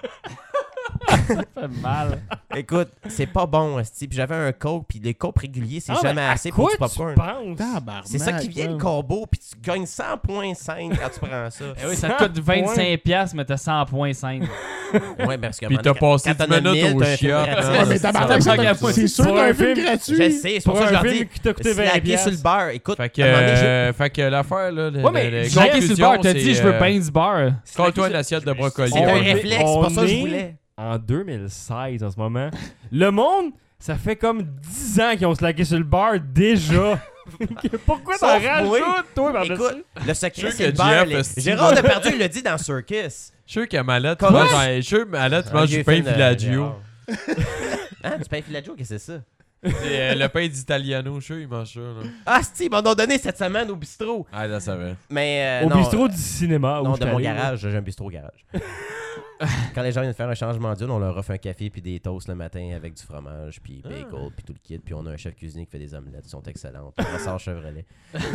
Ça fait mal. Écoute, c'est pas bon, esti. Puis j'avais un coke, puis les copes réguliers, c'est Ah, jamais mais à assez pour quoi du popcorn. tu penses? Tabarnak. C'est ça qui vient le man. combo, puis tu gagnes cent virgule cinq quand tu prends ça. Eh oui, ça te coûte vingt-cinq piastres, mais t'as cent virgule cinq. Ouais, parce que Puis t'as passé quand dix t'en as minutes mille, au t'as un film chiottes, gratuit. hein. Ouais, mais tabarnak, Ça, c'est- ça, c'est sûr pour d'un un film film- gratuit. Je sais, c'est pour Pour ça que je un leur film dis. qui t'a coûté vingt Slacker sur le piastres. beurre. Écoute, Fait que, à un moment donné, j'ai- euh, fait que l'affaire, là. le- Ouais, mais le- le- Jackie sur le conclusion, beurre, t'as dit, c'est, je veux euh, pain du beurre. Colle-toi une assiette de brocoli. c'est un On est- réflexe, c'est pour ça que je on est- voulais. En deux mille seize, en ce moment, le monde, ça fait comme dix ans qu'ils ont slacké sur le bar déjà. Pourquoi t'en Sauf rajoutes, moi. toi, par-dessus? Écoute, le secret, Sûr c'est le que beurre. Jeff, les- esti, Gérard là. Depardieu, il l'a dit dans Circus. Je suis sûr qu'à Malette, tu Comment? manges un- je suis sûr que Malette, tu manges du pain Filaggio. Hein, du pain Filaggio, qu'est-ce que c'est ça? C'est, euh, le pain d'Italiano, je suis sûr, il mange ça. Là. Ah, si, ils m'en ont donné cette semaine au bistrot. Ah, là, ça va. Mais. euh, Au non, bistrot euh, du cinéma. où Non, je de suis mon allé, là. garage, j'ai un bistrot au garage. Quand les gens viennent faire un changement d'huile, on leur offre un café puis des toasts le matin avec du fromage, puis bagel, puis tout le kit. Puis on a un chef cuisinier qui fait des omelettes, qui sont excellentes. On sort Chevrolet.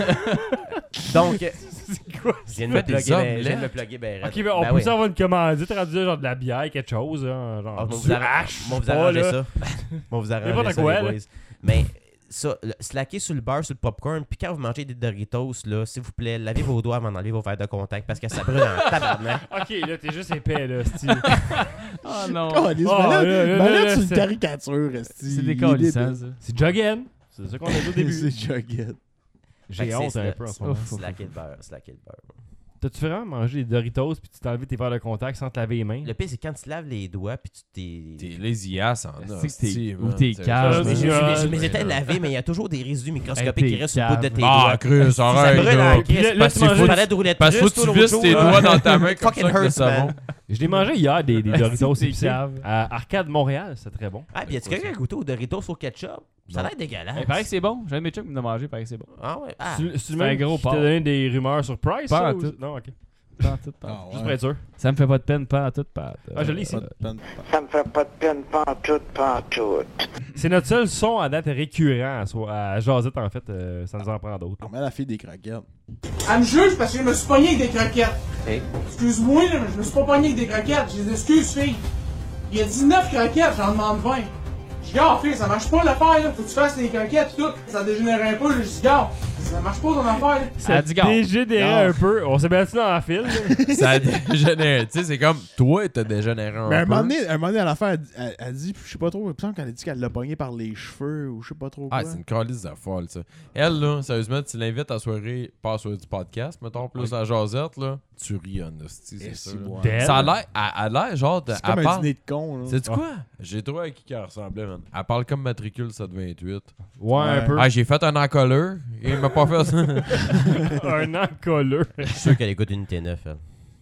Donc, euh, C'est quoi je viens de Fait me des plugger ben- je omelettes? viens de me plugger ben raide. Ok, mais on Ben peut oui. s'en avoir une commandite rendue là, genre de la bière, quelque chose. Hein, genre Ah, bon, du vous arra- hache, bon, vous pas, arrangez là. ça. Bon, vous arrangez N'importe ça, quoi, les là. boys. Mais ça, le- slacker sur le beurre, sur le popcorn, puis quand vous mangez des Doritos, là, s'il vous plaît, lavez vos doigts avant d'enlever vos verres de contact parce que ça brûle en tabarnak. Ok, là, t'es juste épais, là, style. Oh non. Oh, les Oh, là, là, là, Malade, là, c'est une c'est- caricature, esti. C'est Il est décalissant, débile. ça. C'est Jughead. C'est ça qu'on a dit au début. C'est Jughead. J'ai Fait que honte c'est un sla- peu en ce c'est- moment. Slacker le beurre, slacker le beurre. T'as-tu vraiment mangé des Doritos puis tu t'es enlevé tes verres de contact sans te laver les mains? Le pire, c'est quand tu te laves les doigts, puis tu t'es. T'es lazy ass en C'est a. que t'es- esti, ou man. t'es C'est- cave. ça, Je me- je- c'est- je- je- c'est- je les étais c'est- lavés, mais il y a toujours des résidus microscopiques Hey, qui t'es restent sur le bout de cave. tes Ah, doigts. Chris, Ça arrête, brûle en là. crise. Puis là, là, Parce tu que mangeais- tu parlais de roulette Parce que russe, faut que toi, tu l'autre visses tes jour, là. doigts dans ta main comme Fucking ça avec le hurts, savon. man. Je l'ai mangé hier, des, des Doritos C'est épicés. cave. À Arcade Montréal, c'était très bon. Ah, puis y a-tu quelqu'un qui a goûté aux Doritos au ketchup? Ça a l'air dégueulasse. Il paraît que c'est bon. J'ai un de mes chums qui me l'a mangé, il paraît que c'est bon. Ah ouais. Ah. C'est c'est le même un gros qui t'a porc. donné des rumeurs sur Price? Pas ça, en ou- tout. Non, ok. Pas en tout, pas en Ah, tout. Juste ouais. pour être sûr. Ça me fait pas de peine, pas en tout, pas. Ah, je l'ai ici. Pas de peine. Ça me fait pas de peine, pas en tout, pas en tout. C'est notre seul son à date récurrent à, so- à Jazette, en fait. euh, ça nous en prend d'autres. Mais la fille des croquettes. Elle me juge parce que je me suis pogné avec des croquettes. Ok. Excuse-moi, là, mais je me suis pas pogné avec des croquettes. J'ai dit, excuse, fille. Il y a dix-neuf croquettes, j'en demande vingt. Je dis, gars, fille, ça marche pas l'affaire, là. Faut que tu fasses les croquettes, tout. Ça dégénère un peu, là. Je dis, gars, ça marche pas ton affaire, là. Ça Elle dit gars. dégénérait Non. un peu. On s'est battu dans la file. là. Ça a dégénéré. Tu sais, c'est comme toi, t'as dégénéré un Mais à un peu. moment donné, à un moment donné, à la fin, elle, elle, elle dit, je sais pas trop, il me semble qu'elle a dit qu'elle l'a pogné par les cheveux ou je sais pas trop quoi. Ah, c'est une calice de folle, ça. Elle, là, sérieusement, tu l'invites à soirée, pas à soirée du podcast, mettons, plus à Josette, là, tu ris en hostie, Eh, c'est si, ça. là. moi. D'elle. Ça a l'air, elle elle a l'air genre de. C'est elle comme un parle- dîner de con, là. Sais-tu quoi? J'ai trouvé à qui qu'elle ressemblait, man. Elle parle comme matricule sept vingt-huit. Ouais, un Ouais. peu. Ah, j'ai fait un encolleur et il m'a pas fait ça. Un encolleur. Je suis sûr qu'elle écoute une T neuf, elle.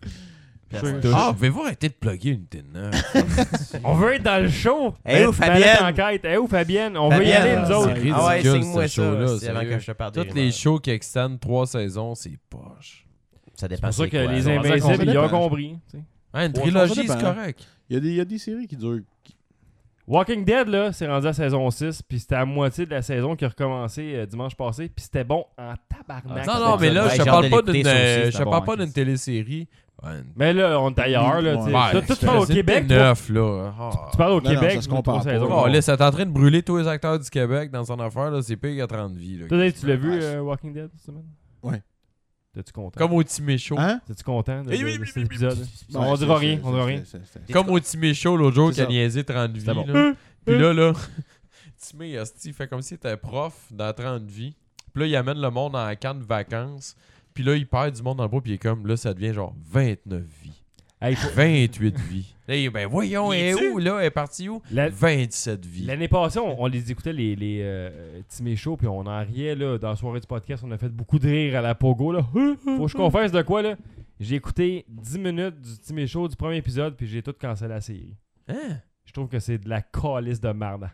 Ah, pouvez-vous arrêter de plugger une T neuf? On veut être dans le show. Eh, où, Mallette Fabienne? Enquête. Eh, où Fabienne? On veut y aller, nous c'est autres. ridicule, Ah ouais, ce signe-moi show-là, ça. C'est avant sérieux. que je te parle des Tous les rumeurs. shows qui extendent trois saisons, c'est poche. Ça dépend C'est pour ça c'est que quoi. les Ça va Invincibles, ça ils ont dépend. compris. tu sais. Hein, une Ouais, trilogie, ça c'est dépend. correct. Il y, a des, il y a des séries qui durent. Walking Dead, là, c'est rendu à saison six, puis c'était à moitié de la saison qui a recommencé euh, dimanche passé, puis c'était bon en tabarnak. Non, non, mais là, Ouais, je te j'ai parle hâte pas de d'une l'écouter, ça aussi, euh, je c'est te bon, parle pas hein, d'une télésérie. Ouais. Mais là, on est ailleurs, là. tu sais. Ouais. Toi, toi, tu parles au c'est Québec, toi. neuf, là. Ah. Tu parles au Non, non, Québec, ça se pour compare trois pas. saisons. Oh, là, c'est en train de brûler tous les acteurs du Québec dans son affaire, là. C'est pire qu'à trente vies, là. Toi, Dave, tu l'as vu, euh, Walking Dead, cette semaine? Ouais. T'es-tu content? Comme au Timé Show. Hein? T'es-tu content de, Eh de- oui, de oui, cet oui, épisode? Ouais, on c'est- dira c'est- rien, on dira c'est- rien. c'est- c'est- Comme au Timé Show l'autre jour C'est qui a ça. niaisé trente vies, C'était bon. là. Puis là, là, Timé, asti, il fait comme s'il était prof dans trente vies. Puis là, il amène le monde en camp de vacances. Puis là, il perd du monde dans le bois. Puis il est comme, là, ça devient genre vingt-neuf vies. Hey, faut- vingt-huit vies. Là, il est, ben voyons, Il elle est est-tu? où, là? Elle est partie où? La- vingt-sept vies. L'année passée, on, on les écoutait, les, les euh, Timé Show, puis on en riait, là. Dans la soirée du podcast, on a fait beaucoup de rire à la pogo, là. Faut que je confesse de quoi, là. J'ai écouté dix minutes du Timé Show du premier épisode, puis j'ai tout cancellé la série. Hein? Je trouve que c'est de la calice de merde. Cette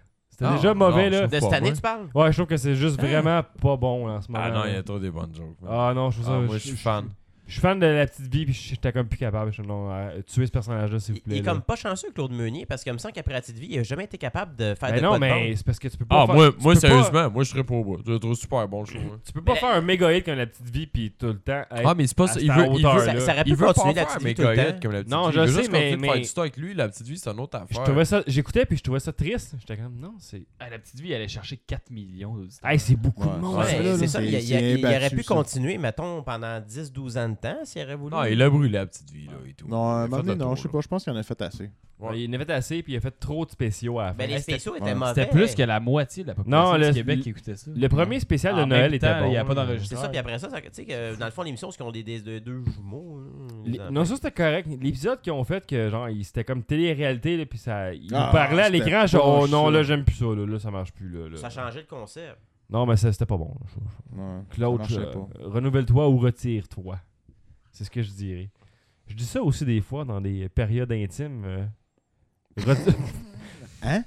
C'était Ah, déjà mauvais, non, là. je De trouve cette pas, année, moi. tu parles? Ouais, je trouve que c'est juste vraiment pas bon là, en ce moment. Ah non, il y a trop des bonnes jokes. man. Ah non, je trouve ça. Ah, moi, je suis fan. Je suis fan de La Petite Vie, puis j'étais comme plus capable. Je suis non, euh, tuer ce personnage-là, s'il vous Il, plaît. il est là. comme pas chanceux, Claude Meunier, parce qu'il me semble qu'après la petite vie, il a jamais été capable de faire Ben de non, quoi de mais bon. c'est parce que tu peux pas Ah, faire... moi, tu moi peux pas- sérieusement, moi, je serais pas au bout. Je le trouve super bon, le show. hein. Tu peux pas Mais- faire un méga hit comme La Petite Vie, puis tout le temps. être Ah, mais c'est pas à ça. cette Il veut, il hauteur, veut, là. Ça, ça aurait pu il veut continuer pas la faire petite vie tout le méga temps. hit comme la petite Non, vie. je il veut sais, juste mais- continuer de faire mais- du stock avec lui. La petite vie, c'est une autre Je affaire. trouvais ça... J'écoutais, puis je trouvais ça triste. J'étais comme, non, c'est... Ah, la petite vie, elle allait chercher quatre millions d'auditeurs. Hey, c'est beaucoup Ouais, de monde. Ouais, ça, là, c'est là, ça. c'est- Il, il- c'est il- il aurait imbattu, pu ça. continuer, mettons, pendant dix douze ans de temps, s'il aurait voulu. Non, il a brûlé la petite vie, là, et tout. Non, à un Il a moment fait donné, le non, tour, je sais là. pas. Je pense qu'il en a fait assez. Ouais. Il en avait assez, puis il a fait trop de spéciaux à la fin. Ben, les C'était- spéciaux étaient ouais. mauvais. C'était plus que la moitié de la population Non, du le- Québec le- qui écoutait ça. Le premier spécial de En Noël même était temps, bon. il y a pas C'est d'enregistreur. ça, puis après ça, ça- tu sais que dans le fond, l'émission, c'est qu'ils ont des, des, des- deux jumeaux. hein, Les- ils en- Non, ça c'était correct. L'épisode qu'ils ont fait, que genre, il- c'était comme télé-réalité, là, puis ça, il Ah, nous parlait à c'était l'écran, genre, oh poche, non, ça. là, j'aime plus ça, là, là, ça marche plus, là. là. Ça changeait le concept. Non, mais ça, c'était pas bon. Ouais, Claude, ça marchait euh, pas. renouvelle-toi ou retire-toi. C'est ce que je dirais. Je dis ça aussi des fois dans des périodes intimes. euh, re- Hein?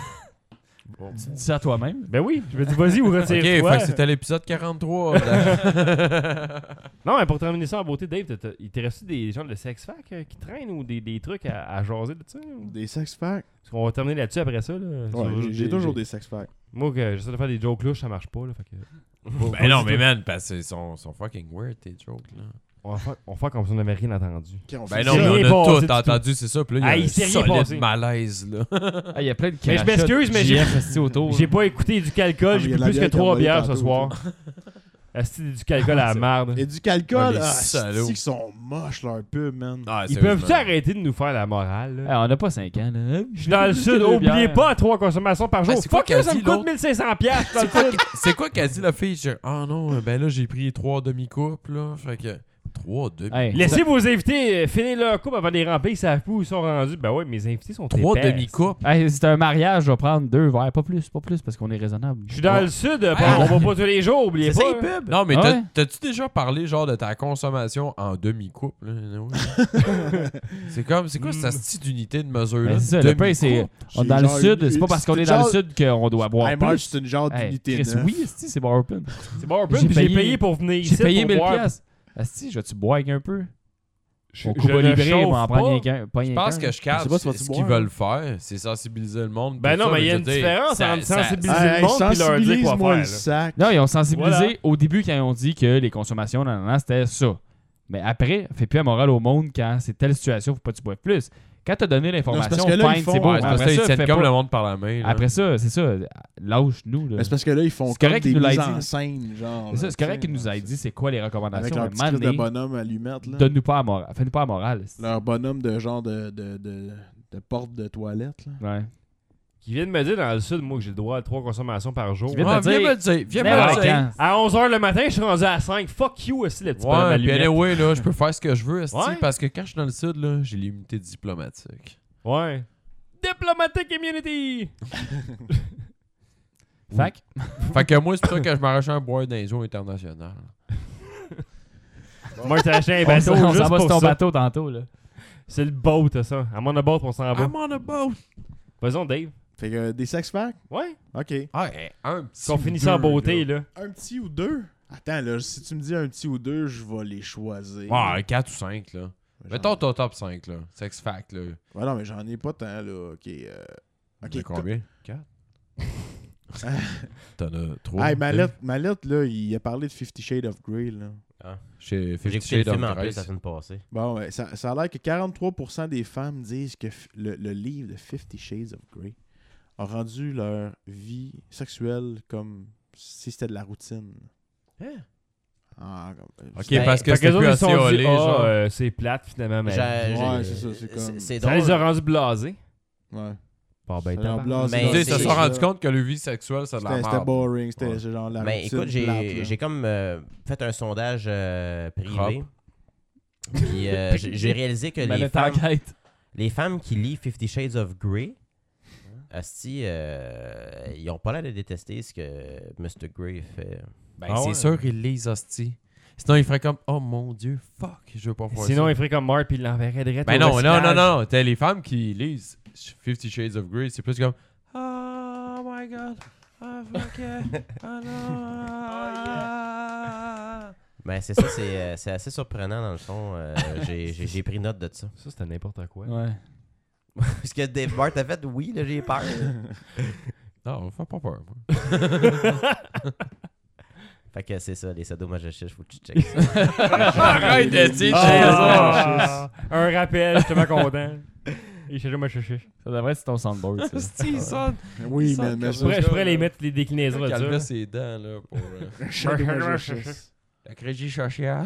Tu dis ça à toi-même. ben oui, je me dis vas-y ou Ok, retire-toi. fait que c'était l'épisode quarante-trois. là. Non, mais pour terminer ça en beauté, Dave, t'as- t'as- il te reste des gens de sex fac euh, qui traînent ou des, des trucs à, à jaser de ça? ou- Des sex facts? Parce qu'on va terminer là-dessus après ça. Là, Ouais, Sur- j'ai- j'ai toujours des sex facts. Moi, que j'essaie de faire des jokes louches, ça marche pas. Là, fait que... Ben non, mais man, parce qu'ils sont, sont fucking weird, tes jokes, là. On va faire, on va faire comme si on n'avait rien entendu. Ok, on Ben fait non, s'est mais rien on a passé tout du tout. entendu, c'est ça. Puis là, Ah, il y il a s'est un rien solide passé. malaise, là. Ah, il y a plein de Mais je crachats m'excuse, de mais J j'ai- F restés autour. J'ai pas écouté du calcul, Ah, j'ai il y a bu la plus que bière trois carbonée bières ce tantôt, soir. Asti du calcul à la merde. Et du calcul, Ah, les ah, salauds. c'est qu'ils sont moches, leur pub, man. Ah, Ils peuvent-tu arrêter de nous faire la morale? Là? Ah, on n'a pas cinq ans. Là. Je suis dans le sud, oubliez pas à trois consommations par jour. Ah, c'est quoi Fuck you, qu'elle ça me dit, coûte l'autre? mille cinq cents piastres. je suis C'est dans le quoi, sud. qu'- c'est quoi qu'a dit la fille? Je- Ah non, ben là, j'ai pris trois demi-coupes, là. Fait que. Trois demi Hey, Laissez vos invités euh, finir leur coupe avant de les ramper, ils savent pas où ils sont rendus. Ben ouais, mes invités sont Trois épaisses. demi-coupes. Hey, c'est un mariage, je vais prendre deux verres, pas plus, pas plus, parce qu'on est raisonnable. Je suis dans le sud, euh, on va pas tous les jours, oubliez C'est pas. ça, les hein. pubs. Non, mais Ah t'as- ouais? t'as-tu déjà parlé, genre, de ta consommation en demi-coupe, là? Ouais. C'est comme, c'est quoi cette style d'unité de mesure, là? Ben, c'est ça, le pain, c'est. Demi-coupe? On est dans le genre sud, une- c'est pas parce qu'on est c'est dans le genre- sud qu'on doit boire Hey, plus. Marge, c'est une genre Hey, d'unité Chris, neuf. oui, esti, c'est bar open. C'est bon, puis J'ai j'ai payé- payé pour venir ici. J'ai payé pour mille boire. piastres. Esti, je vais-tu boire avec un peu? Je, Au je Cuba ne Libre, chauffe on en prend pas. rien qu'un. pas Je rien pense qu'un. que je capte sais pas si tu vas-tu ce qu'ils boire. veulent faire, c'est sensibiliser le monde. Ben pour non, ça, mais il y a je une veux dire, différence ça- entre ça- sensibiliser Hey, le monde puis leur dire quoi sensibilise-moi faire. le là. sac. Non, ils ont sensibilisé Voilà. au début quand ils ont dit que les consommations, nan, nan, nan, c'était ça. Mais après, fais plus la morale au monde quand c'est telle situation, faut pas que tu boives plus. Quand t'as donné l'information, Non, c'est parce que là, ils fine, font- c'est beau. Ouais, c'est parce Après qu'ils ça, tiennent fais comme pas- le monde par la main. là. Après ça, c'est ça. Lâche-nous. là. Mais c'est parce que là, ils font C'est comme correct des qu'il nous mises l'a en dit. scène, genre. C'est ça, là, c'est correct tu qu'ils nous sais, aient dit c'est quoi les Avec recommandations. leur mais petit crise de donné, bonhomme allumette, là. donne-nous pas la morale. Fais-nous pas la morale. c'est- Leur bonhomme de genre de, de, de, de porte de toilette, là. Ouais. Qui vient de me dire dans le sud, moi, que j'ai le droit à trois consommations par jour. Qui vient de Ouais, te viens dire- me le dire. Viens N'importe me le dire. quand. À onze heures le matin, je suis rendu à cinq. Fuck you aussi, le petit bonhomme Ouais, puis allumette. anyway, là, je peux faire ce que je veux, esti, Ouais. parce que quand je suis dans le sud, là, j'ai l'immunité diplomatique. Ouais. Diplomatic immunity! Fac. Fait que moi, c'est pour ça que je m'arrache un boire dans les eaux internationales. Moi, t'as acheté un On bateau s'en on juste s'en va pour sur ton ça. bateau tantôt. là. C'est le boat, ça. À mon boat, on s'en va. I'm on a boat. Vas-y, Dave. Fait que euh, des sex facts? Ouais. OK. Ah, hey, un petit. Qu'on ou finisse en deux, beauté, là. Un petit ou deux? Attends, là, si tu me dis un petit ou deux, je vais les choisir. Ouais, un quatre ou cinq, là. J'en- Mettons ton top cinq, là. Sex fact, là. Ouais, non, mais j'en ai pas tant, là. OK. Euh... T'en OK. as combien? quatre. T'en as trois. Hey, Mallette, Mallette, là, il a parlé de Fifty Shades of Grey, là. Ah. Chez J'ai Fifty écouté le Shades film of en plus Grace. la semaine passée. Bon, ouais, ça, ça a l'air que quarante-trois pour cent des femmes disent que f- le, le livre de Fifty Shades of Grey a rendu leur vie sexuelle comme si c'était de la routine. Ah, comme- Ok, Ben, parce que Fait c'était qu'eux plus autres, ils se assez sont dit, olé, ah, genre. euh, c'est plate, finalement. Mais J'ai- Ouais, j'ai- c'est ça, c'est comme- C'est ça drôle. les a rendus blasés. Ouais. Bon, ben, Ça leur tabarnak. blase, Mais Tu sais, ils se c'est- sont rendus compte que le vie sexuelle, c'est de la C'était c'était merde. boring, c'était Ouais. genre la Mais routine écoute, j'ai plate, là. j'ai comme euh, fait un sondage euh, privé. Propre. Puis euh, j'ai j'ai réalisé que Ben, les le femmes, t'enquête. les femmes qui lisent Fifty Shades of Grey, asti, euh, ils ont pas l'air de détester ce que mister Grey fait. Ben, Ah c'est ouais. sûr, ils lisent, hostie. Sinon, ils feraient comme, oh mon dieu, fuck, je veux pas faire Sinon, ça. il ferait comme Mark puis il l'enverrait direct Ben au non, non, non, recyclage. non. T'as les femmes qui lisent Fifty Shades of Grey, c'est plus comme, oh my my god. Ah, fuck it. Ah, non. Ben, c'est ça, c'est, euh, c'est assez surprenant dans le fond. Euh, j'ai, j'ai, j'ai pris note de ça. Ça, c'était n'importe quoi. Ouais. Parce que Dave Bart a fait, oui, là, j'ai peur. Non, fais pas peur. Moi. Fait que c'est ça, les sadomasochistes, faut que tu checkes ça. Arrête de dire Ah, un rappel, je suis tellement content. Et je sais moi, je sais. Ça devrait être ton soundboard. Ça. C'est ça. Oui, Ça, mais, mais que Je ça, pourrais, je pourrais les mettre les déclinaisons de Calmer ça. ses dents, là, pour euh, Sadomasochiste. la crédit sociale.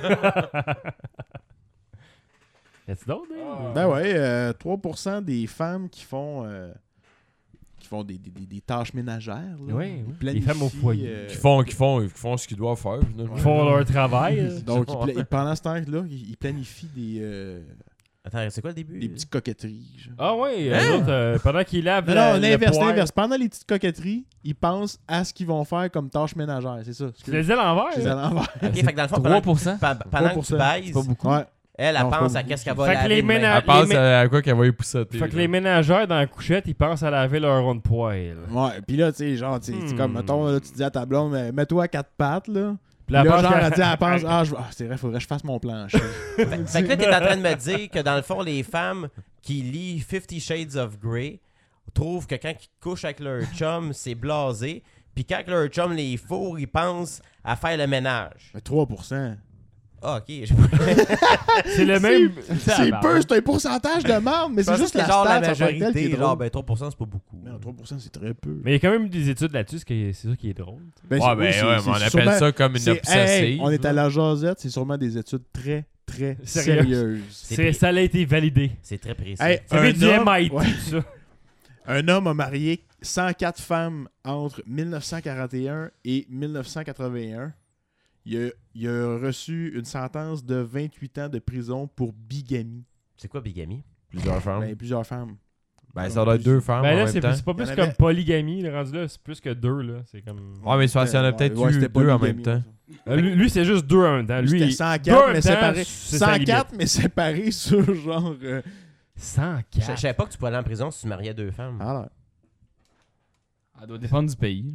Y'a-tu d'autres? hein? Ben ouais, euh, trois pour cent des femmes qui font euh, qui font des, des, des, des tâches ménagères. Là. Oui, oui. Ils planifient, Les femmes au foyer. euh, Qui font, qui font, qui font ce qu'ils doivent faire. finalement. Ils font leur travail. là. Donc, ils pla- pendant ce temps-là, ils, ils planifient des, euh, Attends, c'est quoi le début? des petites coquetteries. genre. Ah oui, eux autres, euh, pendant qu'ils lavent Non, la, non, le l'inverse, poêle- l'inverse. Pendant les petites coquetteries, ils pensent à ce qu'ils vont faire comme tâches ménagères. C'est ça. Tu les dis à l'envers? C'est à là? l'envers. Ok, fait que dans le fond, trois pendant, pour cent? pa- pendant que tu trois pour cent, baises, C'est pas beaucoup. Ouais. elle, elle Non, pense c'est à pas qu'est-ce qu'elle va Fait que laver les demain. ménages- Elle pense les mé- à quoi qu'elle va épousseter. Fait que là. les ménageurs dans la couchette, ils pensent à laver leur rond de poêle. Ouais, puis là, tu sais, genre, tu sais, c'est Hmm. comme, mettons, là, tu dis à ta blonde, mais mets-toi à quatre pattes, là. Puis Là, la genre, pense elle dit, elle pense, ah, je- ah, c'est vrai, faudrait que je fasse mon plancher. Fait, fait que là, t'es en train de me dire que dans le fond, les femmes qui lisent Fifty Shades of Grey trouvent que quand ils couchent avec leur chum, c'est blasé. Puis quand leur chum les fourre, ils pensent à faire le ménage. Mais trois pour cent. Ah, ok. j'ai pas- C'est le même. C'est peu, c'est un pourcentage de membres, mais Je c'est pensais juste que la c'était genre stat, la en tant que telle qui est majorité. drôle. Genre, ben trois pour cent, c'est pas beaucoup. Mais non, trois pour cent, c'est très peu. Mais il y a quand même des études là-dessus, c'est c'est ça qui est drôle. tu sais. Ben, Ouais, c'est- ben oui, c'est- ouais, mais c'est on appelle sûrement- ça comme une c'est- obsessive. hey, on est à là. la jasette, c'est sûrement des études très, très Sérieuses. sérieuses. C'est C'est- pris- Ça a été validé. C'est très précis. Hey, Ça vient un du homme- M I T, ouais. tout ça. Un homme a marié cent quatre femmes entre dix-neuf cent quarante et un et dix-neuf cent quatre-vingt-un. Il a, il a reçu une sentence de vingt-huit ans de prison pour bigamie. C'est quoi bigamie? Plusieurs femmes. Ben, plusieurs femmes. Ben, ça doit être deux femmes Ben en là, même c'est temps. c'est pas plus Il y en comme avait- polygamie, le rendu là, c'est plus que deux, là. C'est comme. Ouais, mais c'est parce qu'il y en a peut-être Ouais, eu c'était pas deux en même bigamie, temps. Euh, Lui, lui, c'est juste deux en même temps. Lui, Lui, c'était il- cent deux quatre, en mais même temps, séparés. c'est sa cent limite. quatre, mais séparés sur genre. euh, cent Je je quatre. savais pas que tu pouvais aller en prison si tu mariais deux femmes. Alors. Ça doit dépendre du pays.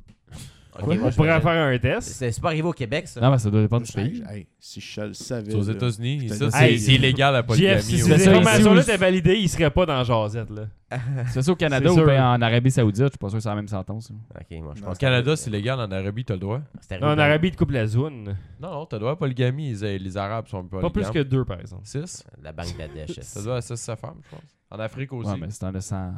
Ok, Ouais, moi, on je pourrait me- faire un test. C'est c'est pas arrivé au Québec, ça. Non, mais ça doit dépendre du Hey, pays. hey, si je le savais. C'est aux là. États-Unis. Je te Ça, dis- c'est Hey, c'est illégal la J F, polygamie. si au- ces C'est ça, informations-là ici, étaient validées, il serait pas dans Jazette, là. C'est ça au Canada C'est ou sûr. bien en Arabie Saoudite, je suis pas sûr que c'est la même sentence. là. Ok, moi, je Non, pense Au Canada, c'est légal. En Arabie, t'as le droit. c'est arrivé Non, en dans- Arabie, tu coupes la zone. Non, non, t'as le droit à polygamie. Les, les Arabes sont pas Pas plus que deux, par exemple. six. La Bangladesh. Ça doit à six sa femme, je pense. En Afrique aussi. Ouais, mais c'est en cent.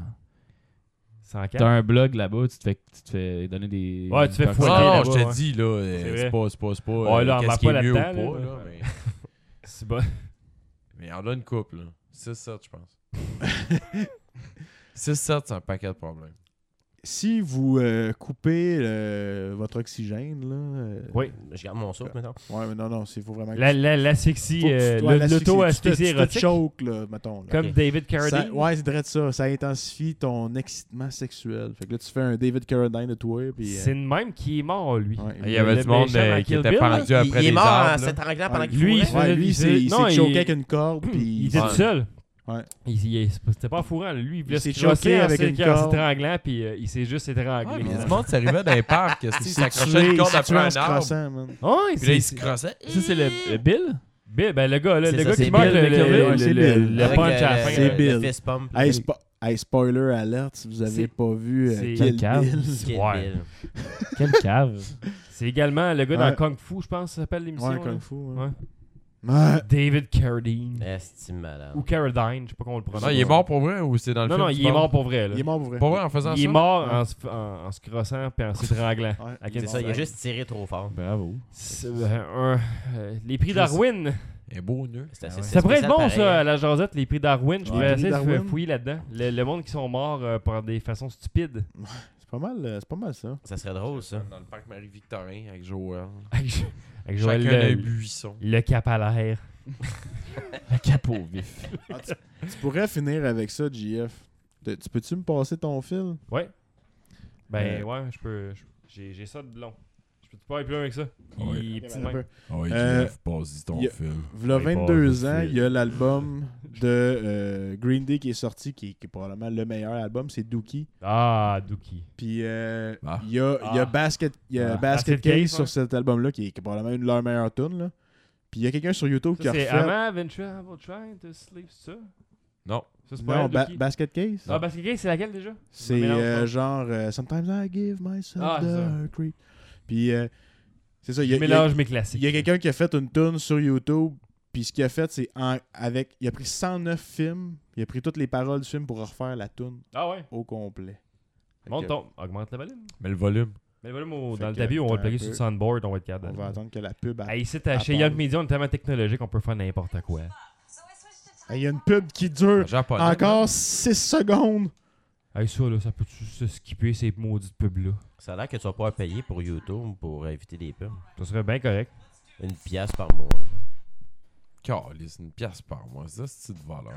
cent T'as quatre. un blog là-bas, tu te fais, tu te fais donner des. Ouais, tu te fais des fouetter non, Ouais, non, là-bas, je te ouais. dis, là, euh, C'est c'est vrai. pas, c'est pas, c'est pas Ouais, euh, là, on qu'est-ce va qui pas est mieux ou pas, là-dedans, là. là, mais... C'est bon. mais il y en a une couple, là. six sept, je pense. six sept, c'est un paquet de problèmes. Si vous euh, coupez euh, votre oxygène, là. euh, Oui. Je garde mon souffle maintenant. Ouais, mais non, non, il faut vraiment. que La, tu- la, la sexy, faut que tu- euh, ouais, le- la sexy, l'auto-asphyxie tu te- tu te érotique. choques, là, mettons. là. Comme Ok. David Ça, Carradine. ouais, c'est vrai de ça. Ça intensifie ton excitement sexuel. Fait que là, tu fais un David Carradine de toi. Puis, euh, C'est le même qui est mort, lui. ouais, Il y avait Le du monde méchant euh, dans qui Kill était Bill, là. pendu Il, après il est des mort en arbres. là. s'étranglant pendant Ouais, qu'il lui, fourrait. ouais, il lui, faisait- c'est- il non, s'est il- choqué avec une corde. Puis Il était Ouais. tout seul. Ouais. Il, il- c'était pas fourrant. Lui, il voulait Il se s'est crosser choqué en avec s'é- une en corde. s'étranglant, puis euh, il s'est juste Ouais, étranglé. mais il y a du monde qui arrivait dans les parcs, il Il s'accrochait tué- une corde il s'est après tué en un se arbre. crossant, man. Ouais, Puis là, il c'est- se crossait. Ça, c'est le, le Bill? Bill, ben le gars, là, C'est le ça, gars c'est qui meurt, Bill le, de Kill le, Bill. le, Ouais, c'est le- Bill. le Avec, punch à la euh, fin. C'est le Bill. fist pump. Hey, spo- hey, spoiler alert, si vous avez C'est- pas vu euh, c'est- Kill Quel cave. Bill. Kill Ouais. Bill. Quelle cave. C'est également le gars Ouais. dans Kung Fu, je pense, ça s'appelle l'émission. Ouais, là. Kung Fu. Ouais. Ouais. Ouais. David Carradine. Est-ce malade. Ou Carradine, je sais pas comment on le prononce. Non, il est mort pour vrai ou c'est dans le Non, film? non, tu il est parles? mort pour vrai. Là. Il est mort pour vrai. Pour vrai en faisant Il ça? est mort Ouais. en, se, en, en se crossant puis en s'étranglant. Ouais. Avec C'est une- ça, il a juste tiré trop fort. Bravo. C'est, euh, un- euh, les prix Darwin. Il est beau, nœud. C'est assez- c'est Ça pourrait être spécial bon, pareil, ça, à hein. la jasette, les prix Darwin. Je Ouais, pourrais les essayer prix de Darwin. fouiller là-dedans. Le, le monde qui sont morts euh, par des façons stupides. C'est pas mal, euh, c'est pas mal ça. Ça serait drôle, ça. Dans le parc Marie-Victorin avec Joël. Avec, avec Joël Chacun le, un buisson. le cap à l'air. Le capot vif. Ah, tu, tu pourrais finir avec ça, J F. Te- Tu peux-tu me passer ton fil? Ouais. Ben Euh. ouais, je peux. je- J'ai, j'ai ça de long. Je peux pas aller plus loin avec ça. Il Ouais. est petit de Un même. peu. Ah oui, Euh, Jeff, passe ton y a- film. V'là Ouais, vingt-deux pas ans, de il y a l'album de euh, Green Day qui est sorti, qui, qui est probablement le meilleur album, c'est Dookie. Ah, Dookie. Puis euh, il Ah. y a, il y a Ah. Basket, il y a Ah. Basket Basket Case Case, sur ouais. cet album-là, qui est, qui est probablement une de leurs meilleures tunes. Là. Puis il y a quelqu'un sur YouTube qui Ça, a c'est refait... Am I Venture Trying to Sleep, c'est ça? Non. Ça, c'est pas Non, elle, Ba- Dookie? Basket Case. Ah, Basket Case, c'est laquelle déjà? C'est Je me mélange euh, pas. genre euh, Sometimes I give myself Ah, c'est ça. the creep. Puis euh, c'est ça, il y Je a, il y a- mélange mes classiques. il y a quelqu'un qui a fait une tune sur YouTube. Puis ce qu'il a fait, c'est en- avec. Il a pris cent neuf films. Il a pris toutes les paroles du film pour refaire la tune Ah ouais? au complet. Fait Monte que ton... Augmente le volume. Mais le volume. Mais le volume au- Fait dans le que, tapis, on va le un plugger peu. sur le soundboard, on va être capable. On va attendre que la pub. Hey, ici, t'as- chez Attends. Young Media, on est tellement technologique qu'on peut faire n'importe quoi. Il y a une pub qui dure Japonais. encore six secondes. Hey, ça, là, ça peut-tu se skipper ces maudites pubs-là? Ça a l'air que tu vas pouvoir payer pour YouTube pour éviter les pubs. Ça serait bien correct. Une pièce par mois. Calisse, une pièce par mois. Ça, c'est de valeur.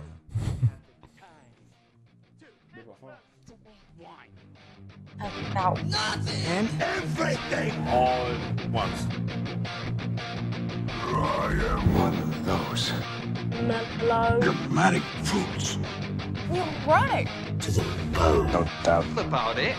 About and mellow. Dramatic fools. You're right. No doubt. About it.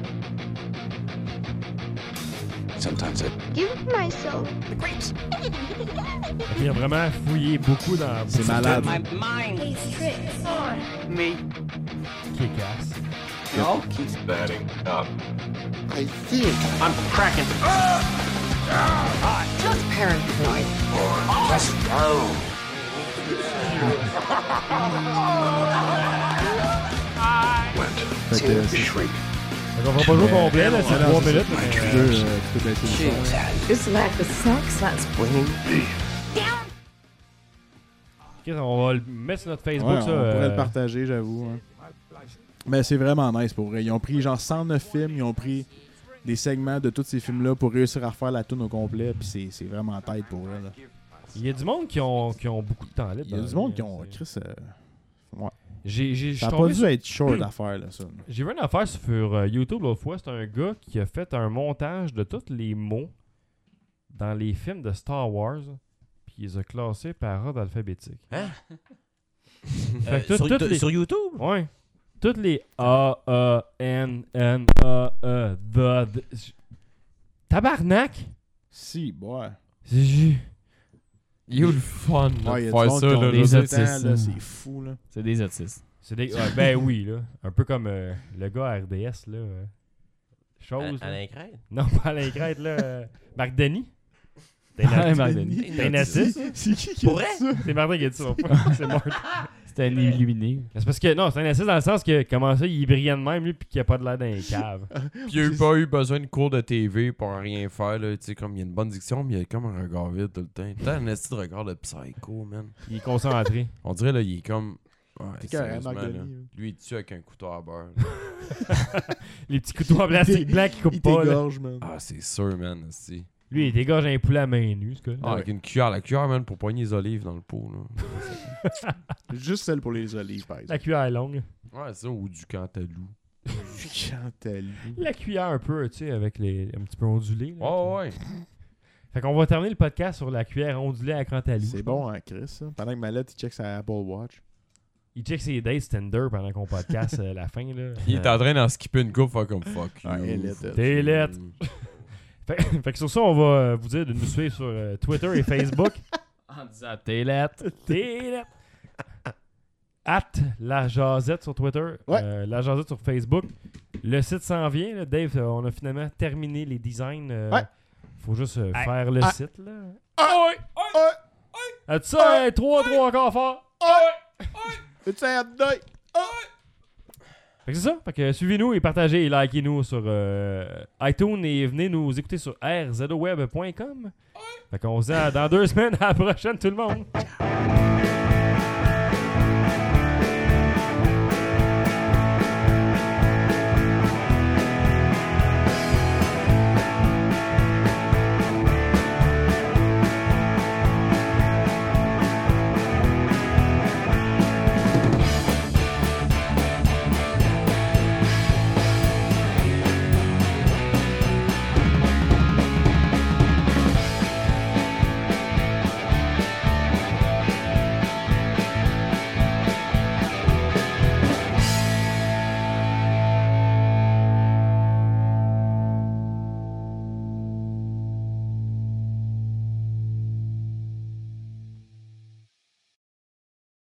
Sometimes I Give myself. Il a vraiment fouillé beaucoup dans C'est malade. My mind. These tricks. Me. Kick-Ass. No. keep batting up. I think I'm cracking. Just paranoid. Just go. Fait que c'est Shrink. Donc, on va pas jouer au complet, là, c'est non, trois c'est minutes. ça. mais, Tu euh, peux, euh, tu peux baisser le son. Jeez. It's like the sex that's bringing ok, on va le mettre sur notre Facebook, Ouais, on ça. pourrait euh, le partager, j'avoue. hein. Mais c'est vraiment nice pour vrai. Ils ont pris genre cent neuf films, ils ont pris des segments de tous ces films-là pour réussir à refaire la tune au complet. Puis c'est, c'est vraiment tête pour eux. Là. Il y a du monde qui ont, qui ont beaucoup de temps libre. Il y a dans du la monde vie, qui hein, ont. c'est- Chris, euh, J'ai, j'ai, je ça suis a pas tombé dû sur- être short à faire, là, ça. J'ai vu une affaire sur euh, YouTube l'autre fois. C'est un gars qui a fait un montage de tous les mots dans les films de Star Wars. Puis il les a classés par ordre alphabétique. Hein? Fait que tout- sur, toutes tu- les- sur YouTube? Ouais. Toutes les A, A, N, N, A, E, the, the- j- Tabarnak! Si, ouais. J'ai- Il y a eu le fun de Ouais, il y a du faire monde ça. qui ont Là, des là, des autistes, temps, là, hein. c'est fou, là. C'est des autistes. C'est des... ouais, ben oui, là. Un peu comme euh, le gars à R D S, là. euh, Chose. là. Alain Crête? Non, pas Alain Crête, là. euh, Marc Denis. T'es Ah, na- Marc Denis. T'es un autiste? C'est qui qui a Pour dit vrai? ça? C'est Martin qui a dit ça. C'est mort. C'était un illuminé. C'est parce que, non, c'est un autiste dans le sens que, comment ça, il est brillant de même, lui, puis qu'il a pas de l'air d'un cave. Puis il a eu pas eu besoin de cours de T V pour rien faire. Là. Tu sais, comme il y a une bonne diction, mais il y a comme un regard vide tout le temps. T'as un esti de regard de psycho, man. Il est concentré. On dirait, là, il est comme. Ouais, T'es carré, sérieusement, Marc là. Denis, là. Lui, il tue avec un couteau à beurre. Les petits couteaux en plastique blanc qui Il coupent pas, là. t'égorge, man. Ah, c'est sûr, man. esti. Lui, il dégage un poulet à main nue, ce gars. Ah, avec une cuillère. La cuillère, man, pour poigner les olives dans le pot. Là. Juste celle pour les olives, par La exemple. cuillère est longue. Ouais, ça, ou du cantalou. Chantal. La cuillère un peu, tu sais, avec les un petit peu ondulé. là. Oh, ouais. Fait qu'on va terminer le podcast sur la cuillère ondulée à Cantalou. C'est bon, hein, Chris, ça. Pendant que Mallette, il check sa Apple Watch. Il check ses dates Tinder pendant qu'on podcast euh, la fin, là. Il est en train d'en skipper une coupe, faire comme fuck. Ouais, you, elle est fuck T'es you. lettre. Fait, fait que sur ça, on va euh, vous dire de nous suivre sur euh, Twitter et Facebook. En disant t'es lettre. T'es lettre. At la Jazette sur Twitter. Ouais. euh, la Jazette sur Facebook. Le site s'en vient. Là. Dave, euh, on a finalement terminé les designs. euh, Ouais. Faut juste euh, Hey. faire le Ah. site. Là. Ah ouais! As-tu ça, trois, trois encore fort? It's a day! Fait que c'est ça. Fait que suivez-nous et partagez et likez-nous sur euh, iTunes et venez nous écouter sur r z o web point com. Fait qu'on se dit à- dans deux semaines. À la prochaine, tout le monde.